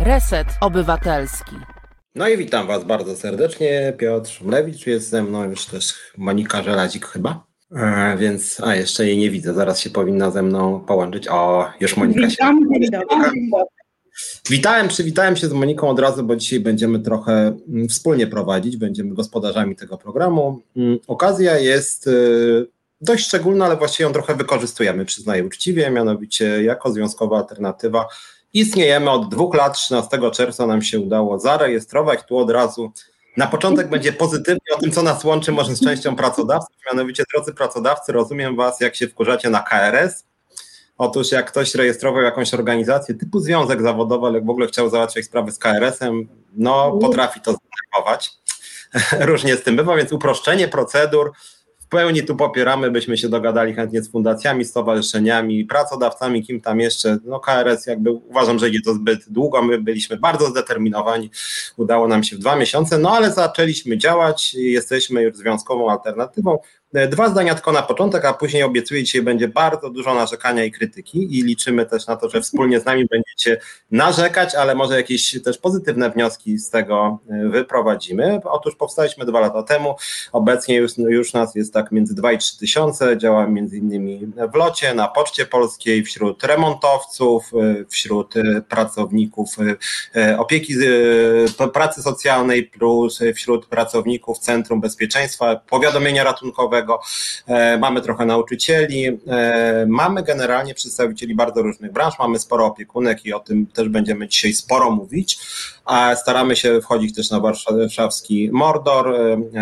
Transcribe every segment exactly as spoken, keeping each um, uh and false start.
Reset Obywatelski. No i witam Was bardzo serdecznie. Piotr Szumlewicz, jest ze mną już też Monika Żelazik chyba. E, więc, a jeszcze jej nie widzę, zaraz się powinna ze mną połączyć. O, już Monika Witam, się... dzień dobry. Witałem, przywitałem się z Moniką od razu, bo dzisiaj będziemy trochę wspólnie prowadzić, będziemy gospodarzami tego programu. Okazja jest dość szczególna, ale właściwie ją trochę wykorzystujemy, przyznaję uczciwie, mianowicie jako związkowa alternatywa istniejemy od dwóch lat, trzynastego czerwca nam się udało zarejestrować, tu od razu na początek będzie pozytywnie o tym, co nas łączy może z częścią pracodawców, mianowicie drodzy pracodawcy, rozumiem Was, jak się wkurzacie na K R S. Otóż jak ktoś rejestrował jakąś organizację typu związek zawodowy, ale w ogóle chciał załatwiać sprawy z K R S-em, no potrafi to zdenerwować. Różnie z tym bywa, więc uproszczenie procedur w pełni tu popieramy, byśmy się dogadali chętnie z fundacjami, stowarzyszeniami, pracodawcami, kim tam jeszcze. No K R S jakby uważam, że idzie to zbyt długo, my byliśmy bardzo zdeterminowani, udało nam się w dwa miesiące, no ale zaczęliśmy działać, jesteśmy już związkową alternatywą. Dwa zdania tylko na początek, a później obiecuję, dzisiaj będzie bardzo dużo narzekania i krytyki i liczymy też na to, że wspólnie z nami będziecie narzekać, ale może jakieś też pozytywne wnioski z tego wyprowadzimy. Otóż powstaliśmy dwa lata temu, obecnie już, już nas jest tak między dwa i trzy tysiące, działamy między innymi w Locie, na Poczcie Polskiej, wśród remontowców, wśród pracowników opieki, pracy socjalnej, plus wśród pracowników Centrum Bezpieczeństwa, Powiadomienia Ratunkowego. Mamy trochę nauczycieli, mamy generalnie przedstawicieli bardzo różnych branż, mamy sporo opiekunek i o tym też będziemy dzisiaj sporo mówić, a staramy się wchodzić też na warszawski Mordor,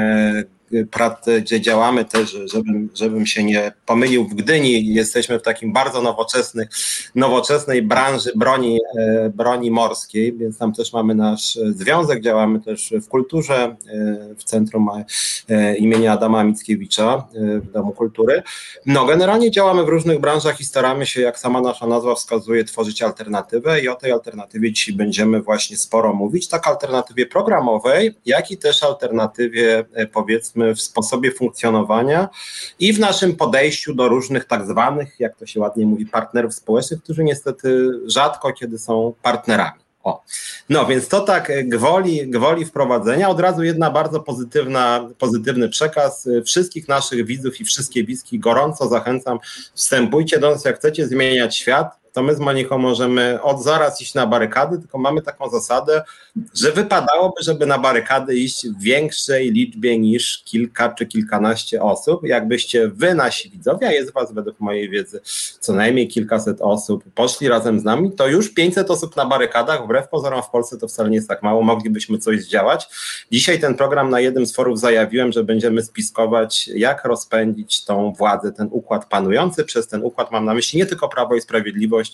gdzie działamy też, żebym, żebym się nie pomylił, w Gdyni jesteśmy w takim bardzo nowoczesnych, nowoczesnej branży broni, broni morskiej, więc tam też mamy nasz związek, działamy też w kulturze, w Centrum imienia Adama Mickiewicza, w Domu Kultury. No generalnie działamy w różnych branżach i staramy się, jak sama nasza nazwa wskazuje, tworzyć alternatywę i o tej alternatywie dzisiaj będziemy właśnie sporo mówić, tak alternatywie programowej, jak i też alternatywie, powiedzmy, w sposobie funkcjonowania i w naszym podejściu do różnych tak zwanych, jak to się ładnie mówi, partnerów społecznych, którzy niestety rzadko kiedy są partnerami. O. No więc to tak gwoli, gwoli wprowadzenia. Od razu jedna bardzo pozytywna, pozytywny przekaz. Wszystkich naszych widzów i wszystkie widzki gorąco zachęcam, wstępujcie do nas, jak chcecie zmieniać świat, to my z Moniką możemy od zaraz iść na barykady, tylko mamy taką zasadę, że wypadałoby, żeby na barykady iść w większej liczbie niż kilka czy kilkanaście osób. Jakbyście wy, nasi widzowie, a jest was według mojej wiedzy co najmniej kilkaset osób, poszli razem z nami, to już pięćset osób na barykadach, wbrew pozorom w Polsce to wcale nie jest tak mało, moglibyśmy coś zdziałać. Dzisiaj ten program na jednym z forów zajawiłem, że będziemy spiskować, jak rozpędzić tą władzę, ten układ panujący. Przez ten układ mam na myśli nie tylko Prawo i Sprawiedliwość,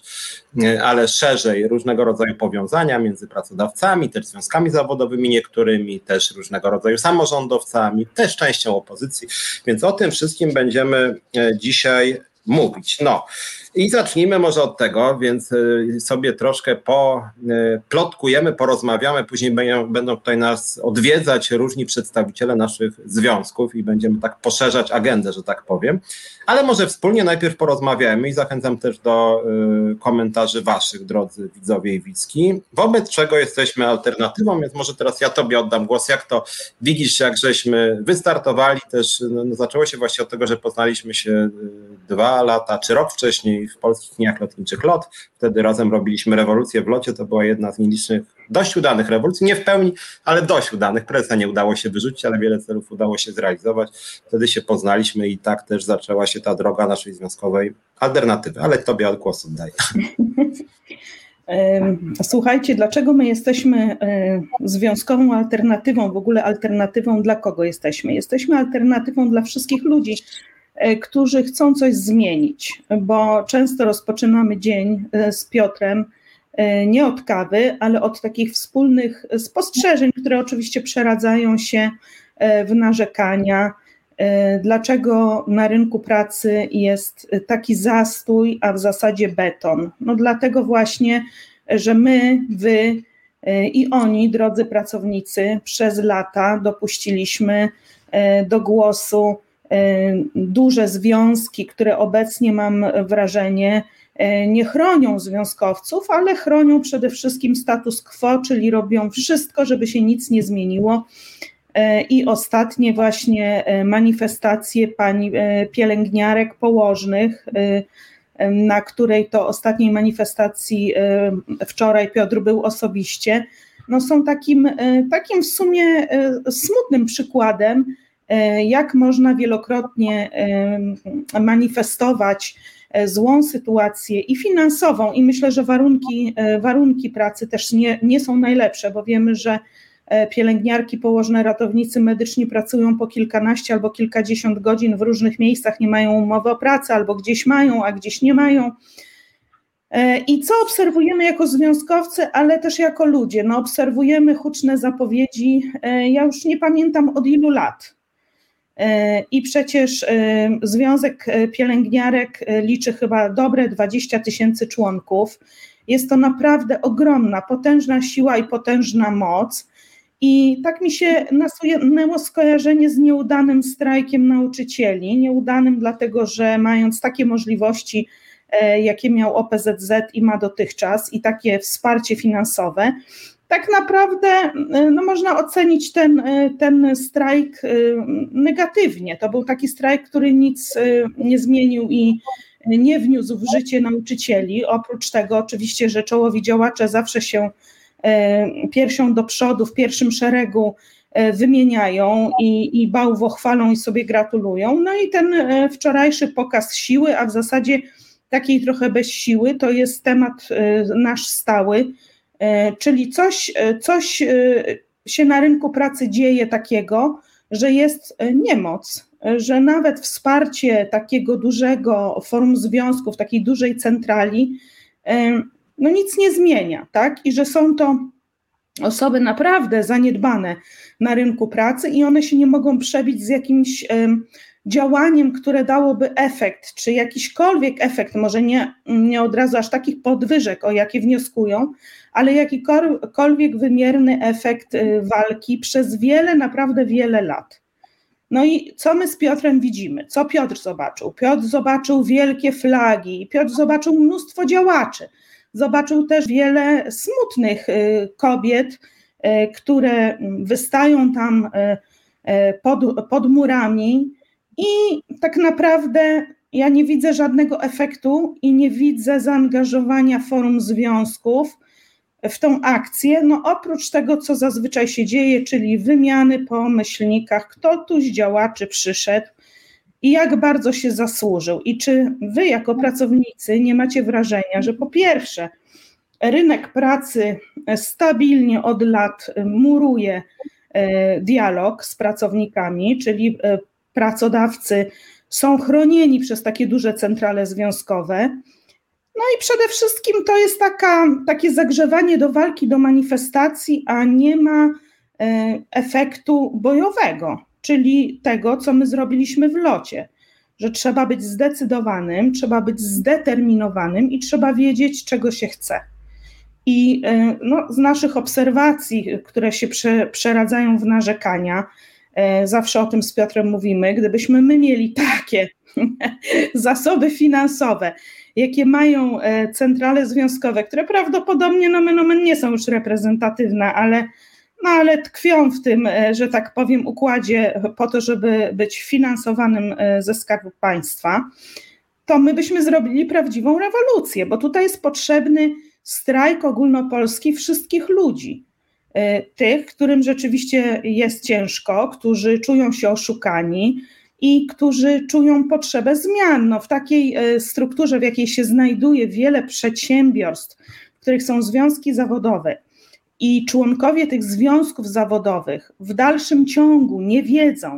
ale szerzej różnego rodzaju powiązania między pracodawcami, też związkami zawodowymi niektórymi, też różnego rodzaju samorządowcami, też częścią opozycji, więc o tym wszystkim będziemy dzisiaj mówić. No i zacznijmy może od tego, więc sobie troszkę poplotkujemy, porozmawiamy, później będą tutaj nas odwiedzać różni przedstawiciele naszych związków i będziemy tak poszerzać agendę, że tak powiem, ale może wspólnie najpierw porozmawiamy i zachęcam też do komentarzy waszych, drodzy widzowie i widzki, wobec czego jesteśmy alternatywą, więc może teraz ja tobie oddam głos, jak to widzisz, jak żeśmy wystartowali też, no, zaczęło się właśnie od tego, że poznaliśmy się dwa lata czy rok wcześniej w Polskich Dniach Lotniczych LOT. Wtedy razem robiliśmy rewolucję w locie. To była jedna z nielicznych, dość udanych rewolucji. Nie w pełni, ale dość udanych. Prezesa nie udało się wyrzucić, ale wiele celów udało się zrealizować. Wtedy się poznaliśmy i tak też zaczęła się ta droga naszej związkowej alternatywy. Ale tobie głos oddaję. Słuchajcie, dlaczego my jesteśmy związkową alternatywą, w ogóle alternatywą dla kogo jesteśmy? Jesteśmy alternatywą dla wszystkich ludzi, którzy chcą coś zmienić, bo często rozpoczynamy dzień z Piotrem nie od kawy, ale od takich wspólnych spostrzeżeń, które oczywiście przeradzają się w narzekania. Dlaczego na rynku pracy jest taki zastój, a w zasadzie beton? No dlatego właśnie, że my, wy i oni, drodzy pracownicy, przez lata dopuściliśmy do głosu duże związki, które obecnie, mam wrażenie, nie chronią związkowców, ale chronią przede wszystkim status quo, czyli robią wszystko, żeby się nic nie zmieniło. I ostatnie właśnie manifestacje pań pielęgniarek, położnych, na której to ostatniej manifestacji wczoraj Piotr był osobiście, no są takim, takim w sumie smutnym przykładem, jak można wielokrotnie manifestować złą sytuację i finansową, i myślę, że warunki, warunki pracy też nie, nie są najlepsze, bo wiemy, że pielęgniarki, położne, ratownicy medyczni pracują po kilkanaście albo kilkadziesiąt godzin w różnych miejscach, nie mają umowy o pracę, albo gdzieś mają, a gdzieś nie mają. I co obserwujemy jako związkowcy, ale też jako ludzie? No obserwujemy huczne zapowiedzi, ja już nie pamiętam od ilu lat. I przecież Związek Pielęgniarek liczy chyba dobre dwadzieścia tysięcy członków. Jest to naprawdę ogromna, potężna siła i potężna moc. I tak mi się nasunęło skojarzenie z nieudanym strajkiem nauczycieli. Nieudanym dlatego, że mając takie możliwości, jakie miał O P Z Z i ma dotychczas, i takie wsparcie finansowe, tak naprawdę no, można ocenić ten, ten strajk negatywnie. To był taki strajk, który nic nie zmienił i nie wniósł w życie nauczycieli. Oprócz tego oczywiście, że czołowi działacze zawsze się piersią do przodu, w pierwszym szeregu wymieniają i, i bałwochwalą i sobie gratulują. No i ten wczorajszy pokaz siły, a w zasadzie takiej trochę bez siły, to jest temat nasz stały, czyli coś, coś się na rynku pracy dzieje takiego, że jest niemoc, że nawet wsparcie takiego dużego forum związków, takiej dużej centrali, no nic nie zmienia, tak? I że są to osoby naprawdę zaniedbane na rynku pracy i one się nie mogą przebić z jakimś działaniem, które dałoby efekt, czy jakiśkolwiek efekt, może nie, nie od razu aż takich podwyżek, o jakie wnioskują, ale jakikolwiek wymierny efekt walki przez wiele, naprawdę wiele lat. No i co my z Piotrem widzimy? Co Piotr zobaczył? Piotr zobaczył wielkie flagi, Piotr zobaczył mnóstwo działaczy, zobaczył też wiele smutnych kobiet, które wystają tam pod, pod murami i tak naprawdę ja nie widzę żadnego efektu i nie widzę zaangażowania forum związków w tą akcję, no oprócz tego, co zazwyczaj się dzieje, czyli wymiany po myślnikach, kto tu z działaczy przyszedł i jak bardzo się zasłużył. I czy wy jako pracownicy nie macie wrażenia, że po pierwsze rynek pracy stabilnie od lat muruje dialog z pracownikami, czyli pracodawcy są chronieni przez takie duże centrale związkowe. No i przede wszystkim to jest taka, takie zagrzewanie do walki, do manifestacji, a nie ma efektu bojowego, czyli tego, co my zrobiliśmy w locie, że trzeba być zdecydowanym, trzeba być zdeterminowanym i trzeba wiedzieć, czego się chce. I no, z naszych obserwacji, które się prze, przeradzają w narzekania, zawsze o tym z Piotrem mówimy, gdybyśmy my mieli takie zasoby finansowe, jakie mają centrale związkowe, które prawdopodobnie nomen omen nie są już reprezentatywne, ale, no, ale tkwią w tym, że tak powiem, układzie po to, żeby być finansowanym ze Skarbu Państwa, to my byśmy zrobili prawdziwą rewolucję, bo tutaj jest potrzebny strajk ogólnopolski wszystkich ludzi. Tych, którym rzeczywiście jest ciężko, którzy czują się oszukani i którzy czują potrzebę zmian. No, w takiej strukturze, w jakiej się znajduje wiele przedsiębiorstw, w których są związki zawodowe i członkowie tych związków zawodowych w dalszym ciągu nie wiedzą,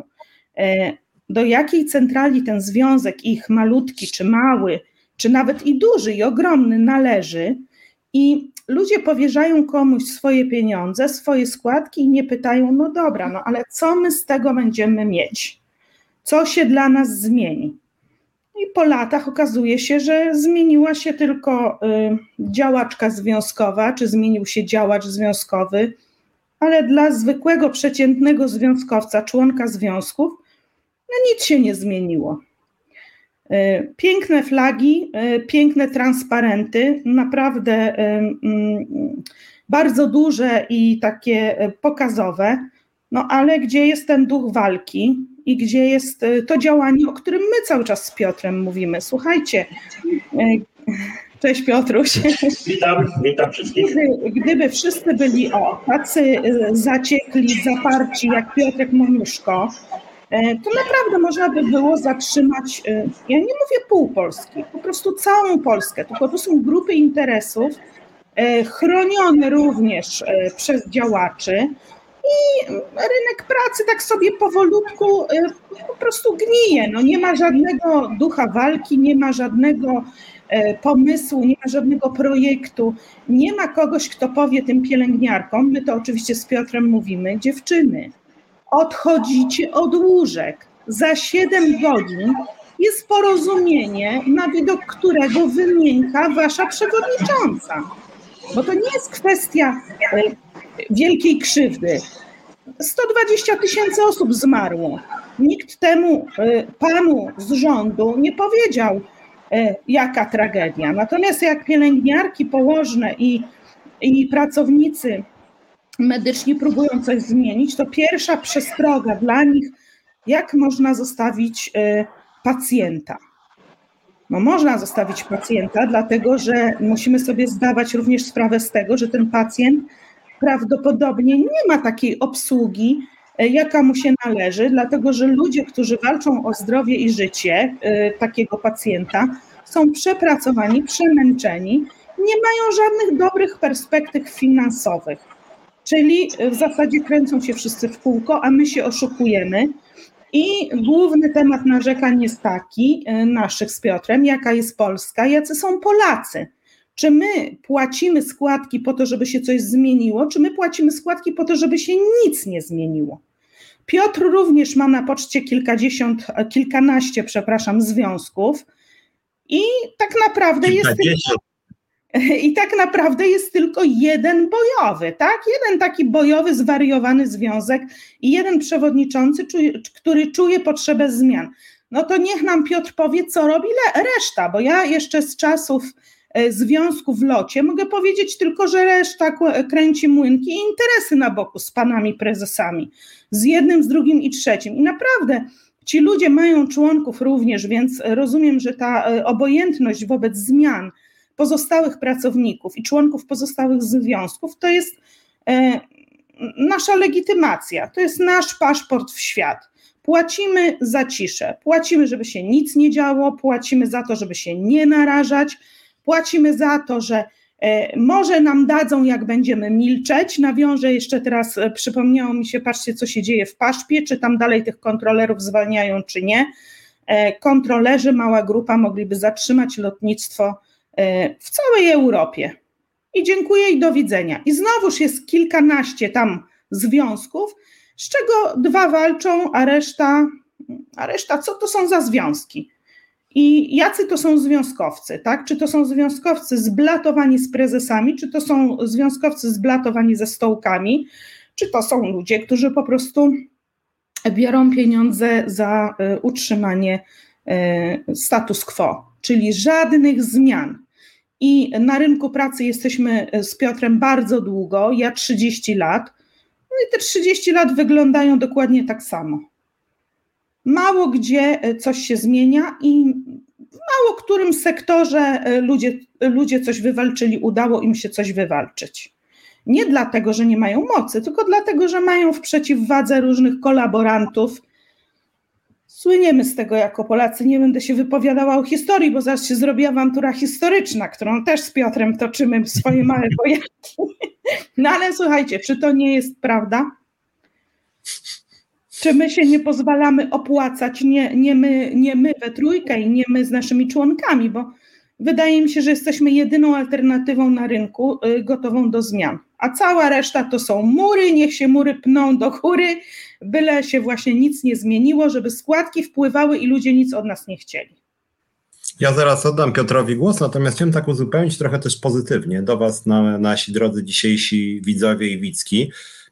do jakiej centrali ten związek ich malutki, czy mały, czy nawet i duży i ogromny należy, i ludzie powierzają komuś swoje pieniądze, swoje składki i nie pytają, no dobra, no ale co my z tego będziemy mieć? Co się dla nas zmieni? I po latach okazuje się, że zmieniła się tylko y, działaczka związkowa, czy zmienił się działacz związkowy, ale dla zwykłego, przeciętnego związkowca, członka związków, no nic się nie zmieniło. Piękne flagi, piękne transparenty, naprawdę bardzo duże i takie pokazowe, no ale gdzie jest ten duch walki i gdzie jest to działanie, o którym my cały czas z Piotrem mówimy. Słuchajcie, cześć Piotruś. Witam, witam wszystkich. Gdyby, gdyby wszyscy byli o, tacy zaciekli, zaparci jak Piotrek Moniuszko, to naprawdę można by było zatrzymać, ja nie mówię pół Polski, po prostu całą Polskę, tylko to są grupy interesów chronione również przez działaczy i rynek pracy tak sobie powolutku po prostu gnije. No nie ma żadnego ducha walki, nie ma żadnego pomysłu, nie ma żadnego projektu, nie ma kogoś, kto powie tym pielęgniarkom, my to oczywiście z Piotrem mówimy, dziewczyny, odchodzicie od łóżek. Za siedem godzin jest porozumienie, na widok którego wymięka wasza przewodnicząca. Bo to nie jest kwestia wielkiej krzywdy. sto dwadzieścia tysięcy osób zmarło. Nikt temu panu z rządu nie powiedział, jaka tragedia. Natomiast jak pielęgniarki, położne i, i pracownicy medyczni próbują coś zmienić, to pierwsza przestroga dla nich, jak można zostawić pacjenta. No można zostawić pacjenta, dlatego że musimy sobie zdawać również sprawę z tego, że ten pacjent prawdopodobnie nie ma takiej obsługi, jaka mu się należy, dlatego że ludzie, którzy walczą o zdrowie i życie takiego pacjenta, są przepracowani, przemęczeni, nie mają żadnych dobrych perspektyw finansowych. Czyli w zasadzie kręcą się wszyscy w kółko, a my się oszukujemy. I główny temat narzekań jest taki, naszych z Piotrem, jaka jest Polska, jacy są Polacy. Czy my płacimy składki po to, żeby się coś zmieniło, czy my płacimy składki po to, żeby się nic nie zmieniło? Piotr również ma na poczcie kilkadziesiąt, kilkanaście, przepraszam, związków i tak naprawdę jest tylko, i tak naprawdę jest tylko jeden bojowy, tak? Jeden taki bojowy, zwariowany związek i jeden przewodniczący, który czuje potrzebę zmian. No to niech nam Piotr powie, co robi reszta, bo ja jeszcze z czasów związku w locie mogę powiedzieć tylko, że reszta kręci młynki i interesy na boku z panami prezesami, z jednym, z drugim i trzecim. I naprawdę ci ludzie mają członków również, więc rozumiem, że ta obojętność wobec zmian pozostałych pracowników i członków pozostałych związków to jest e, nasza legitymacja, to jest nasz paszport w świat. Płacimy za ciszę, płacimy, żeby się nic nie działo, płacimy za to, żeby się nie narażać, płacimy za to, że e, może nam dadzą, jak będziemy milczeć. Nawiążę jeszcze teraz, e, przypomniało mi się, patrzcie, co się dzieje w Paszpie, czy tam dalej tych kontrolerów zwalniają, czy nie. E, kontrolerzy, mała grupa, mogliby zatrzymać lotnictwo w całej Europie. I dziękuję i do widzenia. I znowuż jest kilkanaście tam związków, z czego dwa walczą, a reszta, a reszta co to są za związki? I jacy to są związkowcy, tak? Czy to są związkowcy zblatowani z prezesami, czy to są związkowcy zblatowani ze stołkami, czy to są ludzie, którzy po prostu biorą pieniądze za utrzymanie status quo, czyli żadnych zmian. I na rynku pracy jesteśmy z Piotrem bardzo długo, ja trzydzieści lat, no i te trzydzieści lat wyglądają dokładnie tak samo. Mało gdzie coś się zmienia i w mało którym sektorze ludzie, ludzie coś wywalczyli, udało im się coś wywalczyć. Nie dlatego, że nie mają mocy, tylko dlatego, że mają w przeciwwadze różnych kolaborantów. Słyniemy z tego jako Polacy, nie będę się wypowiadała o historii, bo zaraz się zrobi awantura historyczna, którą też z Piotrem toczymy swoje małe wojenki. No ale słuchajcie, czy to nie jest prawda? Czy my się nie pozwalamy opłacać, nie, nie, my, nie my we trójkę i nie my z naszymi członkami, bo wydaje mi się, że jesteśmy jedyną alternatywą na rynku y, gotową do zmian. A cała reszta to są mury, niech się mury pną do góry, byle się właśnie nic nie zmieniło, żeby składki wpływały i ludzie nic od nas nie chcieli. Ja zaraz oddam Piotrowi głos, natomiast chciałem tak uzupełnić trochę też pozytywnie do Was, na, nasi drodzy dzisiejsi widzowie i widzki.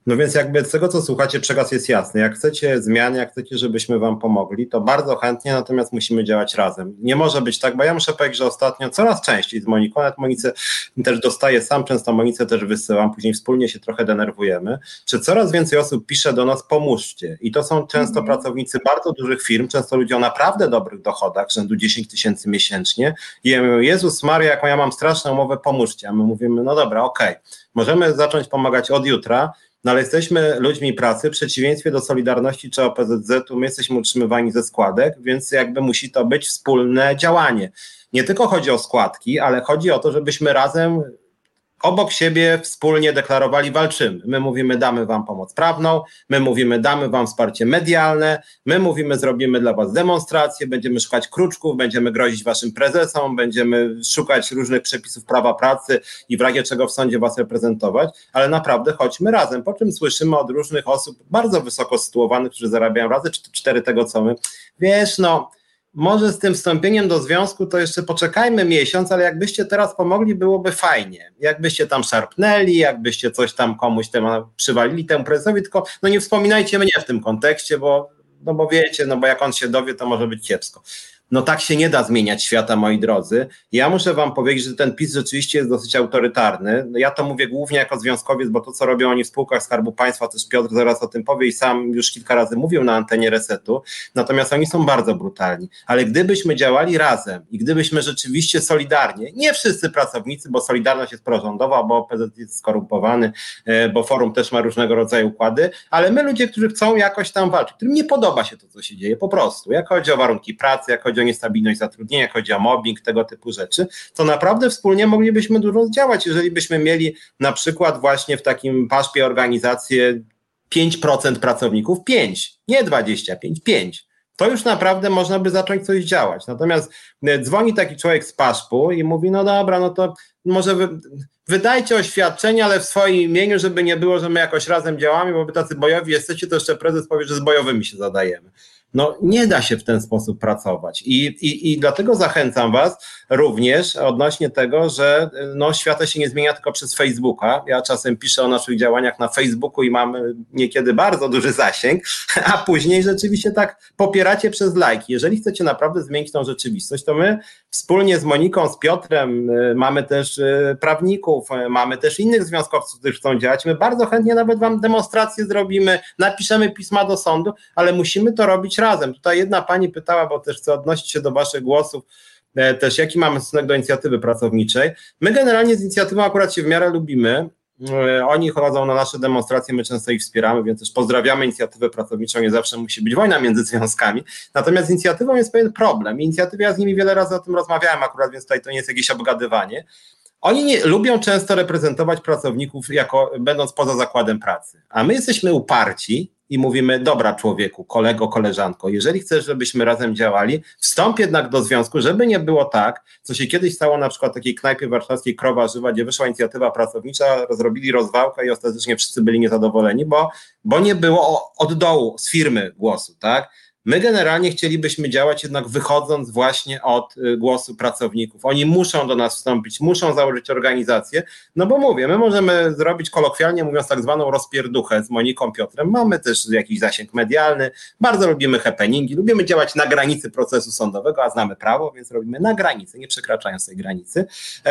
No więc jakby z tego, co słuchacie, przekaz jest jasny. Jak chcecie zmian, jak chcecie, żebyśmy wam pomogli, to bardzo chętnie, natomiast musimy działać razem. Nie może być tak, bo ja muszę powiedzieć, że ostatnio coraz częściej z Moniką, nawet Monice też dostaję sam, często Monice też wysyłam, później wspólnie się trochę denerwujemy, że coraz więcej osób pisze do nas, pomóżcie. I to są często mm. pracownicy bardzo dużych firm, często ludzie o naprawdę dobrych dochodach, rzędu dziesięć tysięcy miesięcznie i ja mówię, Jezus Maria, jaką ja mam straszną umowę, pomóżcie. A my mówimy, no dobra, okej, okay. Możemy zacząć pomagać od jutra, no ale jesteśmy ludźmi pracy, w przeciwieństwie do Solidarności czy O P Z Z-u, my jesteśmy utrzymywani ze składek, więc jakby musi to być wspólne działanie. Nie tylko chodzi o składki, ale chodzi o to, żebyśmy razem obok siebie wspólnie deklarowali, walczymy. My mówimy, damy wam pomoc prawną, my mówimy, damy wam wsparcie medialne, my mówimy, zrobimy dla was demonstracje, będziemy szukać kruczków, będziemy grozić waszym prezesom, będziemy szukać różnych przepisów prawa pracy i w razie czego w sądzie was reprezentować, ale naprawdę chodźmy razem. Po czym słyszymy od różnych osób bardzo wysoko sytuowanych, którzy zarabiają razy cztery tego, co my. Wiesz, no... Może z tym wstąpieniem do związku to jeszcze poczekajmy miesiąc, ale jakbyście teraz pomogli, byłoby fajnie. Jakbyście tam szarpnęli, jakbyście coś tam komuś tam przywalili temu prezesowi, tylko no nie wspominajcie mnie w tym kontekście, bo, no bo wiecie, no bo jak on się dowie, to może być kiepsko. No tak się nie da zmieniać świata, moi drodzy. Ja muszę wam powiedzieć, że ten PiS rzeczywiście jest dosyć autorytarny. Ja to mówię głównie jako związkowiec, bo to, co robią oni w spółkach Skarbu Państwa, też Piotr zaraz o tym powie i sam już kilka razy mówił na antenie Resetu, natomiast oni są bardzo brutalni. Ale gdybyśmy działali razem i gdybyśmy rzeczywiście solidarnie, nie wszyscy pracownicy, bo Solidarność jest prorządowa, bo O P Z jest skorumpowany, bo Forum też ma różnego rodzaju układy, ale my ludzie, którzy chcą jakoś tam walczyć, którym nie podoba się to, co się dzieje, po prostu. Jak chodzi o warunki pracy, jak chodzi o niestabilność zatrudnienia, jak chodzi o mobbing, tego typu rzeczy, to naprawdę wspólnie moglibyśmy dużo działać, jeżeli byśmy mieli na przykład właśnie w takim paszpie organizację pięć procent pracowników, pięć, nie dwadzieścia pięć, pięć. To już naprawdę można by zacząć coś działać. Natomiast dzwoni taki człowiek z paszpu i mówi, no dobra, no to może wy, wydajcie oświadczenie, ale w swoim imieniu, żeby nie było, że my jakoś razem działamy, bo wy tacy bojowi jesteście, to jeszcze prezes powie, że z bojowymi się zadajemy. No nie da się w ten sposób pracować i, i, i dlatego zachęcam was również odnośnie tego, że no, świat się nie zmienia tylko przez Facebooka. Ja czasem piszę o naszych działaniach na Facebooku i mam niekiedy bardzo duży zasięg, a później rzeczywiście tak popieracie przez lajki. Jeżeli chcecie naprawdę zmienić tą rzeczywistość, to my wspólnie z Moniką, z Piotrem, mamy też prawników, mamy też innych związkowców, którzy chcą działać. My bardzo chętnie nawet wam demonstrację zrobimy, napiszemy pisma do sądu, ale musimy to robić razem. Tutaj jedna pani pytała, bo też chcę odnosić się do waszych głosów, też jaki mamy stosunek do inicjatywy pracowniczej. My generalnie z inicjatywą akurat się w miarę lubimy. Oni chodzą na nasze demonstracje, my często ich wspieramy, więc też pozdrawiamy inicjatywę pracowniczą, nie zawsze musi być wojna między związkami. Natomiast z inicjatywą jest pewien problem. Inicjatywy, ja z nimi wiele razy o tym rozmawiałem akurat, więc tutaj to nie jest jakieś obgadywanie. Oni nie, lubią często reprezentować pracowników jako będąc poza zakładem pracy, a my jesteśmy uparci i mówimy, dobra człowieku, kolego, koleżanko, jeżeli chcesz, żebyśmy razem działali, wstąp jednak do związku, żeby nie było tak, co się kiedyś stało na przykład w takiej knajpie warszawskiej Krowa Żywa, gdzie wyszła inicjatywa pracownicza, rozrobili rozwałkę i ostatecznie wszyscy byli niezadowoleni, bo, bo nie było od dołu, z firmy głosu, tak? My generalnie chcielibyśmy działać jednak wychodząc właśnie od głosu pracowników. Oni muszą do nas wstąpić, muszą założyć organizację, no bo mówię, my możemy zrobić kolokwialnie mówiąc tak zwaną rozpierduchę z Moniką, Piotrem, mamy też jakiś zasięg medialny, bardzo lubimy happeningi, lubimy działać na granicy procesu sądowego, a znamy prawo, więc robimy na granicy, nie przekraczając tej granicy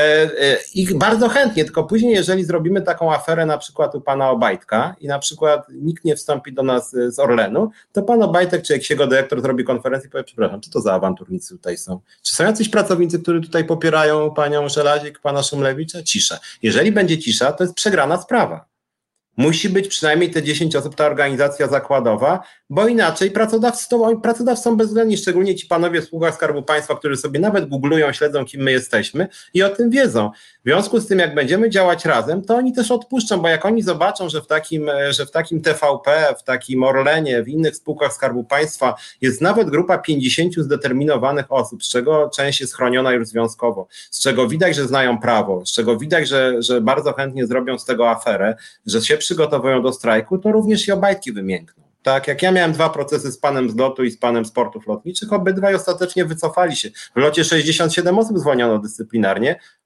i bardzo chętnie, tylko później jeżeli zrobimy taką aferę na przykład u pana Obajtka i na przykład nikt nie wstąpi do nas z Orlenu, to pan Obajtek czy jak się dyrektor zrobi konferencję i powie, przepraszam, czy to za awanturnicy tutaj są? Czy są jacyś pracownicy, którzy tutaj popierają panią Żelazik, pana Szumlewicza? Cisza. Jeżeli będzie cisza, to jest przegrana sprawa. Musi być przynajmniej te dziesięć osób, ta organizacja zakładowa, bo inaczej pracodawcy, to, pracodawcy są bezwzględni, szczególnie ci panowie w spółkach Skarbu Państwa, którzy sobie nawet googlują, śledzą, kim my jesteśmy i o tym wiedzą. W związku z tym, jak będziemy działać razem, to oni też odpuszczą, bo jak oni zobaczą, że w takim, że w takim T V P, w takim Orlenie, w innych spółkach Skarbu Państwa jest nawet grupa pięćdziesięciu zdeterminowanych osób, z czego część jest chroniona już związkowo, z czego widać, że znają prawo, z czego widać, że, że bardzo chętnie zrobią z tego aferę, że się przygotowują do strajku, to również i Obajtki wymiękną. Tak, jak ja miałem dwa procesy z panem z lotu i z panem z portów lotniczych, obydwaj ostatecznie wycofali się. W locie sześćdziesiąt siedem osób zwolniono dyscyplinarnie,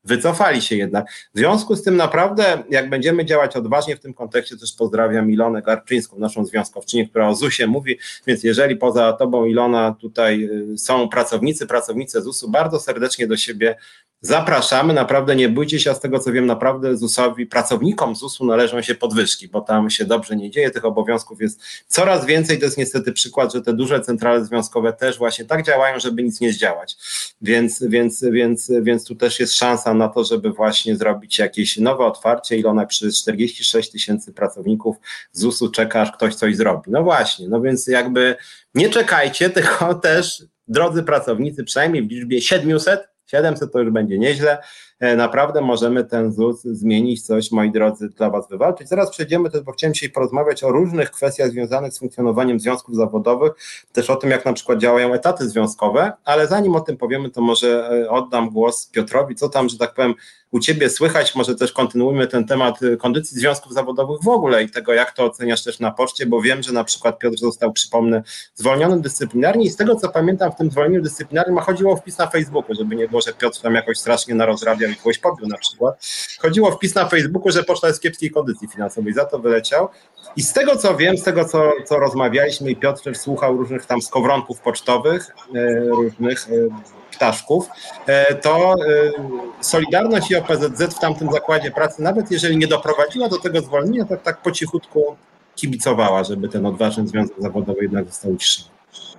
wycofali się jednak. W związku z tym naprawdę, jak będziemy działać odważnie w tym kontekście, też pozdrawiam Ilonę Garczyńską, naszą związkowczynię, która o zusie mówi, więc jeżeli poza tobą, Ilona, tutaj są pracownicy, pracownice zusu, bardzo serdecznie do siebie zapraszamy, naprawdę nie bójcie się, a z tego co wiem, naprawdę zusowi, pracownikom zusu należą się podwyżki, bo tam się dobrze nie dzieje, tych obowiązków jest coraz więcej, to jest niestety przykład, że te duże centrale związkowe też właśnie tak działają, żeby nic nie zdziałać, więc, więc, więc, więc tu też jest szansa na to, żeby właśnie zrobić jakieś nowe otwarcie. Ilona, przy czterdzieści sześć tysięcy pracowników zusu czeka, aż ktoś coś zrobi. No właśnie, no więc jakby nie czekajcie, tylko też, drodzy pracownicy, przynajmniej w liczbie siedemset, siedemset to już będzie nieźle, naprawdę możemy ten ZUS zmienić, coś, moi drodzy, dla was wywalczyć. Zaraz przejdziemy też, bo chciałem dzisiaj porozmawiać o różnych kwestiach związanych z funkcjonowaniem związków zawodowych, też o tym, jak na przykład działają etaty związkowe, ale zanim o tym powiemy, to może oddam głos Piotrowi, co tam, że tak powiem, u ciebie słychać, może też kontynuujmy ten temat kondycji związków zawodowych w ogóle i tego, jak to oceniasz też na poczcie, bo wiem, że na przykład Piotr został, przypomnę, zwolniony dyscyplinarnie i z tego, co pamiętam, w tym zwolnieniu dyscyplinarnym, a chodziło o wpis na Facebooku, żeby nie było, że Piotr tam jakoś strasznie narozrabiał i kogoś pobił na przykład. Chodziło o wpis na Facebooku, że poczta jest w kiepskiej kondycji finansowej, za to wyleciał. I z tego, co wiem, z tego, co, co rozmawialiśmy i Piotr też słuchał różnych tam skowronków pocztowych, różnych ptaszków, to Solidarność i O P Z Z w tamtym zakładzie pracy, nawet jeżeli nie doprowadziła do tego zwolnienia, to tak po cichutku kibicowała, żeby ten odważny związek zawodowy jednak został uciszony.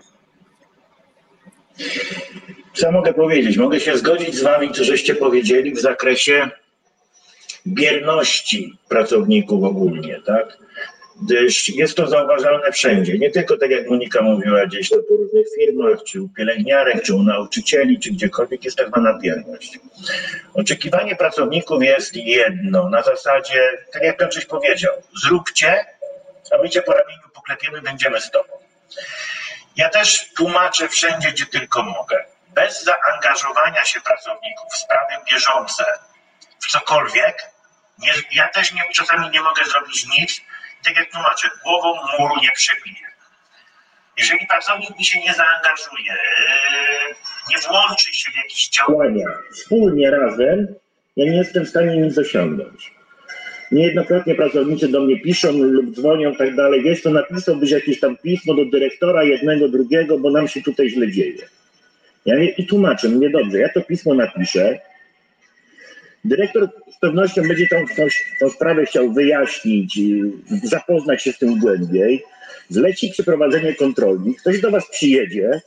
Co mogę powiedzieć? Mogę się zgodzić z wami, co żeście powiedzieli w zakresie bierności pracowników ogólnie, tak? Gdyż jest to zauważalne wszędzie, nie tylko tak jak Monika mówiła, gdzieś to po różnych firmach, czy u pielęgniarek, czy u nauczycieli, czy gdziekolwiek jest tak zwana bierność. Oczekiwanie pracowników jest jedno, na zasadzie, tak jak Piotruś powiedział, zróbcie, a my cię po ramieniu poklepiemy, będziemy z tobą. Ja też tłumaczę wszędzie, gdzie tylko mogę. Bez zaangażowania się pracowników w sprawy bieżące, w cokolwiek, nie, ja też nie, czasami nie mogę zrobić nic, tak jak tłumaczę, głową muru nie przebije. Jeżeli pracownik mi się nie zaangażuje, nie włączy się w jakieś działania wspólnie razem, ja nie jestem w stanie nic osiągnąć. Niejednokrotnie pracownicy do mnie piszą lub dzwonią tak dalej, wiesz, to napisałbyś jakieś tam pismo do dyrektora jednego, drugiego, bo nam się tutaj źle dzieje. Ja mówię, i tłumaczę, mówię, dobrze, ja to pismo napiszę, dyrektor z pewnością będzie tą, tą, tą sprawę chciał wyjaśnić, zapoznać się z tym głębiej, zleci przeprowadzenie kontroli, ktoś do was przyjedzie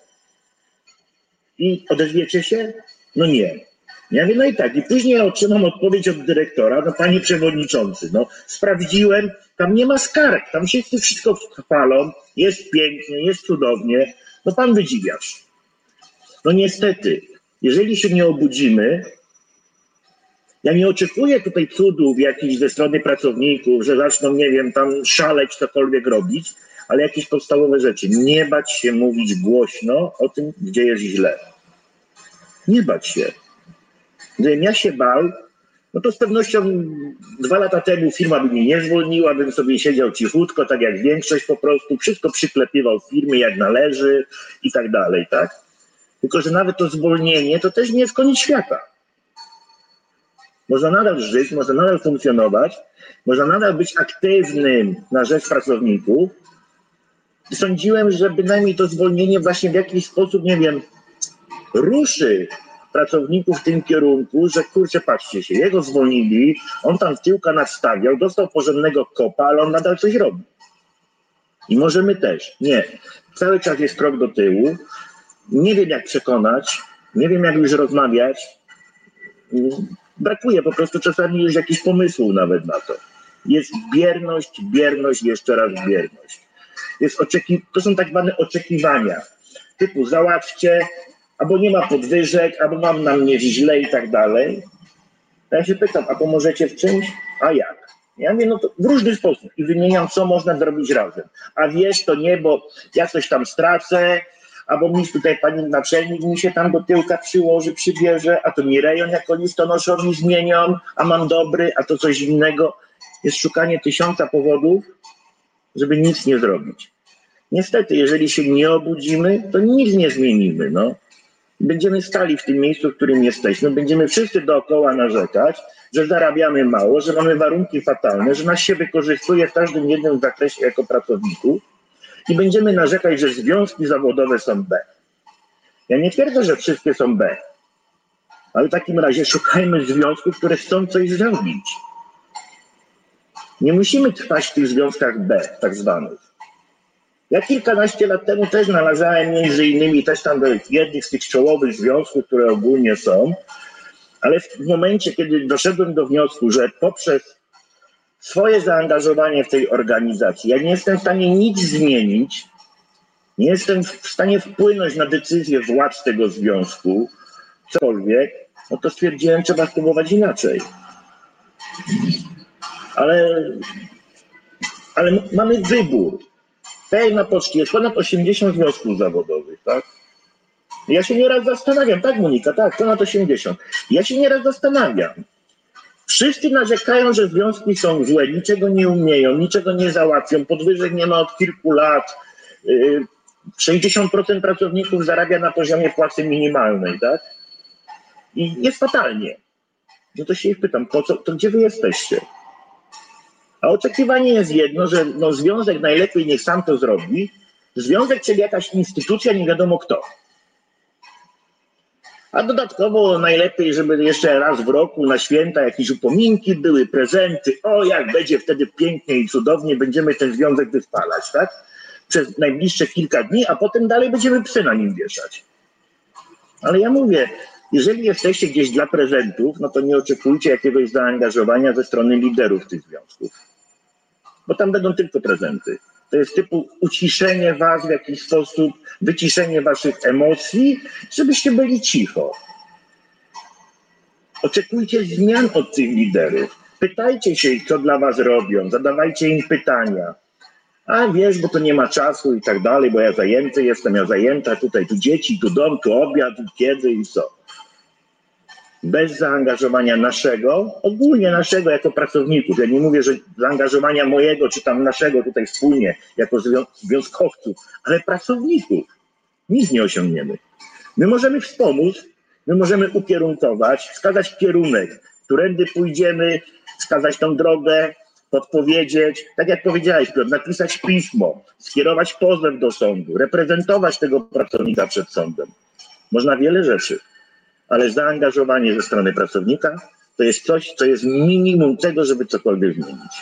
i odezwiecie się? No nie. Ja mówię, no i tak, i później ja otrzymam odpowiedź od dyrektora, no panie przewodniczący, no sprawdziłem, tam nie ma skarg, tam wszyscy wszystko chwalą, jest pięknie, jest cudownie, no pan wydziwiasz. No niestety, jeżeli się nie obudzimy, ja nie oczekuję tutaj cudów jakichś ze strony pracowników, że zaczną, nie wiem, tam szaleć, cokolwiek robić, ale jakieś podstawowe rzeczy. Nie bać się mówić głośno o tym, gdzie jest źle. Nie bać się. Gdybym ja się bał, no to z pewnością dwa lata temu firma by mnie nie zwolniła, bym sobie siedział cichutko, tak jak większość po prostu, wszystko przyklepywał w firmie jak należy i tak dalej, tak? Tylko że nawet to zwolnienie to też nie jest koniec świata. Można nadal żyć, można nadal funkcjonować, można nadal być aktywnym na rzecz pracowników. Sądziłem, że bynajmniej to zwolnienie właśnie w jakiś sposób, nie wiem, ruszy pracowników w tym kierunku, że kurczę, patrzcie się, jego zwolnili, on tam tyłka nadstawiał, dostał porządnego kopa, ale on nadal coś robi. I możemy też. Nie. Cały czas jest krok do tyłu. Nie wiem, jak przekonać, nie wiem, jak już rozmawiać. Brakuje po prostu czasami już jakichś pomysłów nawet na to. Jest bierność, bierność, jeszcze raz bierność. Jest oczeki- to są tak zwane oczekiwania. Typu załatwcie, albo nie ma podwyżek, albo mam na mnie źle i tak dalej. Ja się pytam, a pomożecie w czymś? A jak? Ja mówię, no to w różny sposób i wymieniam, co można zrobić razem. A wiesz, to nie, bo ja coś tam stracę, albo mi tutaj pani naczelnik mi się tam do tyłka przyłoży, przybierze, a to mi rejon jako listonoszowi zmienią, a mam dobry, a to coś innego. Jest szukanie tysiąca powodów, żeby nic nie zrobić. Niestety, jeżeli się nie obudzimy, to nic nie zmienimy, no. Będziemy stali w tym miejscu, w którym jesteśmy, będziemy wszyscy dookoła narzekać, że zarabiamy mało, że mamy warunki fatalne, że nas się wykorzystuje w każdym jednym zakresie jako pracowników i będziemy narzekać, że związki zawodowe są B. Ja nie twierdzę, że wszystkie są B, ale w takim razie szukajmy związków, które chcą coś zrobić. Nie musimy trwać w tych związkach B, tak zwanych. Ja kilkanaście lat temu też należałem między innymi też tam do jednych z tych czołowych związków, które ogólnie są, ale w momencie, kiedy doszedłem do wniosku, że poprzez swoje zaangażowanie w tej organizacji ja nie jestem w stanie nic zmienić, nie jestem w stanie wpłynąć na decyzję władz tego związku, cokolwiek, no to stwierdziłem, trzeba spróbować inaczej. Ale, ale mamy wybór. Tutaj na poczcie jest ponad osiemdziesiąt związków zawodowych, tak? Ja się nieraz zastanawiam, tak Monika, tak, ponad osiemdziesiąt. Ja się nieraz zastanawiam. Wszyscy narzekają, że związki są złe, niczego nie umieją, niczego nie załatwią, podwyżek nie ma od kilku lat. sześćdziesiąt procent pracowników zarabia na poziomie płacy minimalnej, tak? I jest fatalnie. No to się ich pytam, po co, to gdzie wy jesteście? A oczekiwanie jest jedno, że no, związek najlepiej niech sam to zrobi. Związek, czyli jakaś instytucja, nie wiadomo kto. A dodatkowo najlepiej, żeby jeszcze raz w roku na święta jakieś upominki były, prezenty. O, jak będzie wtedy pięknie i cudownie, będziemy ten związek wyspalać, tak? Przez najbliższe kilka dni, a potem dalej będziemy psy na nim wieszać. Ale ja mówię, jeżeli jesteście gdzieś dla prezentów, no to nie oczekujcie jakiegoś zaangażowania ze strony liderów tych związków. Bo tam będą tylko prezenty. To jest typu uciszenie was w jakiś sposób, wyciszenie waszych emocji, żebyście byli cicho. Oczekujcie zmian od tych liderów. Pytajcie się, co dla was robią, zadawajcie im pytania. A wiesz, bo to nie ma czasu i tak dalej, bo ja zajęty jestem, ja zajęta, tutaj tu dzieci, tu dom, tu obiad, kiedy i co. Bez zaangażowania naszego, ogólnie naszego jako pracowników. Ja nie mówię, że zaangażowania mojego, czy tam naszego tutaj wspólnie, jako zwią- związkowców, ale pracowników. Nic nie osiągniemy. My możemy wspomóc, my możemy ukierunkować, wskazać kierunek, którędy pójdziemy, wskazać tą drogę, podpowiedzieć, tak jak powiedziałeś, Piotr, napisać pismo, skierować pozew do sądu, reprezentować tego pracownika przed sądem. Można wiele rzeczy. Ale zaangażowanie ze strony pracownika to jest coś, co jest minimum tego, żeby cokolwiek zmienić.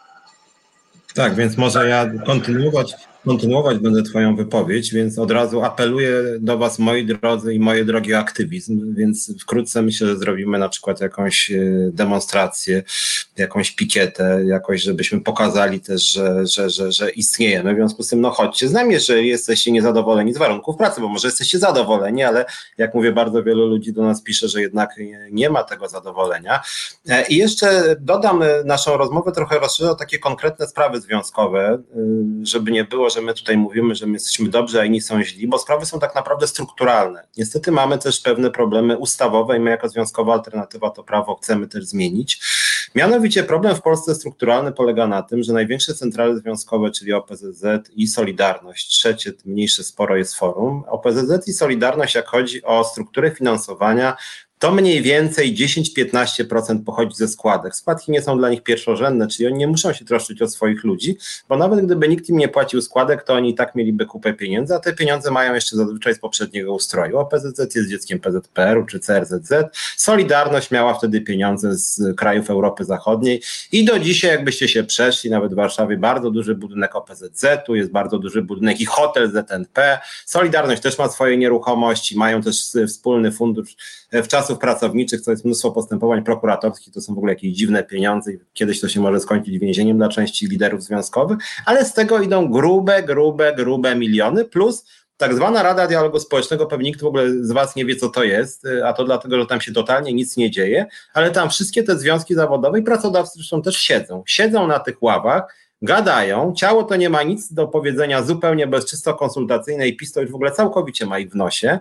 Tak, więc może ja kontynuować, kontynuować będę twoją wypowiedź, więc od razu apeluję do was, moi drodzy i moje drogi, o aktywizm, więc wkrótce myślę, że zrobimy na przykład jakąś demonstrację, jakąś pikietę, jakoś, żebyśmy pokazali też, że, że, że, że istniejemy. W związku z tym, no chodźcie z nami, jeżeli jesteście niezadowoleni z warunków pracy, bo może jesteście zadowoleni, ale jak mówię, bardzo wielu ludzi do nas pisze, że jednak nie ma tego zadowolenia. I jeszcze dodam, naszą rozmowę trochę rozszerzę o takie konkretne sprawy związkowe, żeby nie było, że my tutaj mówimy, że my jesteśmy dobrzy, a inni są źli, bo sprawy są tak naprawdę strukturalne. Niestety mamy też pewne problemy ustawowe i my jako Związkowa Alternatywa to prawo chcemy też zmienić. Mianowicie problem w Polsce strukturalny polega na tym, że największe centrale związkowe, czyli O P Z Z i Solidarność, trzecie, mniejsze sporo jest forum, O P Z Z i Solidarność, jak chodzi o strukturę finansowania, to mniej więcej dziesięć do piętnastu procent pochodzi ze składek. Składki nie są dla nich pierwszorzędne, czyli oni nie muszą się troszczyć o swoich ludzi, bo nawet gdyby nikt im nie płacił składek, to oni i tak mieliby kupę pieniędzy, a te pieniądze mają jeszcze zazwyczaj z poprzedniego ustroju. O P Z Z jest dzieckiem P Z P R u czy C R Z Z. Solidarność miała wtedy pieniądze z krajów Europy Zachodniej i do dzisiaj, jakbyście się przeszli, nawet w Warszawie, bardzo duży budynek O P Z Z u, jest bardzo duży budynek i hotel Z N P. Solidarność też ma swoje nieruchomości, mają też wspólny fundusz w czasów pracowniczych, to jest mnóstwo postępowań prokuratorskich, to są w ogóle jakieś dziwne pieniądze i kiedyś to się może skończyć więzieniem dla części liderów związkowych, ale z tego idą grube, grube, grube miliony, plus tak zwana Rada Dialogu Społecznego, pewnie nikt w ogóle z was nie wie, co to jest, a to dlatego, że tam się totalnie nic nie dzieje, ale tam wszystkie te związki zawodowe i pracodawcy zresztą też siedzą, siedzą na tych ławach, gadają, ciało to nie ma nic do powiedzenia, zupełnie bez czysto konsultacyjnej, PiS to już w ogóle całkowicie ma ich w nosie,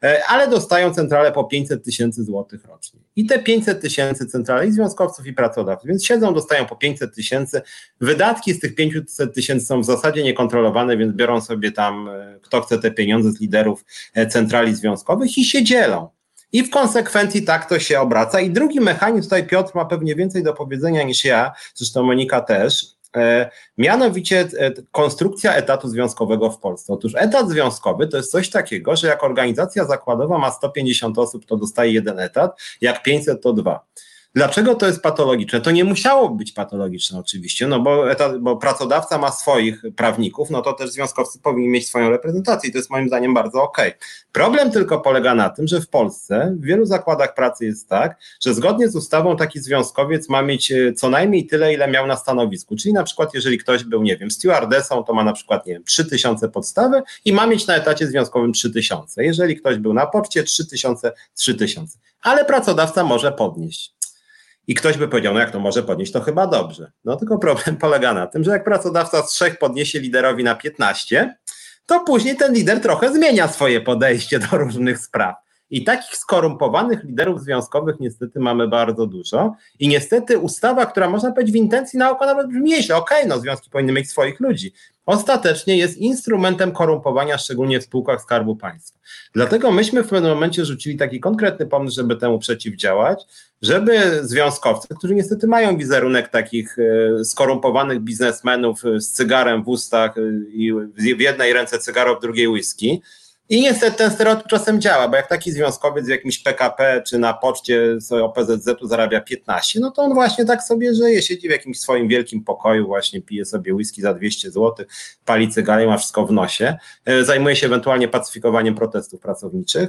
ale dostają centrale po pięćset tysięcy złotych rocznie. I te pięćset tysięcy centrali związkowców i pracodawców, więc siedzą, dostają po pięćset tysięcy, wydatki z tych pięćset tysięcy są w zasadzie niekontrolowane, więc biorą sobie tam, kto chce te pieniądze z liderów centrali związkowych i się dzielą. I w konsekwencji tak to się obraca. I drugi mechanizm, tutaj Piotr ma pewnie więcej do powiedzenia niż ja, zresztą Monika też, e, mianowicie e, konstrukcja etatu związkowego w Polsce. Otóż etat związkowy to jest coś takiego, że jak organizacja zakładowa ma sto pięćdziesiąt osób, to dostaje jeden etat, jak pięćset to dwa. Dlaczego to jest patologiczne? To nie musiało być patologiczne oczywiście, no bo, etat, bo pracodawca ma swoich prawników, no to też związkowcy powinni mieć swoją reprezentację i to jest moim zdaniem bardzo okej. Okay. Problem tylko polega na tym, że w Polsce w wielu zakładach pracy jest tak, że zgodnie z ustawą taki związkowiec ma mieć co najmniej tyle, ile miał na stanowisku, czyli na przykład jeżeli ktoś był, nie wiem, stewardessą, to ma na przykład, nie wiem, trzy tysiące podstawy i ma mieć na etacie związkowym trzy tysiące. Jeżeli ktoś był na poczcie, trzy tysiące, trzy tysiące. Ale pracodawca może podnieść. I ktoś by powiedział, no jak to może podnieść, to chyba dobrze. No tylko problem polega na tym, że jak pracodawca z trzech podniesie liderowi na piętnaście, to później ten lider trochę zmienia swoje podejście do różnych spraw. I takich skorumpowanych liderów związkowych niestety mamy bardzo dużo. I niestety ustawa, która można powiedzieć w intencji na oko nawet brzmi nieźle, okej, okay, no związki powinny mieć swoich ludzi, ostatecznie jest instrumentem korumpowania, szczególnie w spółkach Skarbu Państwa. Dlatego myśmy w pewnym momencie rzucili taki konkretny pomysł, żeby temu przeciwdziałać, żeby związkowcy, którzy niestety mają wizerunek takich e, skorumpowanych biznesmenów z cygarem w ustach e, i w jednej ręce cygaro, w drugiej whisky. I niestety ten stereotyp czasem działa, bo jak taki związkowiec w jakimś P K P czy na poczcie O P Z Z u zarabia piętnaście, no to on właśnie tak sobie żyje, siedzi w jakimś swoim wielkim pokoju, właśnie pije sobie whisky za dwieście złotych, pali cygarę, ma wszystko w nosie, zajmuje się ewentualnie pacyfikowaniem protestów pracowniczych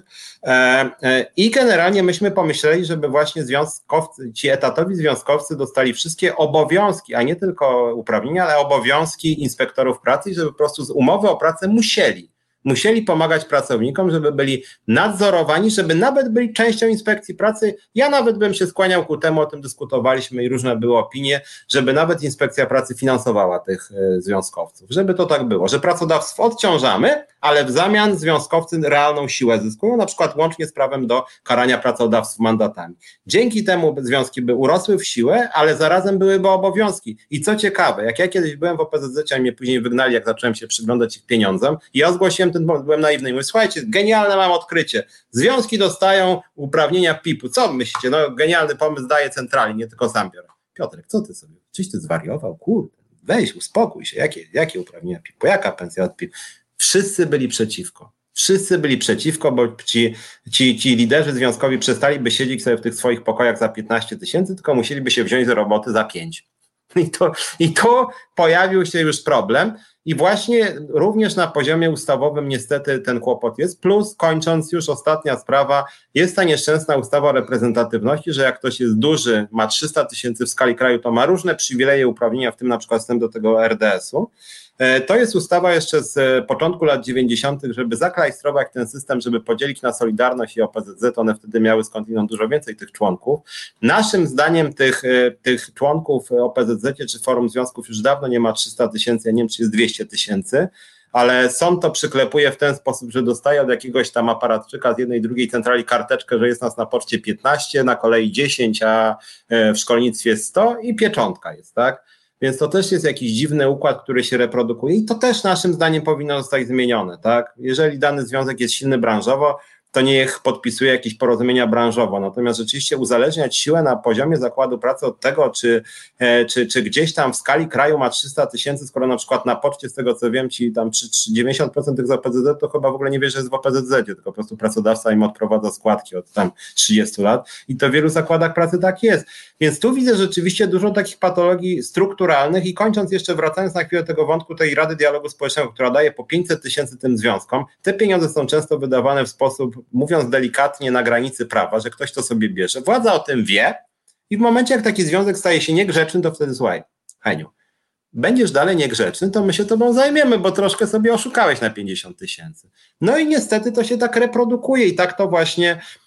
i generalnie myśmy pomyśleli, żeby właśnie związkowcy, ci etatowi związkowcy dostali wszystkie obowiązki, a nie tylko uprawnienia, ale obowiązki inspektorów pracy i żeby po prostu z umowy o pracę musieli Musieli pomagać pracownikom, żeby byli nadzorowani, żeby nawet byli częścią inspekcji pracy. Ja nawet bym się skłaniał ku temu, o tym dyskutowaliśmy i różne były opinie, żeby nawet inspekcja pracy finansowała tych y, związkowców. Żeby to tak było, że pracodawców odciążamy, ale w zamian związkowcy realną siłę zyskują, na przykład łącznie z prawem do karania pracodawców mandatami. Dzięki temu związki by urosły w siłę, ale zarazem byłyby obowiązki. I co ciekawe, jak ja kiedyś byłem w O P Z Z, a mnie później wygnali, jak zacząłem się przyglądać ich pieniądzom, i ja zgłosiłem ten pomysł, byłem naiwny i mówię, słuchajcie, genialne mam odkrycie. Związki dostają uprawnienia P I P u. Co myślicie? No genialny pomysł daje centrali, nie tylko sam biorę. Piotrek, co ty sobie? Czyś ty zwariował? Kurde, weź, uspokój się. Jakie, jakie uprawnienia P I P u? Jaka pensja od P I P u? Wszyscy byli przeciwko. Wszyscy byli przeciwko, bo ci, ci, ci liderzy związkowi przestaliby siedzieć sobie w tych swoich pokojach za piętnaście tysięcy, tylko musieliby się wziąć do roboty za pięć. I to, I tu pojawił się już problem i właśnie również na poziomie ustawowym niestety ten kłopot jest, plus kończąc już ostatnia sprawa, jest ta nieszczęsna ustawa o reprezentatywności, że jak ktoś jest duży, ma trzysta tysięcy w skali kraju, to ma różne przywileje, uprawnienia, w tym na przykład wstęp do tego R D S u. To jest ustawa jeszcze z początku lat dziewięćdziesiątych, żeby zaklajstrować ten system, żeby podzielić na Solidarność i O P Z Z, one wtedy miały skądinąd dużo więcej tych członków. Naszym zdaniem tych, tych członków O P Z Z czy Forum Związków już dawno nie ma trzysta tysięcy, ja nie wiem, czy jest dwieście tysięcy, ale sąd to przyklepuje w ten sposób, że dostaje od jakiegoś tam aparatczyka z jednej drugiej centrali karteczkę, że jest nas na poczcie piętnaście, na kolei dziesięć, a w szkolnictwie sto i pieczątka jest, tak? Więc to też jest jakiś dziwny układ, który się reprodukuje i to też naszym zdaniem powinno zostać zmienione, tak? Jeżeli dany związek jest silny branżowo, to niech podpisuje jakieś porozumienia branżowo, natomiast rzeczywiście uzależniać siłę na poziomie zakładu pracy od tego, czy, czy, czy gdzieś tam w skali kraju ma trzysta tysięcy, skoro na przykład na poczcie, z tego co wiem, ci tam dziewięćdziesiąt procent tych z O P Z Z to chyba w ogóle nie wie, że jest w O P Z Z, tylko po prostu pracodawca im odprowadza składki od tam trzydziestu lat i to w wielu zakładach pracy tak jest. Więc tu widzę rzeczywiście dużo takich patologii strukturalnych i kończąc jeszcze, wracając na chwilę do tego wątku tej Rady Dialogu Społecznego, która daje po pięćset tysięcy tym związkom, te pieniądze są często wydawane w sposób, mówiąc delikatnie, na granicy prawa, że ktoś to sobie bierze. Władza o tym wie i w momencie, jak taki związek staje się niegrzeczny, to wtedy słuchaj, Heniu, będziesz dalej niegrzeczny, to my się tobą zajmiemy, bo troszkę sobie oszukałeś na pięćdziesiąt tysięcy. No i niestety to się tak reprodukuje i tak to właśnie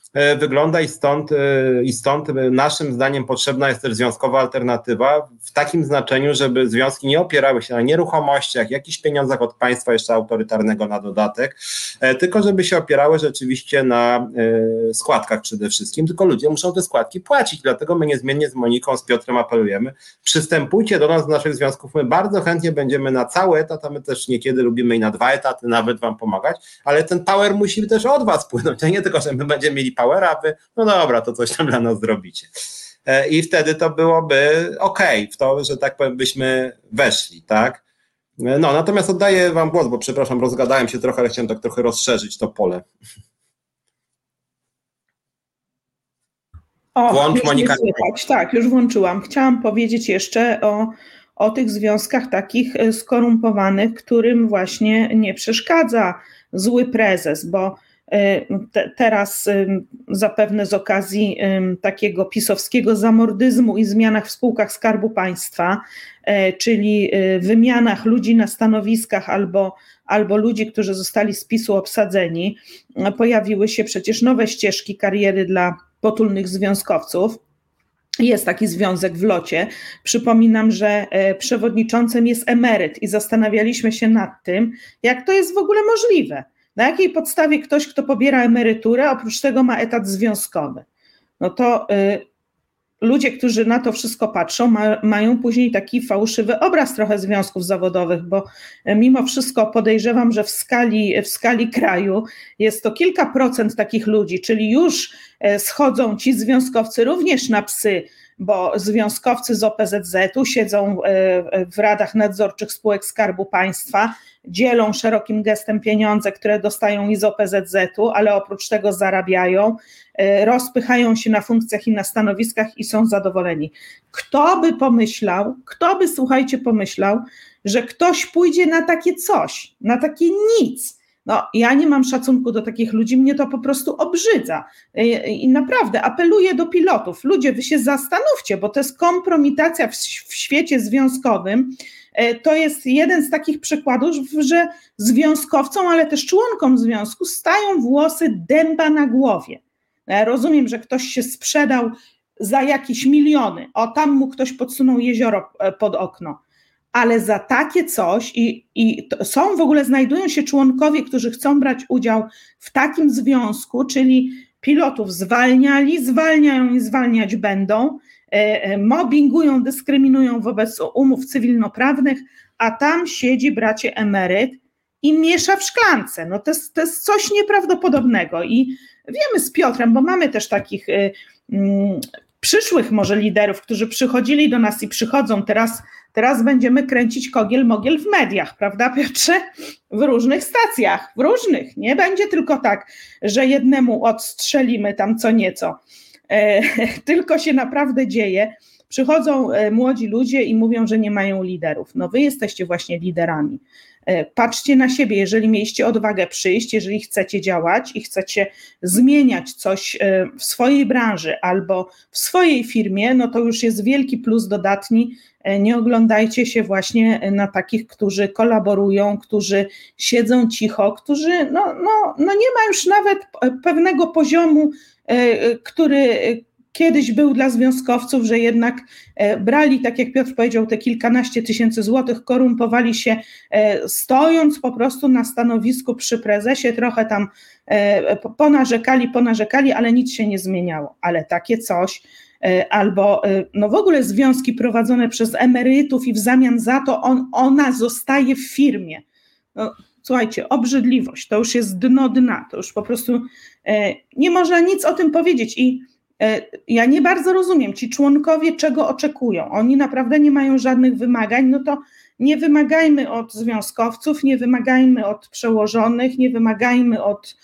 wygląda i stąd, i stąd naszym zdaniem potrzebna jest też związkowa alternatywa w takim znaczeniu, żeby związki nie opierały się na nieruchomościach, jakichś pieniądzach od państwa jeszcze autorytarnego na dodatek, tylko żeby się opierały rzeczywiście na składkach przede wszystkim, tylko ludzie muszą te składki płacić, dlatego my niezmiennie z Moniką, z Piotrem apelujemy, przystępujcie do nas, do naszych związków, my bardzo chętnie będziemy na cały etat, a my też niekiedy lubimy i na dwa etaty nawet wam pomagać, ale ten power musi też od was płynąć, a nie tylko, że my będziemy mieli power, a wy, no dobra, to coś tam dla nas zrobicie. I wtedy to byłoby okej, okay, w to, że tak powiem, byśmy weszli, tak? No, natomiast oddaję wam głos, bo przepraszam, rozgadałem się trochę, ale chciałem tak trochę rozszerzyć to pole. O, Włącz, Monika. Słychać. Tak, już włączyłam. Chciałam powiedzieć jeszcze o, o tych związkach takich skorumpowanych, którym właśnie nie przeszkadza zły prezes, bo Te, teraz zapewne z okazji takiego pisowskiego zamordyzmu i zmianach w spółkach Skarbu Państwa, czyli wymianach ludzi na stanowiskach albo, albo ludzi, którzy zostali z PiSu obsadzeni, pojawiły się przecież nowe ścieżki kariery dla potulnych związkowców. Jest taki związek w locie. Przypominam, że przewodniczącym jest emeryt i zastanawialiśmy się nad tym, jak to jest w ogóle możliwe. Na jakiej podstawie ktoś, kto pobiera emeryturę, oprócz tego ma etat związkowy? No to y, ludzie, którzy na to wszystko patrzą, ma, mają później taki fałszywy obraz trochę związków zawodowych, bo mimo wszystko podejrzewam, że w skali, w skali kraju jest to kilka procent takich ludzi, czyli już schodzą ci związkowcy również na psy, bo związkowcy z O P Z Z u siedzą w radach nadzorczych spółek Skarbu Państwa, dzielą szerokim gestem pieniądze, które dostają i z O P Z Z u, ale oprócz tego zarabiają, rozpychają się na funkcjach i na stanowiskach i są zadowoleni. Kto by pomyślał, kto by, słuchajcie, pomyślał, że ktoś pójdzie na takie coś, na takie nic. No, ja nie mam szacunku do takich ludzi, mnie to po prostu obrzydza i, i naprawdę apeluję do pilotów, ludzie, wy się zastanówcie, bo to jest kompromitacja w, w świecie związkowym, to jest jeden z takich przykładów, że związkowcom, ale też członkom związku stają włosy dęba na głowie. Ja rozumiem, że ktoś się sprzedał za jakieś miliony, o tam mu ktoś podsunął jezioro pod okno, ale za takie coś i, i są w ogóle, znajdują się członkowie, którzy chcą brać udział w takim związku, czyli pilotów zwalniali, zwalniają i zwalniać będą, e, mobbingują, dyskryminują wobec umów cywilnoprawnych, a tam siedzi bracie emeryt i miesza w szklance. No to jest, to jest coś nieprawdopodobnego i wiemy z Piotrem, bo mamy też takich y, y, przyszłych może liderów, którzy przychodzili do nas i przychodzą teraz. Teraz będziemy kręcić kogiel-mogiel w mediach, prawda, Piotrze? W różnych stacjach, w różnych. Nie będzie tylko tak, że jednemu odstrzelimy tam co nieco. E, tylko się naprawdę dzieje. Przychodzą młodzi ludzie i mówią, że nie mają liderów. No wy jesteście właśnie liderami. E, patrzcie na siebie, jeżeli mieliście odwagę przyjść, jeżeli chcecie działać i chcecie zmieniać coś w swojej branży albo w swojej firmie, no to już jest wielki plus dodatni. Nie oglądajcie się właśnie na takich, którzy kolaborują, którzy siedzą cicho, którzy no, no, no nie ma już nawet pewnego poziomu, który kiedyś był dla związkowców, że jednak brali, tak jak Piotr powiedział, te kilkanaście tysięcy złotych, korumpowali się stojąc po prostu na stanowisku przy prezesie, trochę tam ponarzekali, ponarzekali, ale nic się nie zmieniało. Ale takie coś, albo no w ogóle związki prowadzone przez emerytów i w zamian za to on, ona zostaje w firmie. No, słuchajcie, obrzydliwość, to już jest dno dna, to już po prostu nie można nic o tym powiedzieć i ja nie bardzo rozumiem, ci członkowie czego oczekują, oni naprawdę nie mają żadnych wymagań, no to nie wymagajmy od związkowców, nie wymagajmy od przełożonych, nie wymagajmy od,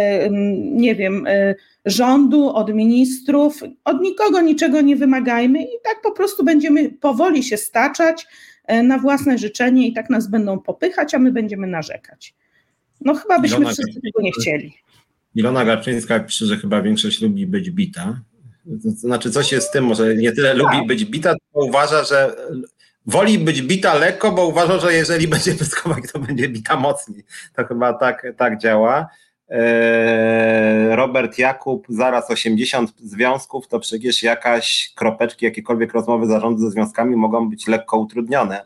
nie wiem, rządu, od ministrów, od nikogo niczego nie wymagajmy i tak po prostu będziemy powoli się staczać na własne życzenie i tak nas będą popychać, a my będziemy narzekać. No chyba byśmy Ilona wszyscy tego nie chcieli. Ilona Garczyńska pisze, że chyba większość lubi być bita. To znaczy coś jest z tym, może nie tyle tak. lubi być bita, tylko uważa, że woli być bita lekko, bo uważa, że jeżeli będzie pyskować, to będzie bita mocniej. To chyba tak, tak działa. Robert Jakub, zaraz osiemdziesiąt związków, to przecież jakaś kropeczki, jakiekolwiek rozmowy zarządu ze związkami mogą być lekko utrudnione.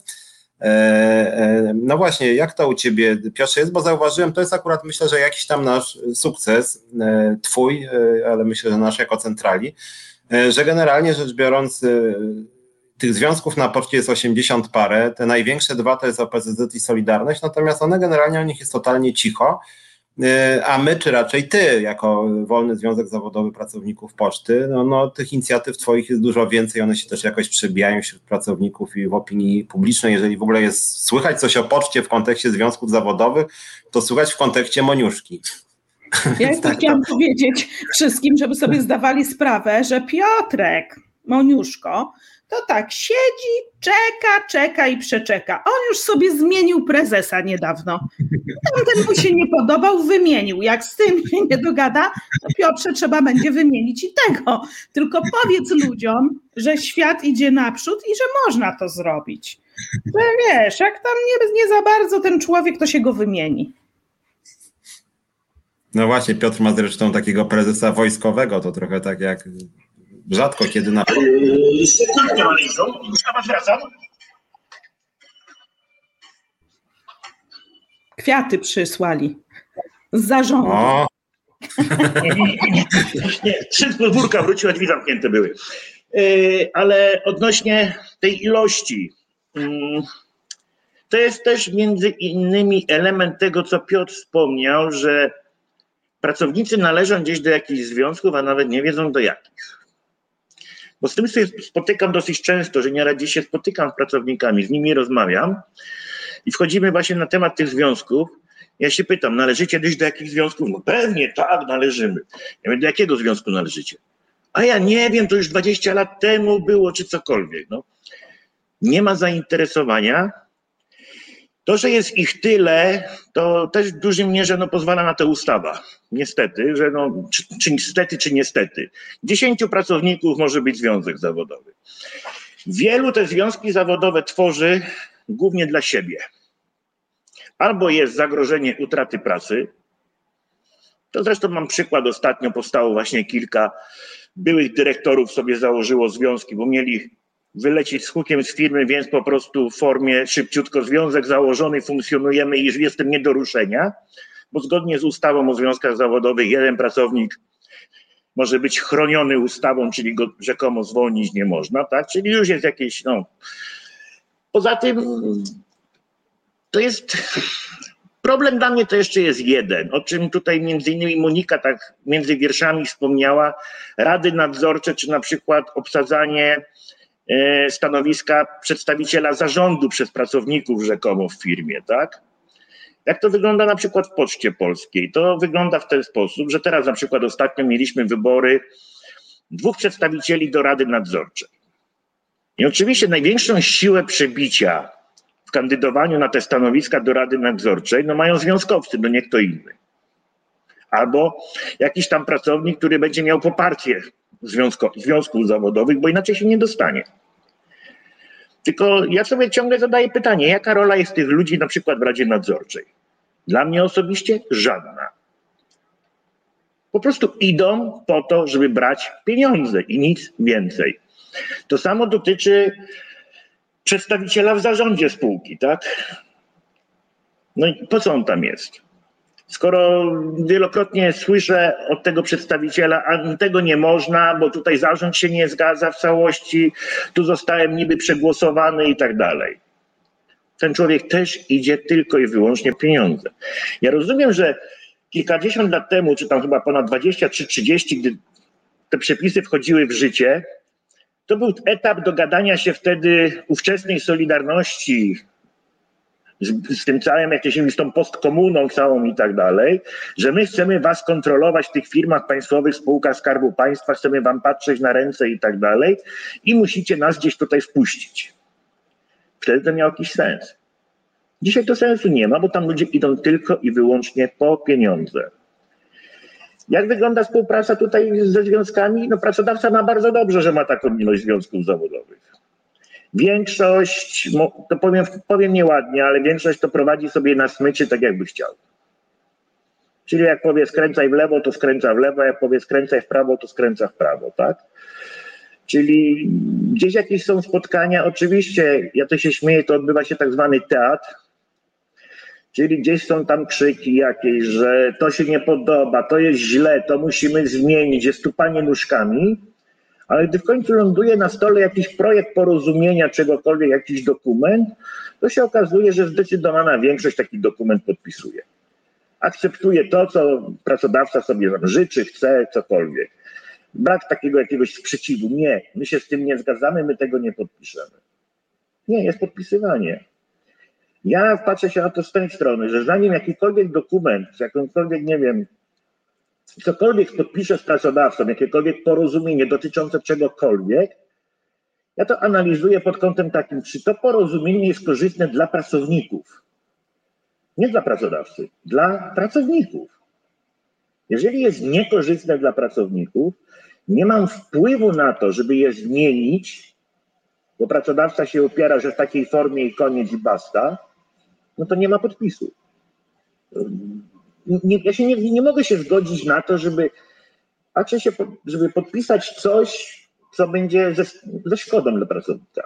No właśnie, jak to u Ciebie, Piotrze, jest? Bo zauważyłem, to jest akurat, myślę, że jakiś tam nasz sukces, Twój, ale myślę, że nasz jako centrali, że generalnie rzecz biorąc tych związków na poczcie jest osiemdziesiąt parę, te największe dwa to jest O P Z Z i Solidarność, natomiast one generalnie o nich jest totalnie cicho, a my, czy raczej ty, jako Wolny Związek Zawodowy Pracowników Poczty, no, no tych inicjatyw twoich jest dużo więcej, one się też jakoś przebijają wśród pracowników i w opinii publicznej. Jeżeli w ogóle jest słychać coś o poczcie w kontekście związków zawodowych, to słychać w kontekście Moniuszki. Ja jeszcze tak, chciałam tak. powiedzieć wszystkim, żeby sobie zdawali sprawę, że Piotrek, Moniuszko, to tak siedzi, czeka, czeka i przeczeka. On już sobie zmienił prezesa niedawno. Tamten mu się nie podobał, wymienił. Jak z tym się nie dogada, to Piotrze trzeba będzie wymienić i tego. Tylko powiedz ludziom, że świat idzie naprzód i że można to zrobić. Że wiesz, jak tam nie, nie za bardzo ten człowiek, to się go wymieni. No właśnie, Piotr ma zresztą takiego prezesa wojskowego, to trochę tak jak... Rzadko kiedy na... Sekundkę malinką, już tam wracam. Kwiaty przysłali. Z zarządu. O. Nie, trzy z podwórka wróciła, drzwi zamknięte były. Yy, ale odnośnie tej ilości, yy, to jest też między innymi element tego, co Piotr wspomniał, że pracownicy należą gdzieś do jakichś związków, a nawet nie wiedzą do jakich. Bo z tym się spotykam dosyć często, że nieraz gdzieś się spotykam z pracownikami, z nimi rozmawiam i wchodzimy właśnie na temat tych związków. Ja się pytam, należycie gdzieś do jakich związków? No pewnie, tak, należymy. Ja mówię, do jakiego związku należycie? A ja nie wiem, to już dwadzieścia lat temu było, czy cokolwiek. No. Nie ma zainteresowania. To, że jest ich tyle, to też w dużej mierze no, pozwala na to ustawa. Niestety, że no, czy, czy niestety, czy niestety. Dziesięciu pracowników może być związek zawodowy. Wielu te związki zawodowe tworzy głównie dla siebie. Albo jest zagrożenie utraty pracy. To zresztą mam przykład, ostatnio powstało właśnie kilka byłych dyrektorów sobie założyło związki, bo mieli wylecieć z hukiem z firmy, więc po prostu w formie szybciutko związek założony, funkcjonujemy i już jestem nie do ruszenia, bo zgodnie z ustawą o związkach zawodowych jeden pracownik może być chroniony ustawą, czyli go rzekomo zwolnić nie można, tak? Czyli już jest jakieś, no... Poza tym to jest... Problem dla mnie to jeszcze jest jeden, o czym tutaj między innymi Monika tak między wierszami wspomniała, rady nadzorcze, czy na przykład obsadzanie stanowiska przedstawiciela zarządu przez pracowników rzekomo w firmie, tak? Jak to wygląda na przykład w Poczcie Polskiej? To wygląda w ten sposób, że teraz na przykład ostatnio mieliśmy wybory dwóch przedstawicieli do Rady Nadzorczej. I oczywiście największą siłę przebicia w kandydowaniu na te stanowiska do Rady Nadzorczej no mają związkowcy, no nie kto inny. Albo jakiś tam pracownik, który będzie miał poparcie związko, związków zawodowych, bo inaczej się nie dostanie. Tylko ja sobie ciągle zadaję pytanie, jaka rola jest tych ludzi na przykład w Radzie Nadzorczej? Dla mnie osobiście żadna. Po prostu idą po to, żeby brać pieniądze i nic więcej. To samo dotyczy przedstawiciela w zarządzie spółki, tak? No i po co on tam jest? Skoro wielokrotnie słyszę od tego przedstawiciela, a tego nie można, bo tutaj zarząd się nie zgadza w całości, tu zostałem niby przegłosowany i tak dalej. Ten człowiek też idzie tylko i wyłącznie pieniądze. Ja rozumiem, że kilkadziesiąt lat temu, czy tam chyba ponad dwadzieścia czy trzydzieści, gdy te przepisy wchodziły w życie, to był etap dogadania się wtedy ówczesnej Solidarności, Z, z tym całym jakimś, z tą postkomuną całą i tak dalej, że my chcemy was kontrolować w tych firmach państwowych, spółkach Skarbu Państwa, chcemy wam patrzeć na ręce i tak dalej i musicie nas gdzieś tutaj wpuścić. Wtedy to miał jakiś sens. Dzisiaj to sensu nie ma, bo tam ludzie idą tylko i wyłącznie po pieniądze. Jak wygląda współpraca tutaj ze związkami? No pracodawca ma bardzo dobrze, że ma taką ilość związków zawodowych. Większość, to powiem, powiem nieładnie, ale większość to prowadzi sobie na smyczy tak jakby chciał. Czyli jak powie skręcaj w lewo, to skręca w lewo, jak powie skręcaj w prawo, to skręca w prawo, tak? Czyli gdzieś jakieś są spotkania, oczywiście, ja to się śmieję, to odbywa się tak zwany teatr, czyli gdzieś są tam krzyki jakieś, że to się nie podoba, to jest źle, to musimy zmienić, jest tupanie nóżkami, ale gdy w końcu ląduje na stole jakiś projekt porozumienia czegokolwiek, jakiś dokument, to się okazuje, że zdecydowana większość taki dokument podpisuje. Akceptuje to, co pracodawca sobie życzy, chce, cokolwiek. Brak takiego jakiegoś sprzeciwu. Nie, my się z tym nie zgadzamy, my tego nie podpiszemy. Nie, jest podpisywanie. Ja patrzę się na to z tej strony, że zanim jakikolwiek dokument, jakąkolwiek, nie wiem, cokolwiek podpiszę z pracodawcą, jakiekolwiek porozumienie dotyczące czegokolwiek, ja to analizuję pod kątem takim, czy to porozumienie jest korzystne dla pracowników. Nie dla pracodawcy, dla pracowników. Jeżeli jest niekorzystne dla pracowników, nie mam wpływu na to, żeby je zmienić, bo pracodawca się opiera, że w takiej formie i koniec i basta, no to nie ma podpisu. Nie, ja się nie, nie mogę się zgodzić na to, żeby, patrzę się, żeby podpisać coś, co będzie ze, ze szkodą dla pracownika.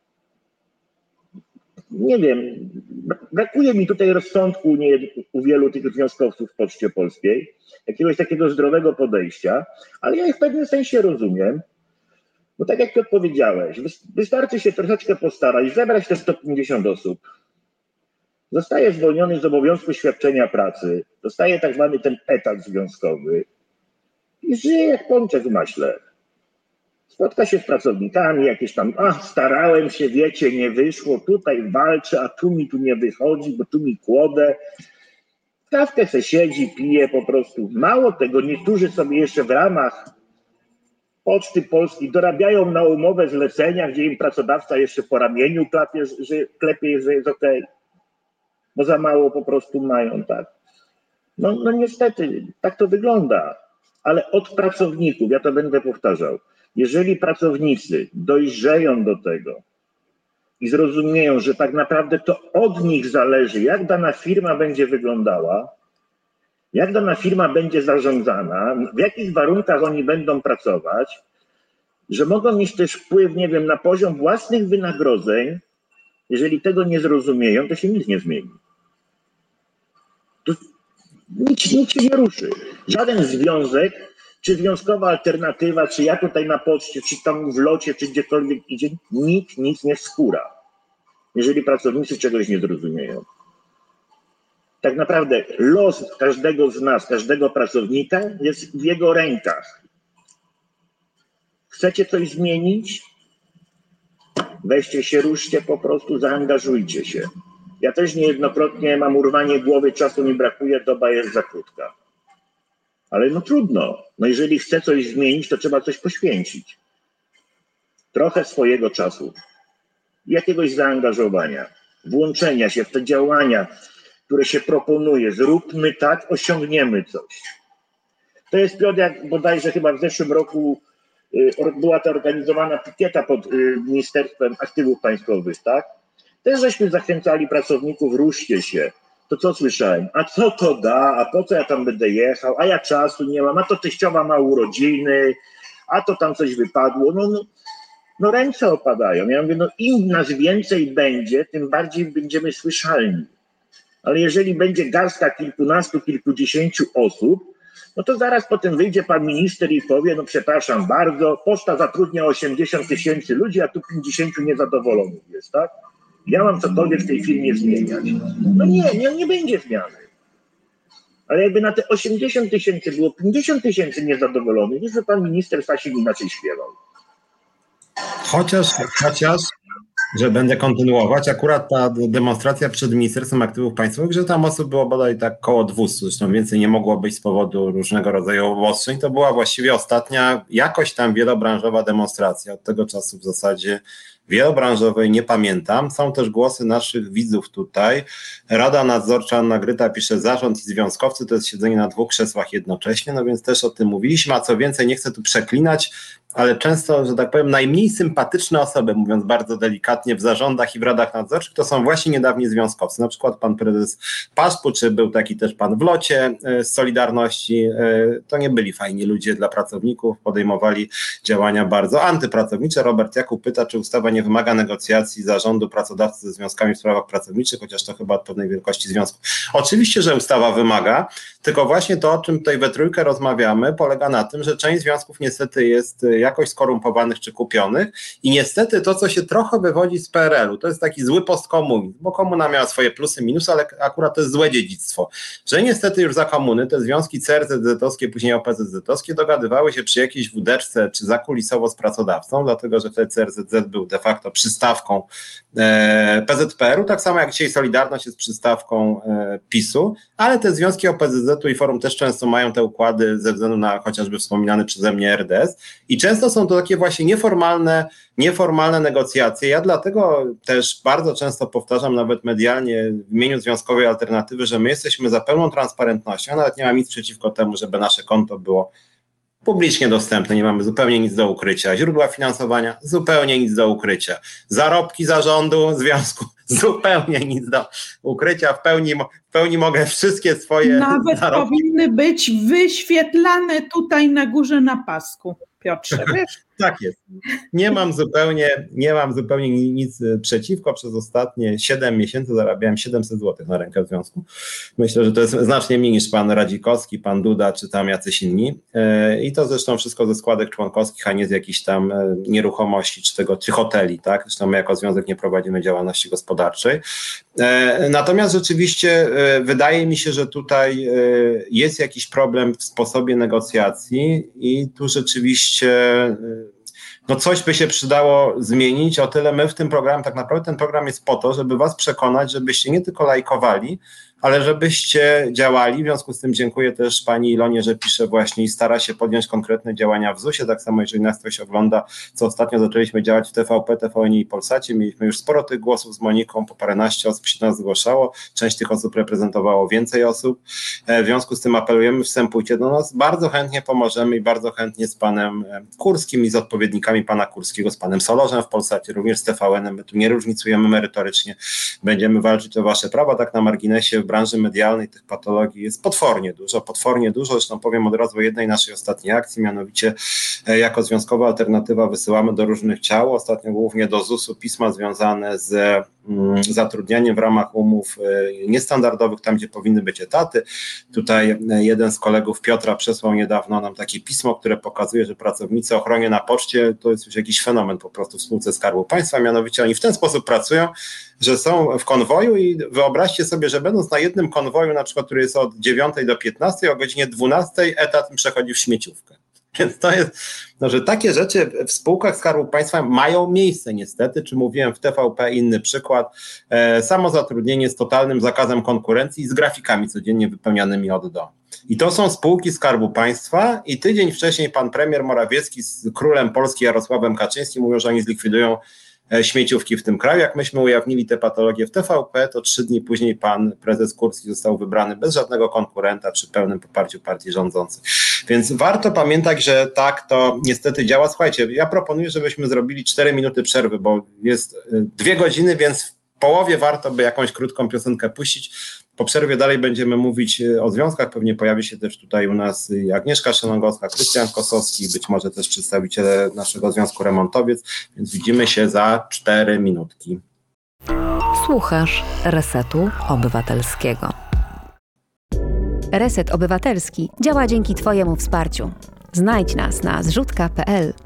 Nie wiem, brakuje mi tutaj rozsądku nie, u wielu tych związkowców w Poczcie Polskiej, jakiegoś takiego zdrowego podejścia, ale ja ich w pewnym sensie rozumiem, bo tak jak ty odpowiedziałeś, wystarczy się troszeczkę postarać, zebrać te sto pięćdziesiąt osób, zostaje zwolniony z obowiązku świadczenia pracy, dostaje tak zwany ten etat związkowy i żyje jak pączek w maśle. Spotka się z pracownikami, jakieś tam, a starałem się, wiecie, nie wyszło, tutaj walczę, a tu mi tu nie wychodzi, bo tu mi kłodę. Kawkę se siedzi, pije po prostu. Mało tego, niektórzy sobie jeszcze w ramach Poczty Polskiej dorabiają na umowę zlecenia, gdzie im pracodawca jeszcze po ramieniu klepie, że, klepie, że jest okej. Bo za mało po prostu mają, tak. No, no niestety, tak to wygląda. Ale od pracowników, ja to będę powtarzał, jeżeli pracownicy dojrzeją do tego i zrozumieją, że tak naprawdę to od nich zależy, jak dana firma będzie wyglądała, jak dana firma będzie zarządzana, w jakich warunkach oni będą pracować, że mogą mieć też wpływ, nie wiem, na poziom własnych wynagrodzeń, jeżeli tego nie zrozumieją, to się nic nie zmieni. To nic, nic się nie ruszy. Żaden związek, czy związkowa alternatywa, czy ja tutaj na poczcie, czy tam w locie, czy gdziekolwiek idzie, nikt nic nie wskóra, jeżeli pracownicy czegoś nie zrozumieją. Tak naprawdę los każdego z nas, każdego pracownika jest w jego rękach. Chcecie coś zmienić? Weźcie się, ruszcie po prostu, zaangażujcie się. Ja też niejednokrotnie mam urwanie głowy, czasu mi brakuje, doba jest za krótka. Ale no trudno. No jeżeli chcę coś zmienić, to trzeba coś poświęcić. Trochę swojego czasu, jakiegoś zaangażowania, włączenia się w te działania, które się proponuje. Zróbmy tak, osiągniemy coś. To jest, Piotr, jak bodajże chyba w zeszłym roku y, była ta organizowana pikieta pod y, Ministerstwem Aktywów Państwowych, tak? Też żeśmy zachęcali pracowników, ruszcie się. To co słyszałem? A co to da? A po co ja tam będę jechał? A ja czasu nie mam. A to teściowa ma urodziny. A to tam coś wypadło. No, no, no ręce opadają. Ja mówię, no im nas więcej będzie, tym bardziej będziemy słyszalni. Ale jeżeli będzie garstka kilkunastu, kilkudziesięciu osób, no to zaraz potem wyjdzie pan minister i powie, no przepraszam bardzo, poczta zatrudnia osiemdziesiąt tysięcy ludzi, a tu pięćdziesięciu niezadowolonych jest, tak? Ja mam cokolwiek w tej firmie zmieniać. No nie, nie, nie będzie zmiany. Ale jakby na te osiemdziesiąt tysięcy było pięćdziesiąt tysięcy niezadowolonych, jest, że pan minister Sasin inaczej śpiewał. Chociaż, chociaż, że będę kontynuować, akurat ta demonstracja przed Ministerstwem Aktywów Państwowych, że tam osób było bodaj tak koło dwieście, zresztą więcej nie mogło być z powodu różnego rodzaju obostrzeń, to była właściwie ostatnia jakoś tam wielobranżowa demonstracja. Od tego czasu w zasadzie wielobranżowej nie pamiętam. Są też głosy naszych widzów tutaj. Rada Nadzorcza Anna Gryta pisze, zarząd i związkowcy to jest siedzenie na dwóch krzesłach jednocześnie, no więc też o tym mówiliśmy, a co więcej, nie chcę tu przeklinać, ale często, że tak powiem, najmniej sympatyczne osoby, mówiąc bardzo delikatnie, w zarządach i w radach nadzorczych to są właśnie niedawni związkowcy. Na przykład pan prezes Paszpu, czy był taki też pan w locie z Solidarności. To nie byli fajni ludzie dla pracowników, podejmowali działania bardzo antypracownicze. Robert Jakub pyta, czy ustawa nie wymaga negocjacji zarządu pracodawcy ze związkami w sprawach pracowniczych, chociaż to chyba od pewnej wielkości związku. Oczywiście, że ustawa wymaga, tylko właśnie to, o czym tutaj we trójkę rozmawiamy, polega na tym, że część związków niestety jest jakoś skorumpowanych czy kupionych i niestety to, co się trochę wywodzi z P R L u, to jest taki zły postkomunizm, bo komuna miała swoje plusy, minusy, ale akurat to jest złe dziedzictwo, że niestety już za komuny te związki C R Z Z-owskie, później O P Z Z-owskie dogadywały się przy jakiejś wódeczce czy zakulisowo z pracodawcą, dlatego że wtedy C R Z Z był de facto przystawką e, P Z P R u, tak samo jak dzisiaj Solidarność jest przystawką e, PiSu, ale te związki O P Z Z-u i Forum też często mają te układy ze względu na chociażby wspominany przeze mnie R D S i często są to takie właśnie nieformalne, nieformalne negocjacje. Ja dlatego też bardzo często powtarzam nawet medialnie w imieniu Związkowej Alternatywy, że my jesteśmy za pełną transparentnością. Ja nawet nie mam nic przeciwko temu, żeby nasze konto było publicznie dostępne, nie mamy zupełnie nic do ukrycia. Źródła finansowania, zupełnie nic do ukrycia. Zarobki zarządu związku, zupełnie nic do ukrycia. W pełni, w pełni mogę wszystkie swoje Nawet zarobki... powinny być wyświetlane tutaj na górze na pasku, Piotrze, wiesz? Tak jest. Nie mam zupełnie, nie mam zupełnie nic przeciwko. Przez ostatnie siedem miesięcy zarabiałem siedemset złotych na rękę w związku. Myślę, że to jest znacznie mniej niż pan Radzikowski, pan Duda, czy tam jacyś inni. I to zresztą wszystko ze składek członkowskich, a nie z jakichś tam nieruchomości, czy tego, czy hoteli, tak? Zresztą my jako związek nie prowadzimy działalności gospodarczej. Natomiast rzeczywiście wydaje mi się, że tutaj jest jakiś problem w sposobie negocjacji i tu rzeczywiście no coś by się przydało zmienić, o tyle my w tym programie, tak naprawdę ten program jest po to, żeby was przekonać, żebyście nie tylko lajkowali, ale żebyście działali. W związku z tym dziękuję też pani Ilonie, że pisze właśnie i stara się podjąć konkretne działania w zusie. Tak samo jeżeli nas ktoś ogląda, co ostatnio zaczęliśmy działać w T V P, T V N i Polsacie. Mieliśmy już sporo tych głosów z Moniką, po paręnaście osób się nas zgłaszało. Część tych osób reprezentowało więcej osób. W związku z tym apelujemy, wstępujcie do nas. Bardzo chętnie pomożemy i bardzo chętnie z panem Kurskim i z odpowiednikami pana Kurskiego, z panem Solorzem w Polsacie, również z T V N-em. My tu nie różnicujemy merytorycznie. Będziemy walczyć o wasze prawa, tak na marginesie. W branży medialnej tych patologii jest potwornie dużo, potwornie dużo. Zresztą powiem od razu o jednej naszej ostatniej akcji, mianowicie jako Związkowa Alternatywa wysyłamy do różnych ciał, ostatnio głównie do zusu pisma związane z mm, zatrudnianiem w ramach umów y, niestandardowych, tam gdzie powinny być etaty. Tutaj jeden z kolegów Piotra przesłał niedawno nam takie pismo, które pokazuje, że pracownicy ochrony na poczcie to jest już jakiś fenomen po prostu w spółce Skarbu Państwa, mianowicie oni w ten sposób pracują, że są w konwoju i wyobraźcie sobie, że będąc na jednym konwoju, na przykład, który jest od dziewiątej do piętnastej, o godzinie dwunastej etat przechodzi w śmieciówkę. Więc to jest, no, że takie rzeczy w spółkach Skarbu Państwa mają miejsce niestety, czy mówiłem w T V P, inny przykład, e, samozatrudnienie z totalnym zakazem konkurencji i z grafikami codziennie wypełnianymi od do. I to są spółki Skarbu Państwa i tydzień wcześniej pan premier Morawiecki z królem Polski Jarosławem Kaczyńskim mówią, że oni zlikwidują śmieciówki w tym kraju. Jak myśmy ujawnili te patologie w T V P, to trzy dni później pan prezes Kurski został wybrany bez żadnego konkurenta przy pełnym poparciu partii rządzącej. Więc warto pamiętać, że tak to niestety działa. Słuchajcie, ja proponuję, żebyśmy zrobili cztery minuty przerwy, bo jest dwie godziny, więc w połowie warto by jakąś krótką piosenkę puścić. Po przerwie dalej będziemy mówić o związkach, pewnie pojawi się też tutaj u nas Agnieszka Szelongowska, Krystian Kosowski, być może też przedstawiciele naszego Związku Remontowiec, więc widzimy się za cztery minutki. Słuchasz Resetu Obywatelskiego. Reset Obywatelski działa dzięki Twojemu wsparciu. Znajdź nas na zrzutka kropka p l.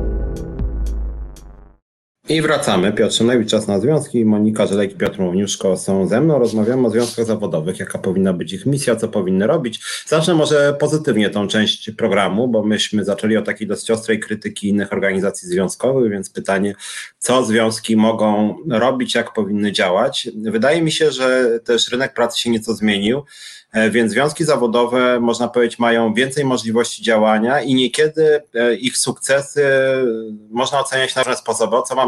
I wracamy. Piotr Szymlewicz, Czas na Związki. Monika Żelek i Piotr Mowniuszko są ze mną. Rozmawiamy o związkach zawodowych, jaka powinna być ich misja, co powinny robić. Zacznę może pozytywnie tą część programu, bo myśmy zaczęli od takiej dość ostrej krytyki innych organizacji związkowych, więc pytanie, co związki mogą robić, jak powinny działać. Wydaje mi się, że też rynek pracy się nieco zmienił, więc związki zawodowe, można powiedzieć, mają więcej możliwości działania i niekiedy ich sukcesy można oceniać na różne sposoby. Co mam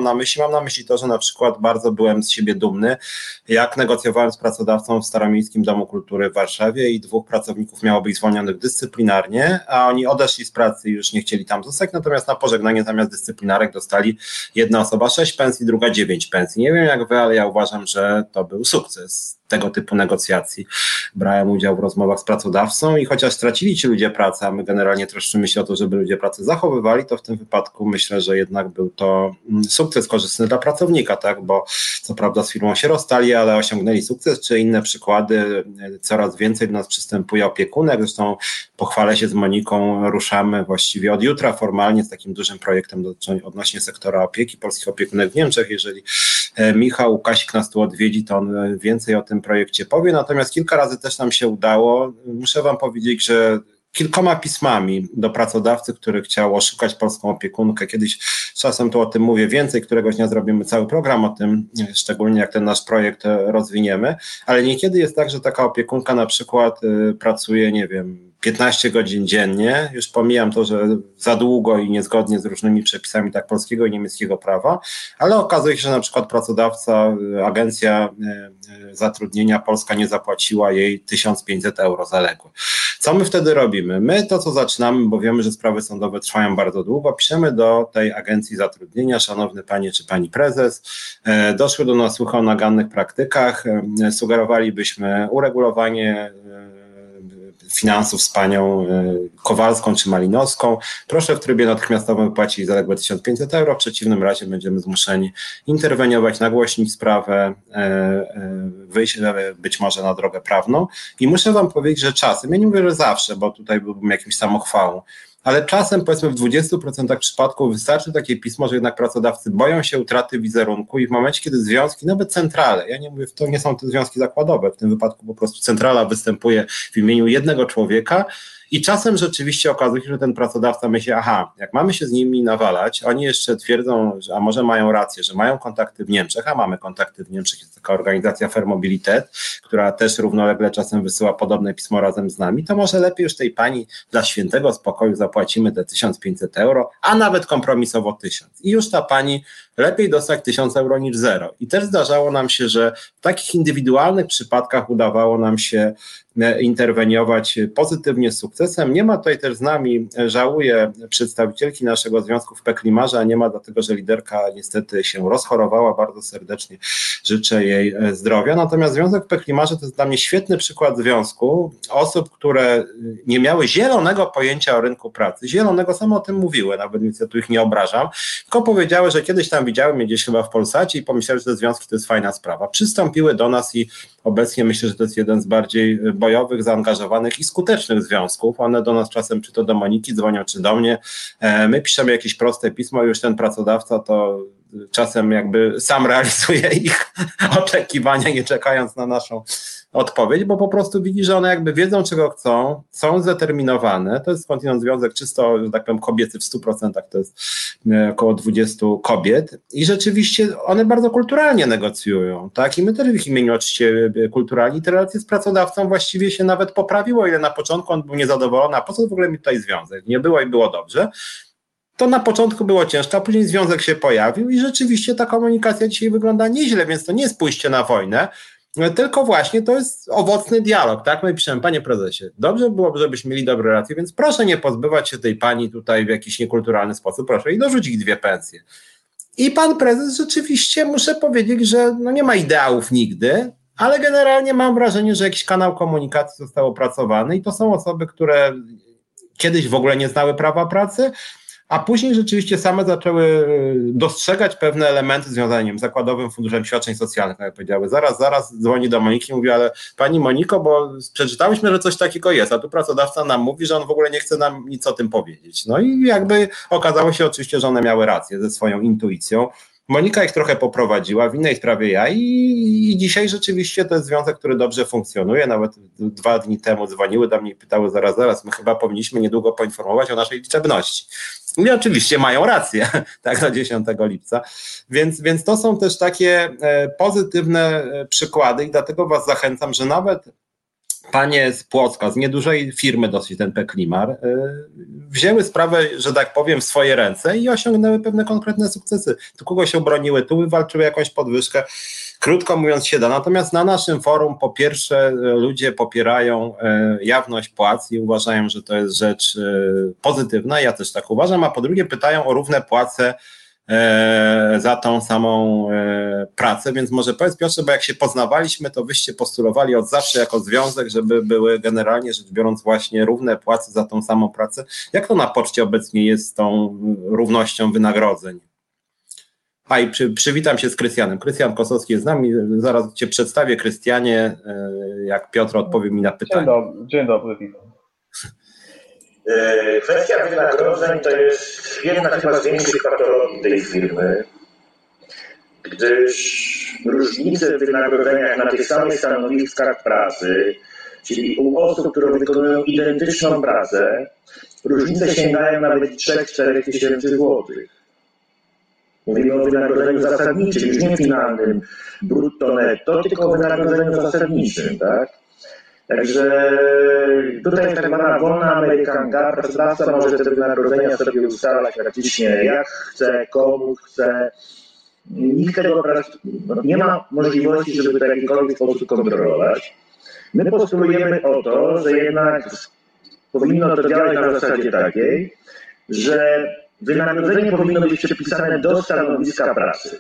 na myśli? Mam na myśli to, że na przykład bardzo byłem z siebie dumny, jak negocjowałem z pracodawcą w Staromiejskim Domu Kultury w Warszawie i dwóch pracowników miało być zwolnionych dyscyplinarnie, a oni odeszli z pracy i już nie chcieli tam zostać, natomiast na pożegnanie zamiast dyscyplinarek dostali jedna osoba sześć pensji, druga dziewięć pensji. Nie wiem jak wy, ale ja uważam, że to był sukces tego typu negocjacji. Brałem udział w rozmowach z pracodawcą i chociaż stracili ci ludzie pracę, a my generalnie troszczymy się o to, żeby ludzie pracę zachowywali, to w tym wypadku myślę, że jednak był to sukces korzystny dla pracownika, tak, bo co prawda z firmą się rozstali, ale osiągnęli sukces, czy inne przykłady, coraz więcej do nas przystępuje opiekunek, zresztą pochwalę się z Moniką, ruszamy właściwie od jutra formalnie z takim dużym projektem odnośnie sektora opieki, polskich opiekunek w Niemczech. Jeżeli Michał Łukasik nas tu odwiedzi, to on więcej o tym projekcie powie, natomiast kilka razy też nam się udało. Muszę wam powiedzieć, że kilkoma pismami do pracodawcy, który chciał oszukać polską opiekunkę. Kiedyś czasem tu o tym mówię więcej, któregoś dnia zrobimy cały program o tym, szczególnie jak ten nasz projekt rozwiniemy, ale niekiedy jest tak, że taka opiekunka na przykład pracuje, nie wiem, piętnaście godzin dziennie, już pomijam to, że za długo i niezgodnie z różnymi przepisami tak polskiego i niemieckiego prawa, ale okazuje się, że na przykład pracodawca, agencja zatrudnienia polska nie zapłaciła jej tysiąc pięćset euro zaległe. Co my wtedy robimy? My to, co zaczynamy, bo wiemy, że sprawy sądowe trwają bardzo długo, piszemy do tej agencji zatrudnienia, szanowny panie czy pani prezes, doszły do nas słuchy o nagannych praktykach, sugerowalibyśmy uregulowanie finansów z panią Kowalską czy Malinowską. Proszę w trybie natychmiastowym płacić zaległe tysiąc pięćset euro, w przeciwnym razie będziemy zmuszeni interweniować, nagłośnić sprawę, wyjść być może na drogę prawną. I muszę wam powiedzieć, że czasem, ja nie mówię, że zawsze, bo tutaj byłbym jakimś samochwałą, ale czasem powiedzmy w dwudziestu procentach przypadków wystarczy takie pismo, że jednak pracodawcy boją się utraty wizerunku i w momencie, kiedy związki, nawet centrale, ja nie mówię, to nie są te związki zakładowe, w tym wypadku po prostu centrala występuje w imieniu jednego człowieka i czasem rzeczywiście okazuje się, że ten pracodawca myśli, aha, jak mamy się z nimi nawalać, oni jeszcze twierdzą, że a może mają rację, że mają kontakty w Niemczech, a mamy kontakty w Niemczech, jest taka organizacja Fairmobilitet, która też równolegle czasem wysyła podobne pismo razem z nami, to może lepiej już tej pani dla świętego spokoju zapłacimy te tysiąc pięćset euro, a nawet kompromisowo tysiąc. I już ta pani lepiej dostać tysiąc euro niż zero. I też zdarzało nam się, że w takich indywidualnych przypadkach udawało nam się interweniować pozytywnie z sukcesem. Nie ma tutaj też z nami, żałuję, przedstawicielki naszego związku w Peklimarze, a nie ma dlatego, że liderka niestety się rozchorowała, bardzo serdecznie życzę jej zdrowia. Natomiast Związek w Peklimarze to jest dla mnie świetny przykład związku osób, które nie miały zielonego pojęcia o rynku pracy, zielonego, same o tym mówiły, nawet więc ja tu ich nie obrażam, tylko powiedziały, że kiedyś tam widziały mnie gdzieś chyba w Polsacie i pomyślały, że te związki to jest fajna sprawa. Przystąpiły do nas i obecnie myślę, że to jest jeden z bardziej bojowych, zaangażowanych i skutecznych związków. One do nas czasem, czy to do Moniki dzwonią, czy do mnie. My piszemy jakieś proste pismo i już ten pracodawca to czasem jakby sam realizuje ich oczekiwania, nie czekając na naszą odpowiedź, bo po prostu widzi, że one jakby wiedzą, czego chcą, są zdeterminowane. To jest skądinąd związek czysto, że tak powiem, kobiecy w stu procentach, to jest około dwudziestu kobiet i rzeczywiście one bardzo kulturalnie negocjują, tak? I my też w ich imieniu oczywiście kulturalni te relacje z pracodawcą właściwie się nawet poprawiło, o ile na początku on był niezadowolony, a po co w ogóle mi tutaj związek? Nie było i było dobrze. To na początku było ciężko, a później związek się pojawił i rzeczywiście ta komunikacja dzisiaj wygląda nieźle, więc to nie jest pójście na wojnę, tylko właśnie to jest owocny dialog, tak? My piszemy, panie prezesie, dobrze byłoby, żebyśmy mieli dobre relacje, więc proszę nie pozbywać się tej pani tutaj w jakiś niekulturalny sposób, proszę i dorzucić dwie pensje. I pan prezes rzeczywiście, muszę powiedzieć, że no nie ma ideałów nigdy, ale generalnie mam wrażenie, że jakiś kanał komunikacji został opracowany i to są osoby, które kiedyś w ogóle nie znały prawa pracy, a później rzeczywiście same zaczęły dostrzegać pewne elementy związane, nie wiem, z Zakładowym Funduszem Świadczeń Socjalnych, jak powiedziały. Zaraz, zaraz dzwoni do Moniki i mówi, ale pani Moniko, bo przeczytałyśmy, że coś takiego jest, a tu pracodawca nam mówi, że on w ogóle nie chce nam nic o tym powiedzieć. No i jakby okazało się oczywiście, że one miały rację ze swoją intuicją. Monika ich trochę poprowadziła, w innej sprawie ja i, i dzisiaj rzeczywiście to jest związek, który dobrze funkcjonuje. Nawet dwa dni temu dzwoniły do mnie i pytały zaraz, zaraz, my chyba powinniśmy niedługo poinformować o naszej liczebności. I oczywiście mają rację, tak, do dziesiątego lipca, więc, więc to są też takie pozytywne przykłady i dlatego was zachęcam, że nawet panie z Płocka, z niedużej firmy dosyć, ten Peklimar, wzięły sprawę, że tak powiem, w swoje ręce i osiągnęły pewne konkretne sukcesy. Tu kogoś obroniły, tu wywalczyły jakąś podwyżkę. Krótko mówiąc się da. Natomiast na naszym forum po pierwsze ludzie popierają jawność płac i uważają, że to jest rzecz pozytywna. Ja też tak uważam. A po drugie pytają o równe płace za tą samą pracę, więc może powiedz, Piotrze, bo jak się poznawaliśmy, to wyście postulowali od zawsze jako związek, żeby były generalnie rzecz biorąc właśnie równe płace za tą samą pracę. Jak to na poczcie obecnie jest z tą równością wynagrodzeń? A i przy, przywitam się z Krystianem. Krystian Kosowski jest z nami, zaraz cię przedstawię, Krystianie, jak Piotr odpowie mi na pytanie. Dzień dobry, dzień dobry, witam. Kwestia wynagrodzeń to jest jedna chyba z większych patologii tej firmy, gdyż różnice w wynagrodzeniach na tych samych stanowiskach pracy, czyli u osób, które wykonują identyczną pracę, różnice sięgają nawet trzy do czterech tysięcy złotych. Mówimy o wynagrodzeniu zasadniczym, już nie finalnym, brutto, netto, tylko o wynagrodzeniu zasadniczym, tak? Także tutaj jest tak zwana wolna amerykanka, pracodawca może te wynagrodzenia sobie ustalać praktycznie jak chce, komu chce. Nikt tego nie ma możliwości, żeby to w jakikolwiek sposób kontrolować. My postulujemy o to, że jednak powinno to działać na zasadzie takiej, że wynagrodzenie powinno być przypisane do stanowiska pracy.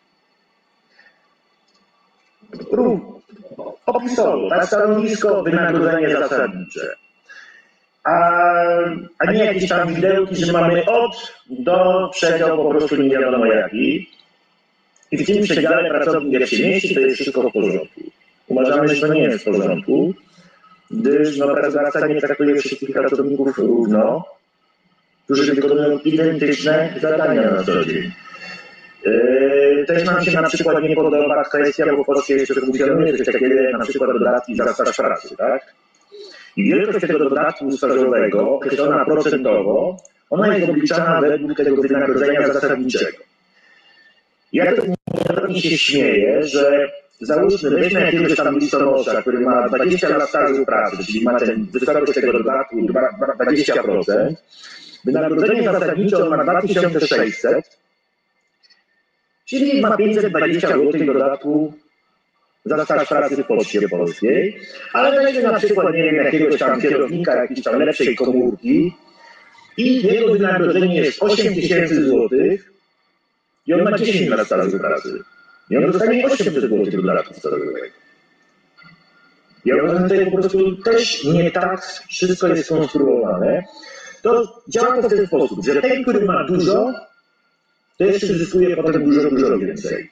Opisowo, tak? Stanowisko, wynagrodzenie zasadnicze. A, a nie jakieś tam widełki, że mamy od do przedział po prostu nie wiadomo jaki. I w tym przedziale pracownik jak się mieści, to jest wszystko w porządku. Uważamy, że to nie jest w porządku, gdyż no, pracodawca nie traktuje wszystkich pracowników równo, którzy wykonują identyczne zadania na co dzień. Yy, też nam się na przykład nie podoba kwestia, bo w Polsce jeszcze funkcjonuje coś takiego jak na przykład dodatki za staż pracy, tak? I wielkość tego dodatku stażowego, określona procentowo, ona jest obliczana według tego wynagrodzenia zasadniczego. Ja to nie się śmieję, że załóżmy, weźmy jakiegoś tam listonosza, który ma dwadzieścia lat stażu pracy, czyli ma ten wysokość tego dodatku dwadzieścia procent, wynagrodzenie zasadnicze on ma dwa tysiące sześćset, czyli ma pięćset dwadzieścia złotych dodatku za staż pracy w Poczcie Polskiej, ale weźmy na przykład, nie wiem, jakiegoś tam kierownika jakiejś tam lepszej komórki i jego wynagrodzenie jest osiem tysięcy złotych i on ma dziesięć lat stażu pracy. I on dostanie osiemset złotych dodatku stażowego. Ja uważam, że to po prostu też nie tak wszystko jest skonstruowane. To działa to w ten sposób, że ten, który ma dużo, to jeszcze zyskuje potem dużo, dużo więcej.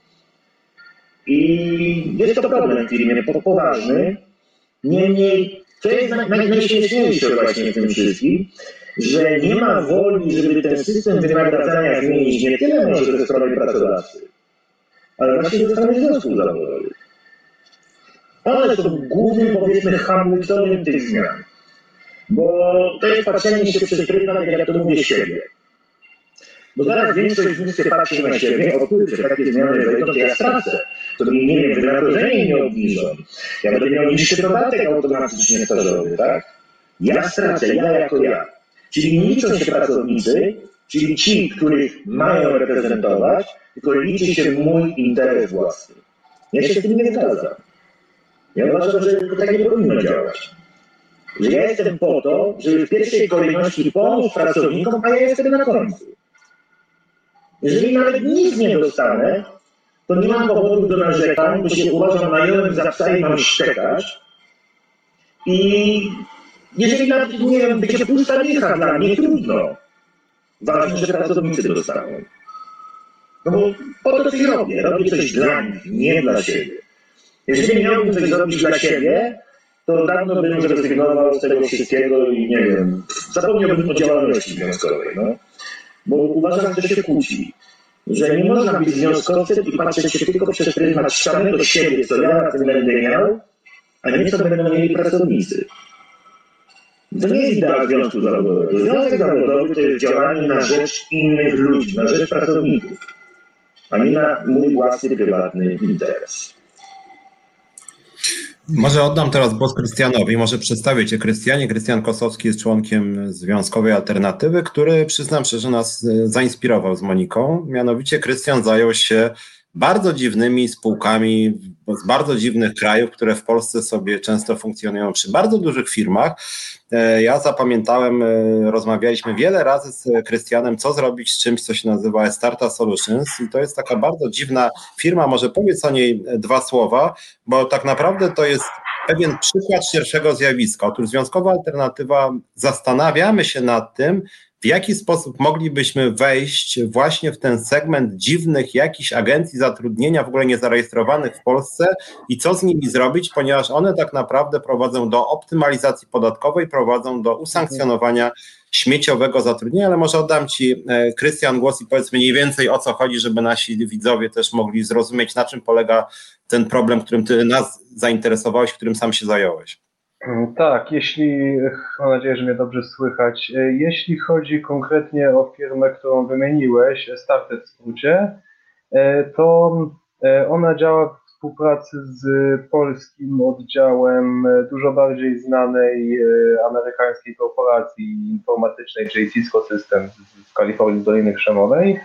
I jest to problem w firmie, poważny. Niemniej, to jest naj, naj, najśmieszniejsze właśnie w tym wszystkim, że nie ma woli, żeby ten system wynagradzania zmienić nie tyle może ze strony pracodawcy, ale właśnie ze strony związków zawodowych. One są głównym, powiedzmy, hamulcowym tych zmian. Bo to jest patrzenie się przez pryzmat, jak ja to mówię, siebie. Bo zaraz większość z nich się patrzy na siebie, o kurczę, takie zmiany wejdą, to ja stracę. To mi, nie wiem, wynagrodzenie nie obniżą. Ja będę miał niższy dodatek automatycznie stażowy, tak? Ja stracę, ja jako ja. Czyli nie liczą się pracownicy, czyli ci, których mają reprezentować, tylko liczy się mój interes własny. Ja się z tym nie zgadzam. Ja uważam, że to tak nie powinno działać. Że ja jestem po to, żeby w pierwszej kolejności pomóc pracownikom, a ja jestem na końcu. Jeżeli nawet nic nie dostanę, to nie mam powodów do narzekań, bo się uważam najomym za psa i mam szczekać. I jeżeli nawet, nie wiem, będzie pusta licha dla mnie, trudno. Ważne, że pracownicy dostaną. No bo po to coś robię. Robię coś dla nich, nie dla siebie. Jeżeli miałbym coś zrobić dla siebie, to dawno bym zrezygnował z tego wszystkiego i nie wiem, zapomniałbym o działalności związkowej. No. Bo uważam, że to się kłóci. Że nie można być związkowcem i patrzeć się tylko przez pryzmat samego siebie, co ja na tym będę miał, a nie co będą mieli pracownicy. To nie jest idea związku zawodowego. Związek zawodowy to jest działanie na rzecz innych ludzi, na rzecz pracowników, a nie na mój własny, prywatny interes. Może oddam teraz głos Krystianowi, może przedstawię Cię Krystianie. Krystian Kosowski jest członkiem Związkowej Alternatywy, który przyznam szczerze nas zainspirował z Moniką. Mianowicie Krystian zajął się bardzo dziwnymi spółkami z bardzo dziwnych krajów, które w Polsce sobie często funkcjonują przy bardzo dużych firmach. Ja zapamiętałem, rozmawialiśmy wiele razy z Krystianem, co zrobić z czymś, co się nazywa Starta Solutions i to jest taka bardzo dziwna firma, może powiedz o niej dwa słowa, bo tak naprawdę to jest pewien przykład szerszego zjawiska. Otóż Związkowa Alternatywa zastanawiamy się nad tym, w jaki sposób moglibyśmy wejść właśnie w ten segment dziwnych jakichś agencji zatrudnienia w ogóle niezarejestrowanych w Polsce i co z nimi zrobić, ponieważ one tak naprawdę prowadzą do optymalizacji podatkowej, prowadzą do usankcjonowania śmieciowego zatrudnienia, ale może oddam Ci, Krystian, głos i powiedz mniej więcej o co chodzi, żeby nasi widzowie też mogli zrozumieć, na czym polega ten problem, którym Ty nas zainteresowałeś, którym sam się zająłeś. Tak, jeśli, mam nadzieję, że mnie dobrze słychać, jeśli chodzi konkretnie o firmę, którą wymieniłeś, Startet w skrócie, to ona działa w współpracy z polskim oddziałem dużo bardziej znanej amerykańskiej korporacji informatycznej, czyli Cisco Systems z Kalifornii, z Doliny Krzemowej.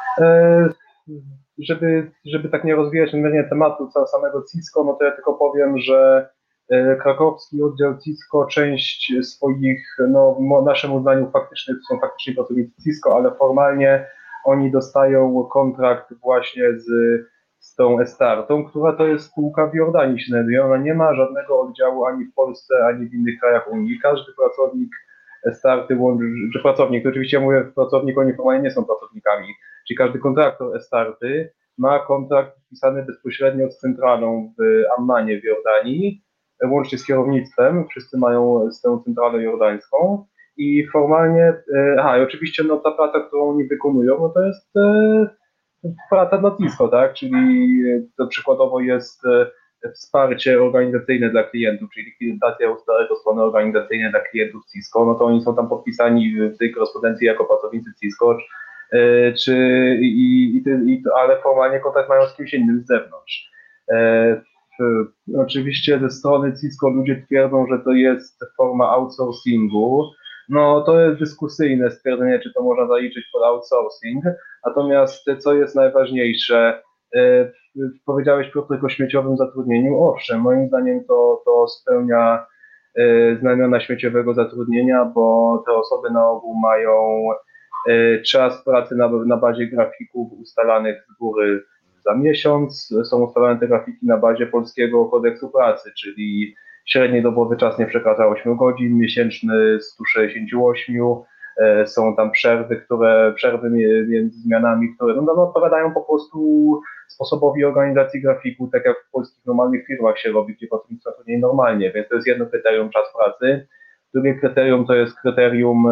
Żeby, żeby tak nie rozwijać nadmiernie tematu samego Cisco, no to ja tylko powiem, że krakowski oddział Cisco, część swoich, no naszemu zdaniu faktycznych, są faktycznie pracownicy Cisco, ale formalnie oni dostają kontrakt właśnie z, z tą Estartą, która to jest spółka w Jordanii się znajduje. Ona nie ma żadnego oddziału ani w Polsce, ani w innych krajach Unii. Każdy pracownik Estarty, czy pracownik, to oczywiście ja mówię pracownik, oni formalnie nie są pracownikami, czyli każdy kontraktor Estarty ma kontrakt podpisany bezpośrednio z centralą w Ammanie w Jordanii, łącznie z kierownictwem, wszyscy mają z tą centralę jordańską i formalnie, aha i oczywiście no ta praca, którą oni wykonują, no to jest e, praca dla Cisco, tak, czyli to przykładowo jest e, wsparcie organizacyjne dla klientów, czyli likwidacja ustalego strony organizacyjnej dla klientów Cisco, no to oni są tam podpisani w tej korespondencji jako pracownicy Cisco, e, czy, i, i, i, ale formalnie kontakt mają z kimś innym z zewnątrz. E, Oczywiście ze strony Cisco ludzie twierdzą, że to jest forma outsourcingu. No to jest dyskusyjne stwierdzenie, czy to można zaliczyć pod outsourcing. Natomiast co jest najważniejsze, e, powiedziałeś Piotrek o śmieciowym zatrudnieniu. Owszem, moim zdaniem to, to spełnia e, znamiona śmieciowego zatrudnienia, bo te osoby na ogół mają e, czas pracy na, na bazie grafików ustalanych z góry za miesiąc, są ustalane te grafiki na bazie polskiego kodeksu pracy, czyli średni dobowy czas nie przekracza ośmiu godzin, miesięczny sto sześćdziesiąt osiem, są tam przerwy, które, przerwy między zmianami, które no, no, odpowiadają po prostu sposobowi organizacji grafiku, tak jak w polskich normalnych firmach się robi, gdzie pracownicy zatrudnieni normalnie, więc to jest jedno kryterium, czas pracy. Drugie kryterium to jest kryterium,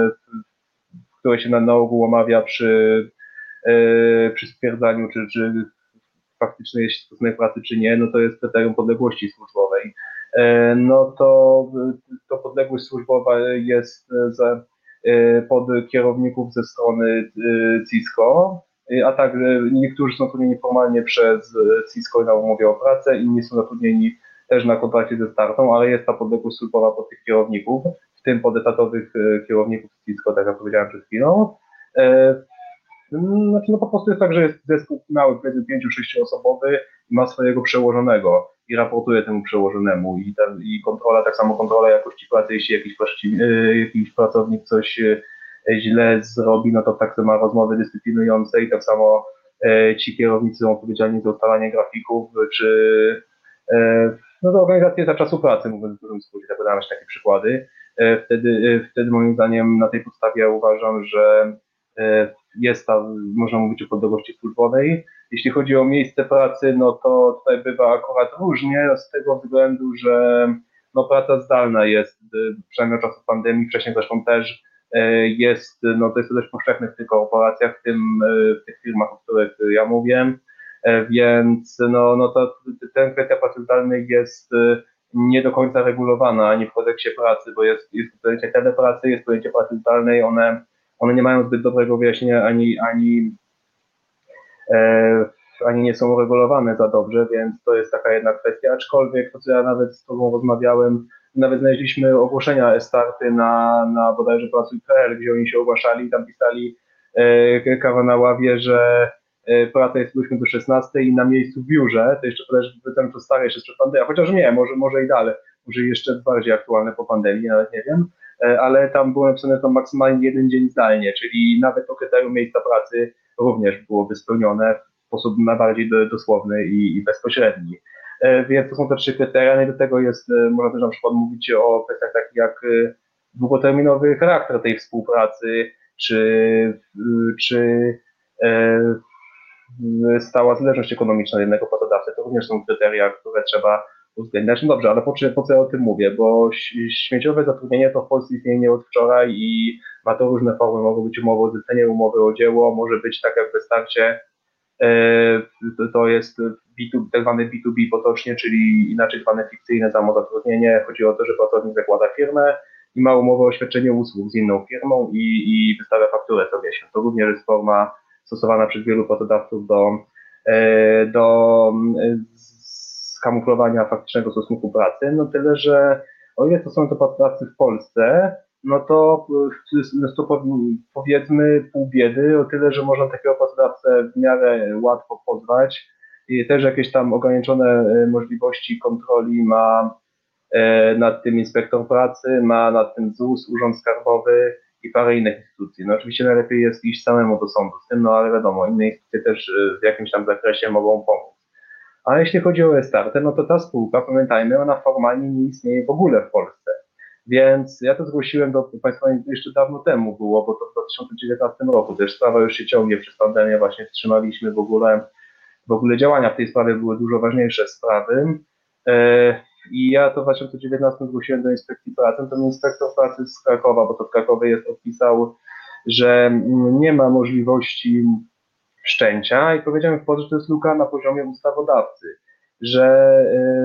które się na, na ogół omawia przy przy stwierdzaniu, czy, czy faktycznie jest stosunek pracy, czy nie, no to jest kryterium podległości służbowej. No to, to podległość służbowa jest za, pod kierowników ze strony Cisco, a także niektórzy są zatrudnieni formalnie przez Cisco na umowie o pracę, inni są zatrudnieni też na kontrakcie ze Startą, ale jest ta podległość służbowa pod tych kierowników, w tym pod etatowych kierowników Cisco, tak jak powiedziałem przed chwilą. Znaczy, no po prostu jest tak, że jest zespół mały, powiedzmy pięciu, sześcioosobowy i ma swojego przełożonego i raportuje temu przełożonemu i, ten, i kontrola, tak samo kontrola jakości pracy, jeśli jakiś, jakiś pracownik coś źle zrobi, no to tak ma rozmowy dyscyplinujące i tak samo e, ci kierownicy są odpowiedzialni za ustalanie grafików, czy e, no to organizację za czasu pracy, mówiąc w dużym skrócie, tak podałem takie przykłady. E, wtedy, e, wtedy moim zdaniem na tej podstawie uważam, że e, jest tam, można mówić o podległości służbowej. Jeśli chodzi o miejsce pracy, no to tutaj bywa akurat różnie, z tego względu, że no praca zdalna jest, przynajmniej od czasu pandemii, wcześniej zresztą też jest, no to jest dość powszechne w tych korporacjach, w tym w tych firmach, o których ja mówię, więc no, no to ten kwestia pracy zdalnej jest nie do końca regulowana ani w kodeksie pracy, bo jest, jest pojęcie telepracy, jest pojęcie pracy zdalnej, one One nie mają zbyt dobrego wyjaśnienia ani, ani, e, ani nie są uregulowane za dobrze, więc to jest taka jedna kwestia, aczkolwiek to, co ja nawet z Tobą rozmawiałem, nawet znaleźliśmy ogłoszenia e-starty na, na bodajże pracuj kropka p l, gdzie oni się ogłaszali i tam pisali e, kawa na ławie, że e, praca jest do szesnastej i na miejscu w biurze, to jeszcze potem to stare jeszcze sprzed pandemii, chociaż nie, może, może i dalej, może jeszcze bardziej aktualne po pandemii, nawet nie wiem, e, ale tam było napisane to maksymalnie jeden dzień zdalnie, czyli nawet to kryterium miejsca pracy również byłoby spełnione w sposób najbardziej dosłowny i, i bezpośredni. Więc to są te trzy kryteria, no i do tego jest, można też na przykład mówić o kwestiach takich jak długoterminowy charakter tej współpracy, czy, czy e, stała zależność ekonomiczna jednego pracodawcy, to również są kryteria, które trzeba uwzględniać. No dobrze, ale po, po co ja o tym mówię? Bo śmieciowe zatrudnienie to w Polsce istnieje nie od wczoraj i ma to różne formy, mogą być umowy o zlecenie, umowy o dzieło, może być tak jak w starcie, to jest B dwa, tak zwany B dwa B potocznie, czyli inaczej zwane fikcyjne samozatrudnienie. Chodzi o to, że pracownik zakłada firmę i ma umowę o świadczenie usług z inną firmą i, i wystawia fakturę co miesiąc. To również jest forma stosowana przez wielu pracodawców do, do skamuflowania faktycznego stosunku pracy. No tyle, że o ile to są to pracy w Polsce, no to, to powiedzmy pół biedy, o tyle, że można takiego pracodawcę w miarę łatwo pozwać i też jakieś tam ograniczone możliwości kontroli ma nad tym inspektor pracy, ma nad tym Z U S, Urząd Skarbowy i parę innych instytucji. No oczywiście najlepiej jest iść samemu do sądu z tym, no ale wiadomo, inne instytucje też w jakimś tam zakresie mogą pomóc. A jeśli chodzi o e-startę, no to ta spółka, pamiętajmy, ona formalnie nie istnieje w ogóle w Polsce. Więc ja to zgłosiłem do Państwa jeszcze dawno temu było, bo to w dwa tysiące dziewiętnastym roku też sprawa już się ciągnie przez pandemię, właśnie wstrzymaliśmy w ogóle, w ogóle działania w tej sprawie, były dużo ważniejsze sprawy. I ja to w dwa tysiące dziewiętnastym zgłosiłem do Inspekcji Pracy, to inspektor pracy z Krakowa, bo to w Krakowie jest, odpisał, że nie ma możliwości wszczęcia i powiedziałem wprost, że to jest luka na poziomie ustawodawcy, że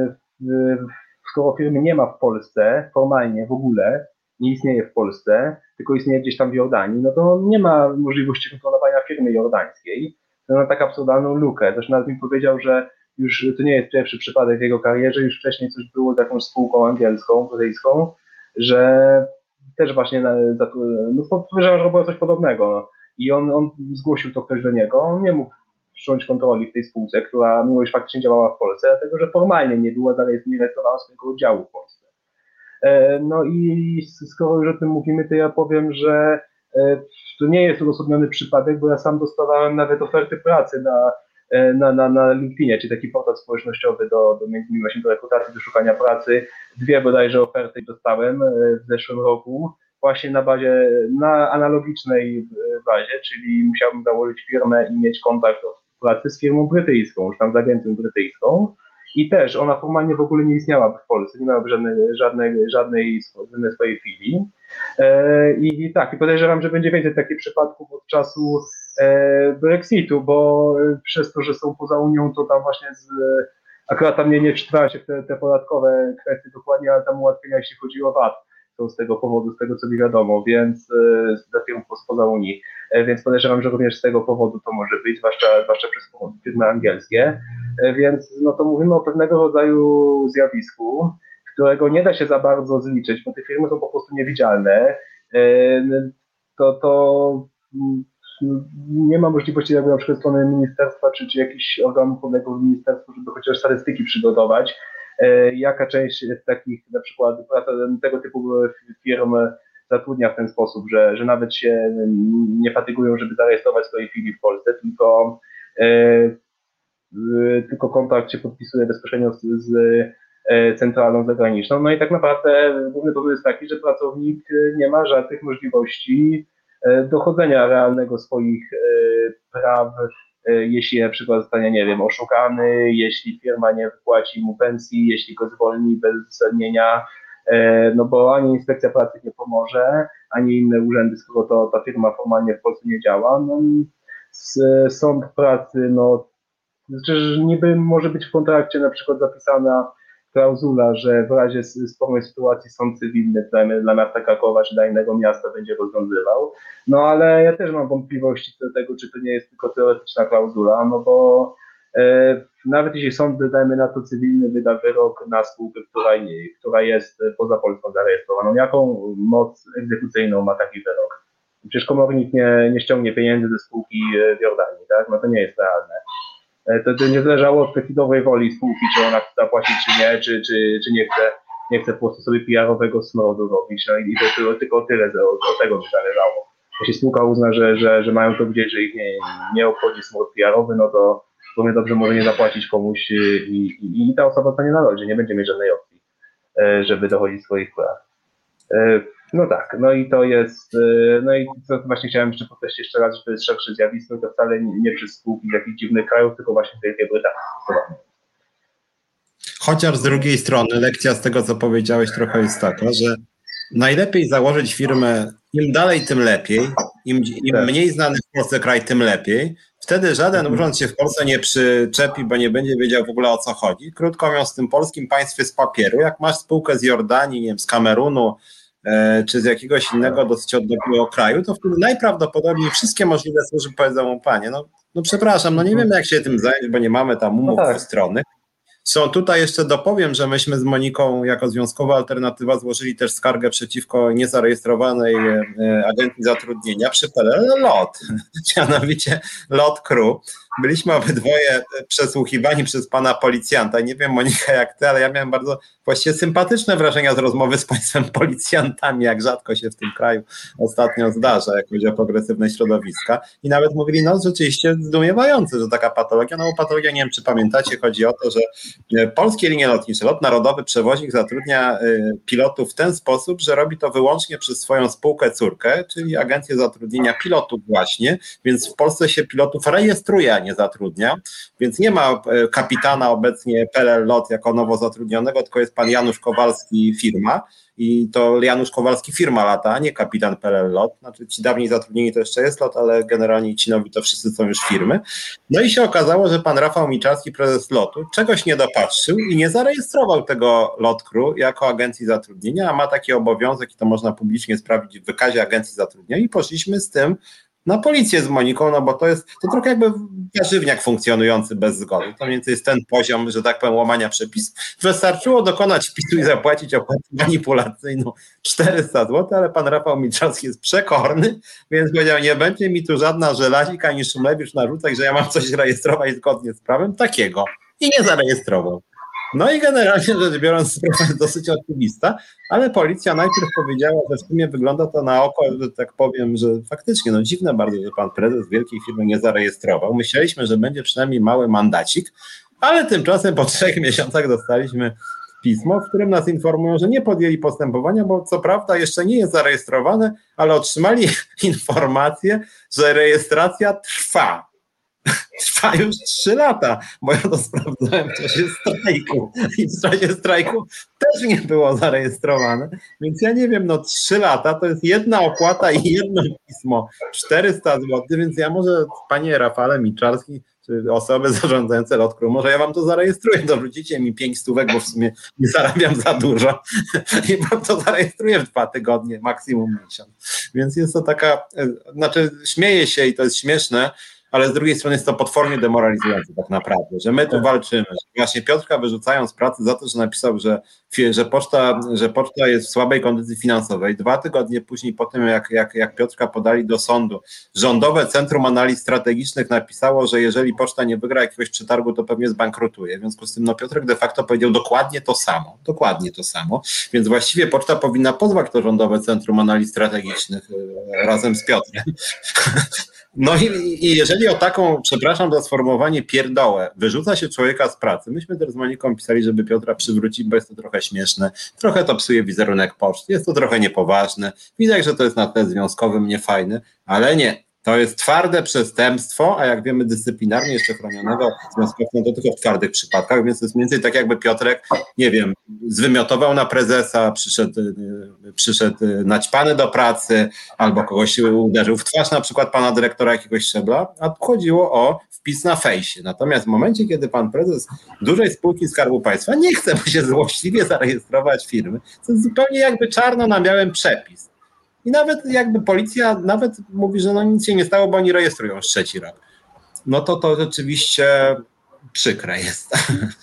skoro firmy nie ma w Polsce, formalnie w ogóle, nie istnieje w Polsce, tylko istnieje gdzieś tam w Jordanii, no to nie ma możliwości kontrolowania firmy jordańskiej. To ma tak absurdalną lukę. Zresztą nawet mi powiedział, że już to nie jest pierwszy przypadek w jego karierze, już wcześniej coś było z jakąś spółką angielską, brytyjską, że też właśnie, no powiedział, że było coś podobnego. No. I on, on zgłosił to ktoś do niego, on nie mógł wszcząć kontroli w tej spółce, która mimo iż faktycznie działała w Polsce, dlatego że formalnie nie była zarejestrowana swojego oddziału w Polsce. No i skoro już o tym mówimy, to ja powiem, że to nie jest odosobniony przypadek, bo ja sam dostawałem nawet oferty pracy na, na, na, na LinkedInie, czyli taki portal społecznościowy do, do między innymi właśnie do rekrutacji, do szukania pracy. Dwie bodajże oferty dostałem w zeszłym roku, właśnie na bazie, na analogicznej bazie, czyli musiałbym założyć firmę i mieć kontakt do pracy z firmą brytyjską, już tam z agencją brytyjską i też ona formalnie w ogóle nie istniałaby w Polsce, nie miałaby żadnej, żadnej, żadnej, żadnej swojej filii. E, i, I tak, i podejrzewam, że będzie więcej takich przypadków od czasu e, Brexitu, bo przez to, że są poza Unią, to tam właśnie z, akurat tam nie, nie wczytałem się w te, te podatkowe kwestie dokładnie, ale tam ułatwienia, jeśli chodzi o V A T, są z tego powodu, z tego co mi wiadomo, więc dla firm spoza Unii, więc podejrzewam, że również z tego powodu to może być, zwłaszcza, zwłaszcza przez firmy angielskie, więc no to mówimy o pewnego rodzaju zjawisku, którego nie da się za bardzo zliczyć, bo te firmy są po prostu niewidzialne, to, to nie ma możliwości jakby na przykład strony ministerstwa czy, czy jakichś organów podległych ministerstwu, żeby chociaż statystyki przygotować, jaka część takich na przykład tego typu firm zatrudnia w ten sposób, że, że nawet się nie fatygują, żeby zarejestrować swojej filii w Polsce, tylko, e, tylko kontrakt się podpisuje bezpośrednio z, z centralą zagraniczną. No i tak naprawdę główny powód jest taki, że pracownik nie ma żadnych możliwości dochodzenia realnego swoich praw, jeśli na przykład zostanie, nie wiem, oszukany, jeśli firma nie wypłaci mu pensji, jeśli go zwolni bez uzasadnienia, no bo ani inspekcja pracy nie pomoże, ani inne urzędy, skoro to ta firma formalnie w Polsce nie działa. No, sąd pracy, no, znaczy, niby może być w kontrakcie na przykład zapisana klauzula, że w razie spornej sytuacji sąd cywilny dla miasta Krakowa czy dla innego miasta będzie rozwiązywał. No ale ja też mam wątpliwości co do tego, czy to nie jest tylko teoretyczna klauzula, no bo Nawet jeśli sąd, dajmy na to cywilny, wyda wyrok na spółkę, która, która jest poza Polską zarejestrowaną, jaką moc egzekucyjną ma taki wyrok? Przecież komornik nie, nie ściągnie pieniędzy ze spółki w Jordanii, tak? No to nie jest realne. To, to nie zależało od decydowej woli spółki, czy ona chce zapłacić, czy nie, czy, czy, czy nie chce, nie chce po prostu sobie P R-owego smrodu robić. No i to, to tylko tyle od tego by zależało. Jeśli spółka uzna, że, że, że mają to gdzieś, że ich nie, nie obchodzi smród P R-owy, no to równie dobrze może nie zapłacić komuś i, i, i ta osoba to nie należy, nie będzie mieć żadnej opcji, żeby dochodzić swoich praw. No tak, no i to jest, no i to właśnie chciałem jeszcze podkreślić jeszcze raz, że to jest szersze zjawisko i to wcale nie, nie przez spółki z jakichś dziwnych krajów, tylko właśnie z Wielkiej Brytanii. Chociaż z drugiej strony lekcja z tego, co powiedziałeś, trochę jest taka, że najlepiej założyć firmę, im dalej, tym lepiej, im, im tak. mniej znany w Polsce kraj, tym lepiej. Wtedy żaden urząd się w Polsce nie przyczepi, bo nie będzie wiedział w ogóle, o co chodzi. Krótko mówiąc, w tym polskim państwie z papieru, jak masz spółkę z Jordanii, nie wiem, z Kamerunu, czy z jakiegoś innego dosyć odległego kraju, to wtedy najprawdopodobniej wszystkie możliwe służby powiedzą mu, panie, no, no przepraszam, no nie wiemy, jak się tym zająć, bo nie mamy tam umów no tak. dwustronnych. Są tutaj jeszcze dopowiem, że myśmy z Moniką jako Związkowa Alternatywa złożyli też skargę przeciwko niezarejestrowanej agencji zatrudnienia przy P L L LOT, mianowicie LOT Crew. Byliśmy obydwoje przesłuchiwani przez pana policjanta. Nie wiem, Monika, jak ty, ale ja miałem bardzo właściwie sympatyczne wrażenia z rozmowy z państwem policjantami, jak rzadko się w tym kraju ostatnio zdarza, jak chodzi o progresywne środowiska. I nawet mówili, no rzeczywiście zdumiewające, że taka patologia, no bo patologia, nie wiem, czy pamiętacie, chodzi o to, że polskie linie lotnicze, Lot Narodowy, przewoźnik zatrudnia pilotów w ten sposób, że robi to wyłącznie przez swoją spółkę córkę, czyli Agencję Zatrudnienia Pilotów właśnie, więc w Polsce się pilotów rejestruje, a nie zatrudnia, więc nie ma kapitana obecnie P L L LOT jako nowo zatrudnionego, tylko jest pan Janusz Kowalski firma i to Janusz Kowalski firma lata, a nie kapitan P L L LOT, znaczy ci dawniej zatrudnieni to jeszcze jest LOT, ale generalnie ci nowi to wszyscy są już firmy. No i się okazało, że pan Rafał Miczalski, prezes LOT-u, czegoś nie dopatrzył i nie zarejestrował tego LOT Crew jako agencji zatrudnienia, a ma taki obowiązek i to można publicznie sprawdzić w wykazie agencji zatrudnienia i poszliśmy z tym na policję z Moniką, no bo to jest to trochę jakby warzywniak funkcjonujący bez zgody. To mniej więcej jest ten poziom, że tak powiem, łamania przepisów. Wystarczyło dokonać wpisu i zapłacić opłatę manipulacyjną czterysta złotych, ale pan Rafał Milczowski jest przekorny, więc powiedział, nie będzie mi tu żadna żelazik ani Szumlewicz narzucać, że ja mam coś rejestrować zgodnie z prawem, takiego. I nie zarejestrował. No i generalnie rzecz biorąc, sprawa jest dosyć oczywista, ale policja najpierw powiedziała, że w sumie wygląda to na oko, że tak powiem, że faktycznie, no dziwne bardzo, że pan prezes wielkiej firmy nie zarejestrował. Myśleliśmy, że będzie przynajmniej mały mandacik, ale tymczasem po trzech miesiącach dostaliśmy pismo, w którym nas informują, że nie podjęli postępowania, bo co prawda jeszcze nie jest zarejestrowane, ale otrzymali informację, że rejestracja trwa. Trwa już trzy lata, bo ja to sprawdzałem w czasie strajku i w czasie strajku też nie było zarejestrowane, więc ja nie wiem, no trzy lata to jest jedna opłata i jedno pismo, czterysta złotych, więc ja może, panie Rafale Miczalski, czy osoby zarządzające LOT Crew, może ja wam to zarejestruję, dorzucicie mi pięć stówek, bo w sumie nie zarabiam za dużo i wam to zarejestruję w dwa tygodnie, maksimum miesiąc. Więc jest to taka, znaczy śmieję się i to jest śmieszne, ale z drugiej strony jest to potwornie demoralizujące tak naprawdę, że my tu walczymy, że właśnie Piotrka wyrzucają z pracy za to, że napisał, że, że, poczta, że poczta jest w słabej kondycji finansowej. Dwa tygodnie później po tym, jak, jak, jak Piotrka podali do sądu, Rządowe Centrum Analiz Strategicznych napisało, że jeżeli poczta nie wygra jakiegoś przetargu, to pewnie zbankrutuje. W związku z tym no, Piotrek de facto powiedział dokładnie to samo, dokładnie to samo, więc właściwie poczta powinna pozwać to Rządowe Centrum Analiz Strategicznych razem z Piotrem. No i, i jeżeli o taką, przepraszam za sformułowanie, pierdołę wyrzuca się człowieka z pracy, myśmy też z Moniką pisali, żeby Piotra przywrócić, bo jest to trochę śmieszne, trochę to psuje wizerunek poczty, jest to trochę niepoważne, widać, że to jest na tle związkowym niefajne, ale nie. To jest twarde przestępstwo, a jak wiemy dyscyplinarnie jeszcze chronionego związkowcem to tylko w twardych przypadkach, więc to jest mniej więcej tak jakby Piotrek, nie wiem, zwymiotował na prezesa, przyszedł, przyszedł naćpany do pracy albo kogoś uderzył w twarz, na przykład pana dyrektora jakiegoś szczebla, a tu chodziło o wpis na fejsie. Natomiast w momencie, kiedy pan prezes dużej spółki Skarbu Państwa nie chce mu się złośliwie zarejestrować firmy, to jest zupełnie jakby czarno na białym przepis. I nawet jakby policja nawet mówi, że no nic się nie stało, bo oni rejestrują już trzeci rok. No to to rzeczywiście przykre jest.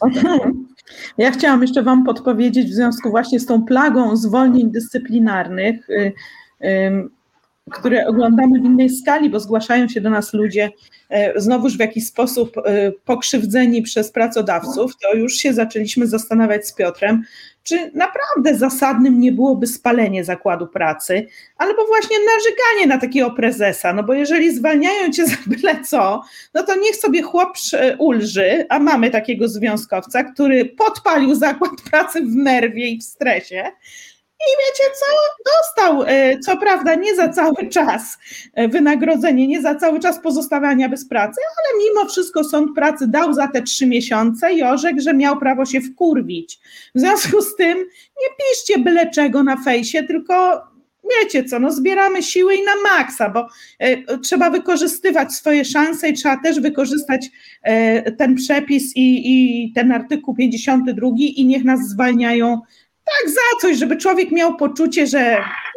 Ja chciałam jeszcze Wam podpowiedzieć w związku właśnie z tą plagą zwolnień dyscyplinarnych, y, y, które oglądamy w innej skali, bo zgłaszają się do nas ludzie znowuż w jakiś sposób pokrzywdzeni przez pracodawców, to już się zaczęliśmy zastanawiać z Piotrem, czy naprawdę zasadnym nie byłoby spalenie zakładu pracy, albo właśnie narzekanie na takiego prezesa, no bo jeżeli zwalniają cię za byle co, no to niech sobie chłop ulży, a mamy takiego związkowca, który podpalił zakład pracy w nerwie i w stresie. I wiecie co? Dostał, co prawda nie za cały czas wynagrodzenie, nie za cały czas pozostawania bez pracy, ale mimo wszystko sąd pracy dał za te trzy miesiące i orzekł, że miał prawo się wkurwić. W związku z tym nie piszcie byle czego na fejsie, tylko wiecie co, no zbieramy siły i na maksa, bo e, trzeba wykorzystywać swoje szanse i trzeba też wykorzystać e, ten przepis i, i ten artykuł pięćdziesiąty drugi i niech nas zwalniają tak za coś, żeby człowiek miał poczucie, że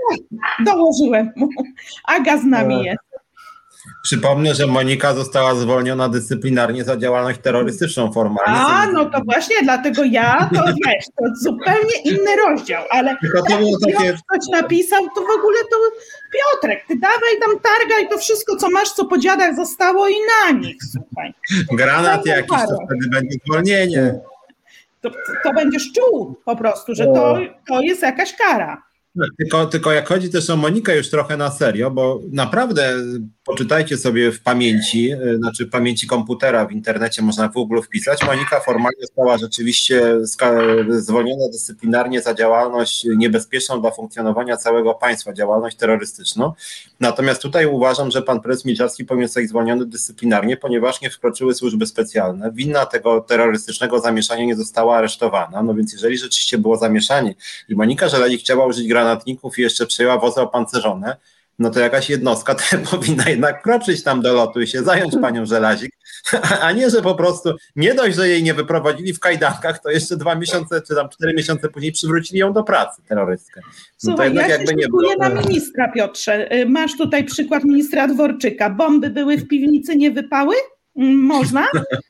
dołożyłem mu, Aga z nami jest. Przypomnę, że Monika została zwolniona dyscyplinarnie za działalność terrorystyczną formalnie. A, no to właśnie dlatego ja, to wiesz, to zupełnie inny rozdział, ale tylko to było takie... jak ktoś napisał, to w ogóle to Piotrek, ty dawaj tam targaj to wszystko, co masz, co po dziadach zostało i na nich, słuchaj. Granat jakiś, to wtedy będzie zwolnienie. To, to będziesz czuł po prostu, że to, to jest jakaś kara. Tylko, tylko jak chodzi też o Monikę już trochę na serio, bo naprawdę poczytajcie sobie w pamięci, znaczy w pamięci komputera w internecie można w Google wpisać. Monika formalnie została rzeczywiście zwolniona dyscyplinarnie za działalność niebezpieczną dla funkcjonowania całego państwa, działalność terrorystyczną. Natomiast tutaj uważam, że pan prezes Milczarski powinien zostać zwolniony dyscyplinarnie, ponieważ nie wkroczyły służby specjalne. Winna tego terrorystycznego zamieszania nie została aresztowana. No więc jeżeli rzeczywiście było zamieszanie i Monika Żelazik chciała użyć granatników i jeszcze przejęła wozy opancerzone, no to jakaś jednostka to powinna jednak kroczyć tam do lotu i się zająć panią Żelazik, a nie, że po prostu nie dość, że jej nie wyprowadzili w kajdankach, to jeszcze dwa miesiące czy tam cztery miesiące później przywrócili ją do pracy, terrorystkę. No Słuchaj, ja się szykuję na ministra, Piotrze. Masz tutaj przykład ministra Dworczyka. Bomby były w piwnicy, nie wypały? Można?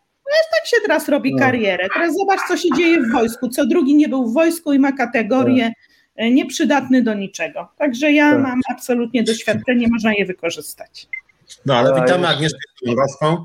Tak się teraz robi karierę. Teraz zobacz, co się dzieje w wojsku. Co drugi nie był w wojsku i ma kategorię nieprzydatny do niczego. Także ja tak. mam absolutnie doświadczenie, można je wykorzystać. No ale witamy Agnieszkę Stągowską.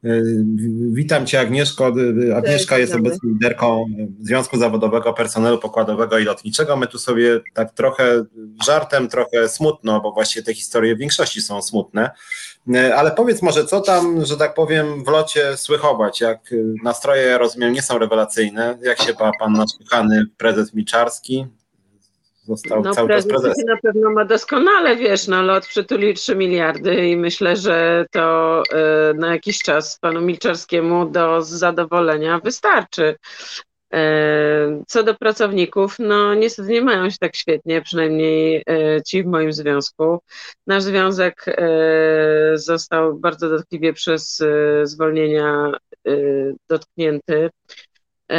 Witam Cię Agnieszko. Agnieszka jest obecnie liderką Związku Zawodowego Personelu Pokładowego i Lotniczego. My tu sobie tak trochę żartem, trochę smutno, bo właściwie te historie w większości są smutne. Ale powiedz może, co tam, że tak powiem, w locie słychować, jak nastroje, ja rozumiem, nie są rewelacyjne. Jak się pan, pan nasz kochany prezes Milczarski został no, cały czas prezesem? Na pewno ma doskonale, wiesz, no lot przytulił trzy miliardy i myślę, że to y, na jakiś czas panu Milczarskiemu do zadowolenia wystarczy. Y, co do pracowników, no niestety nie mają się tak świetnie, przynajmniej y, ci w moim związku. Nasz związek y, został bardzo dotkliwie przez y, zwolnienia y, dotknięty. Y,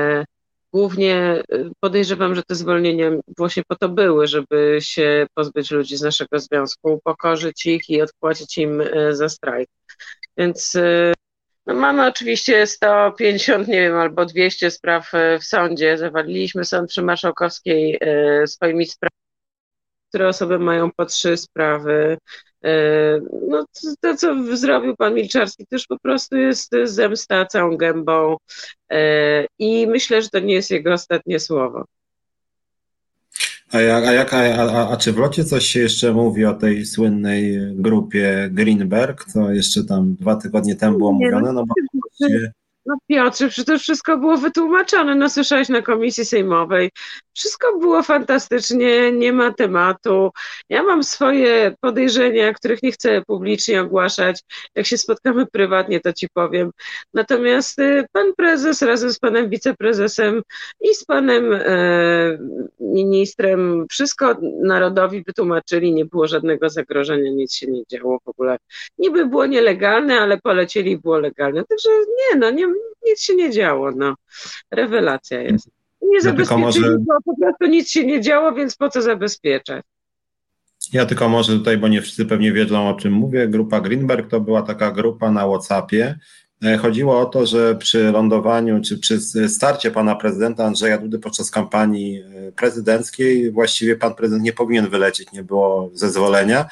Głównie podejrzewam, że te zwolnienia właśnie po to były, żeby się pozbyć ludzi z naszego związku, upokorzyć ich i odpłacić im za strajk. Więc no, mamy oczywiście sto pięćdziesiąt, nie wiem, albo dwieście spraw w sądzie. Zawaliliśmy sąd przy Marszałkowskiej swoimi sprawami, które osoby mają po trzy sprawy. No, to, co zrobił pan Milczarski, to już po prostu jest zemsta całą gębą i myślę, że to nie jest jego ostatnie słowo. A, jak, a, jak, a, a czy w locie coś się jeszcze mówi o tej słynnej grupie Greenberg, co jeszcze tam dwa tygodnie temu było nie, mówione? No, bo właściwie... No Piotrze, przecież wszystko było wytłumaczone, no słyszałeś na komisji sejmowej, wszystko było fantastycznie, nie ma tematu. Ja mam swoje podejrzenia, których nie chcę publicznie ogłaszać, jak się spotkamy prywatnie, to ci powiem. Natomiast pan prezes razem z panem wiceprezesem i z panem e, ministrem wszystko narodowi wytłumaczyli, nie było żadnego zagrożenia, nic się nie działo w ogóle. Niby było nielegalne, ale polecieli i było legalne, także nie, no nie nic się nie działo, no. Rewelacja jest. Nie zabezpieczyli, może... bo po prostu nic się nie działo, więc po co zabezpieczać? Ja tylko może tutaj, bo nie wszyscy pewnie wiedzą, o czym mówię. Grupa Greenberg to była taka grupa na WhatsAppie, Chodziło o to, że przy lądowaniu, czy przy starcie pana prezydenta Andrzeja Dudy podczas kampanii prezydenckiej właściwie pan prezydent nie powinien wylecieć, nie było zezwolenia.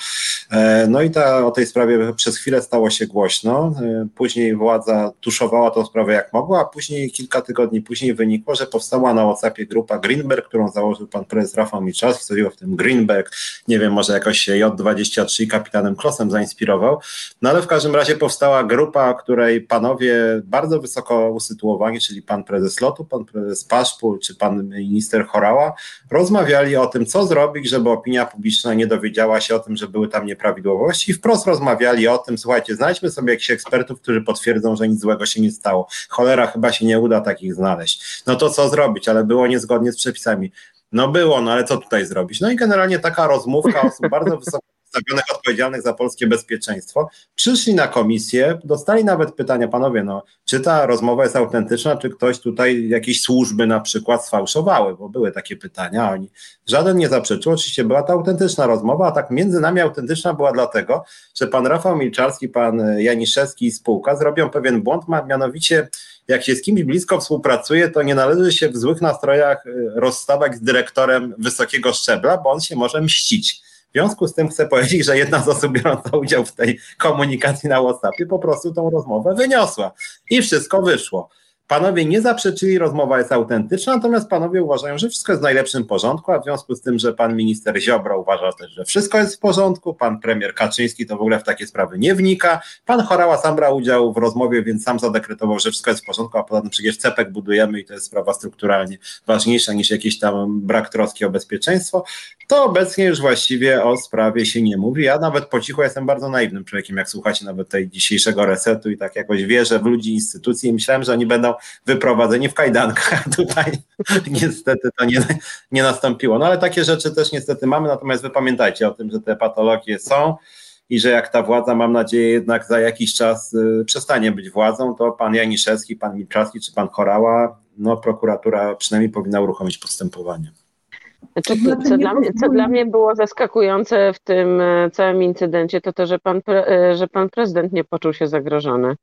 No i ta, o tej sprawie przez chwilę stało się głośno. Później władza tuszowała tą sprawę jak mogła, a później kilka tygodni później wynikło, że powstała na WhatsAppie grupa Greenberg, którą założył pan prezes Rafał Milczarski, chodziło w tym Greenberg, nie wiem, może jakoś się J dwadzieścia trzy i kapitanem Klosem zainspirował. No ale w każdym razie powstała grupa, której panowie bardzo wysoko usytuowani, czyli pan prezes Lotu, pan prezes Paszpul czy pan minister Horała, rozmawiali o tym, co zrobić, żeby opinia publiczna nie dowiedziała się o tym, że były tam nieprawidłowości i wprost rozmawiali o tym, słuchajcie, znajdźmy sobie jakichś ekspertów, którzy potwierdzą, że nic złego się nie stało. Cholera, chyba się nie uda takich znaleźć. No to co zrobić, ale było niezgodnie z przepisami. No było, no ale co tutaj zrobić? No i generalnie taka rozmówka osób bardzo wysoko postawionych, odpowiedzialnych za polskie bezpieczeństwo, przyszli na komisję, dostali nawet pytania, panowie, no czy ta rozmowa jest autentyczna, czy ktoś tutaj, jakieś służby na przykład sfałszowały, bo były takie pytania, oni żaden nie zaprzeczył, oczywiście była to autentyczna rozmowa, a tak między nami autentyczna była dlatego, że pan Rafał Milczarski, pan Janiszewski i spółka zrobią pewien błąd, mianowicie jak się z kimś blisko współpracuje, to nie należy się w złych nastrojach rozstawać z dyrektorem wysokiego szczebla, bo on się może mścić. W związku z tym chcę powiedzieć, że jedna z osób biorąca udział w tej komunikacji na WhatsAppie po prostu tą rozmowę wyniosła i wszystko wyszło. Panowie nie zaprzeczyli, rozmowa jest autentyczna, natomiast panowie uważają, że wszystko jest w najlepszym porządku, a w związku z tym, że pan minister Ziobro uważa też, że wszystko jest w porządku, pan premier Kaczyński to w ogóle w takie sprawy nie wnika, pan Horała sam brał udział w rozmowie, więc sam zadekretował, że wszystko jest w porządku, a poza tym przecież cepek budujemy i to jest sprawa strukturalnie ważniejsza niż jakiś tam brak troski o bezpieczeństwo, to obecnie już właściwie o sprawie się nie mówi. Ja nawet po cichu jestem bardzo naiwnym człowiekiem, jak słuchacie nawet tej dzisiejszego resetu i tak jakoś wierzę w ludzi, instytucje i myślałem, że oni będą wyprowadzeni w kajdankach, a tutaj niestety to nie, nie nastąpiło. No ale takie rzeczy też niestety mamy, natomiast wy pamiętajcie o tym, że te patologie są i że jak ta władza, mam nadzieję, jednak za jakiś czas y, przestanie być władzą, to pan Janiszewski, pan Milczarski czy pan Horała, no prokuratura przynajmniej powinna uruchomić postępowanie. Znaczy, co, dla mnie, co dla mnie było zaskakujące w tym całym incydencie, to to, że pan, że pan prezydent nie poczuł się zagrożony.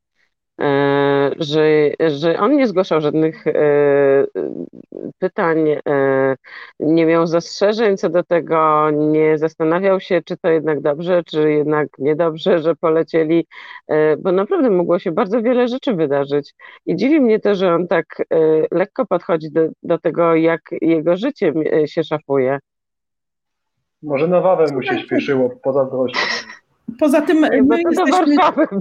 Że, że on nie zgłaszał żadnych e, pytań, e, nie miał zastrzeżeń co do tego, nie zastanawiał się, czy to jednak dobrze, czy jednak niedobrze, że polecieli, e, bo naprawdę mogło się bardzo wiele rzeczy wydarzyć. I dziwi mnie to, że on tak e, lekko podchodzi do, do tego, jak jego życie się szafuje. Może na Wawę mu się śpieszyło, poza zazdrością. Poza tym my my jesteśmy,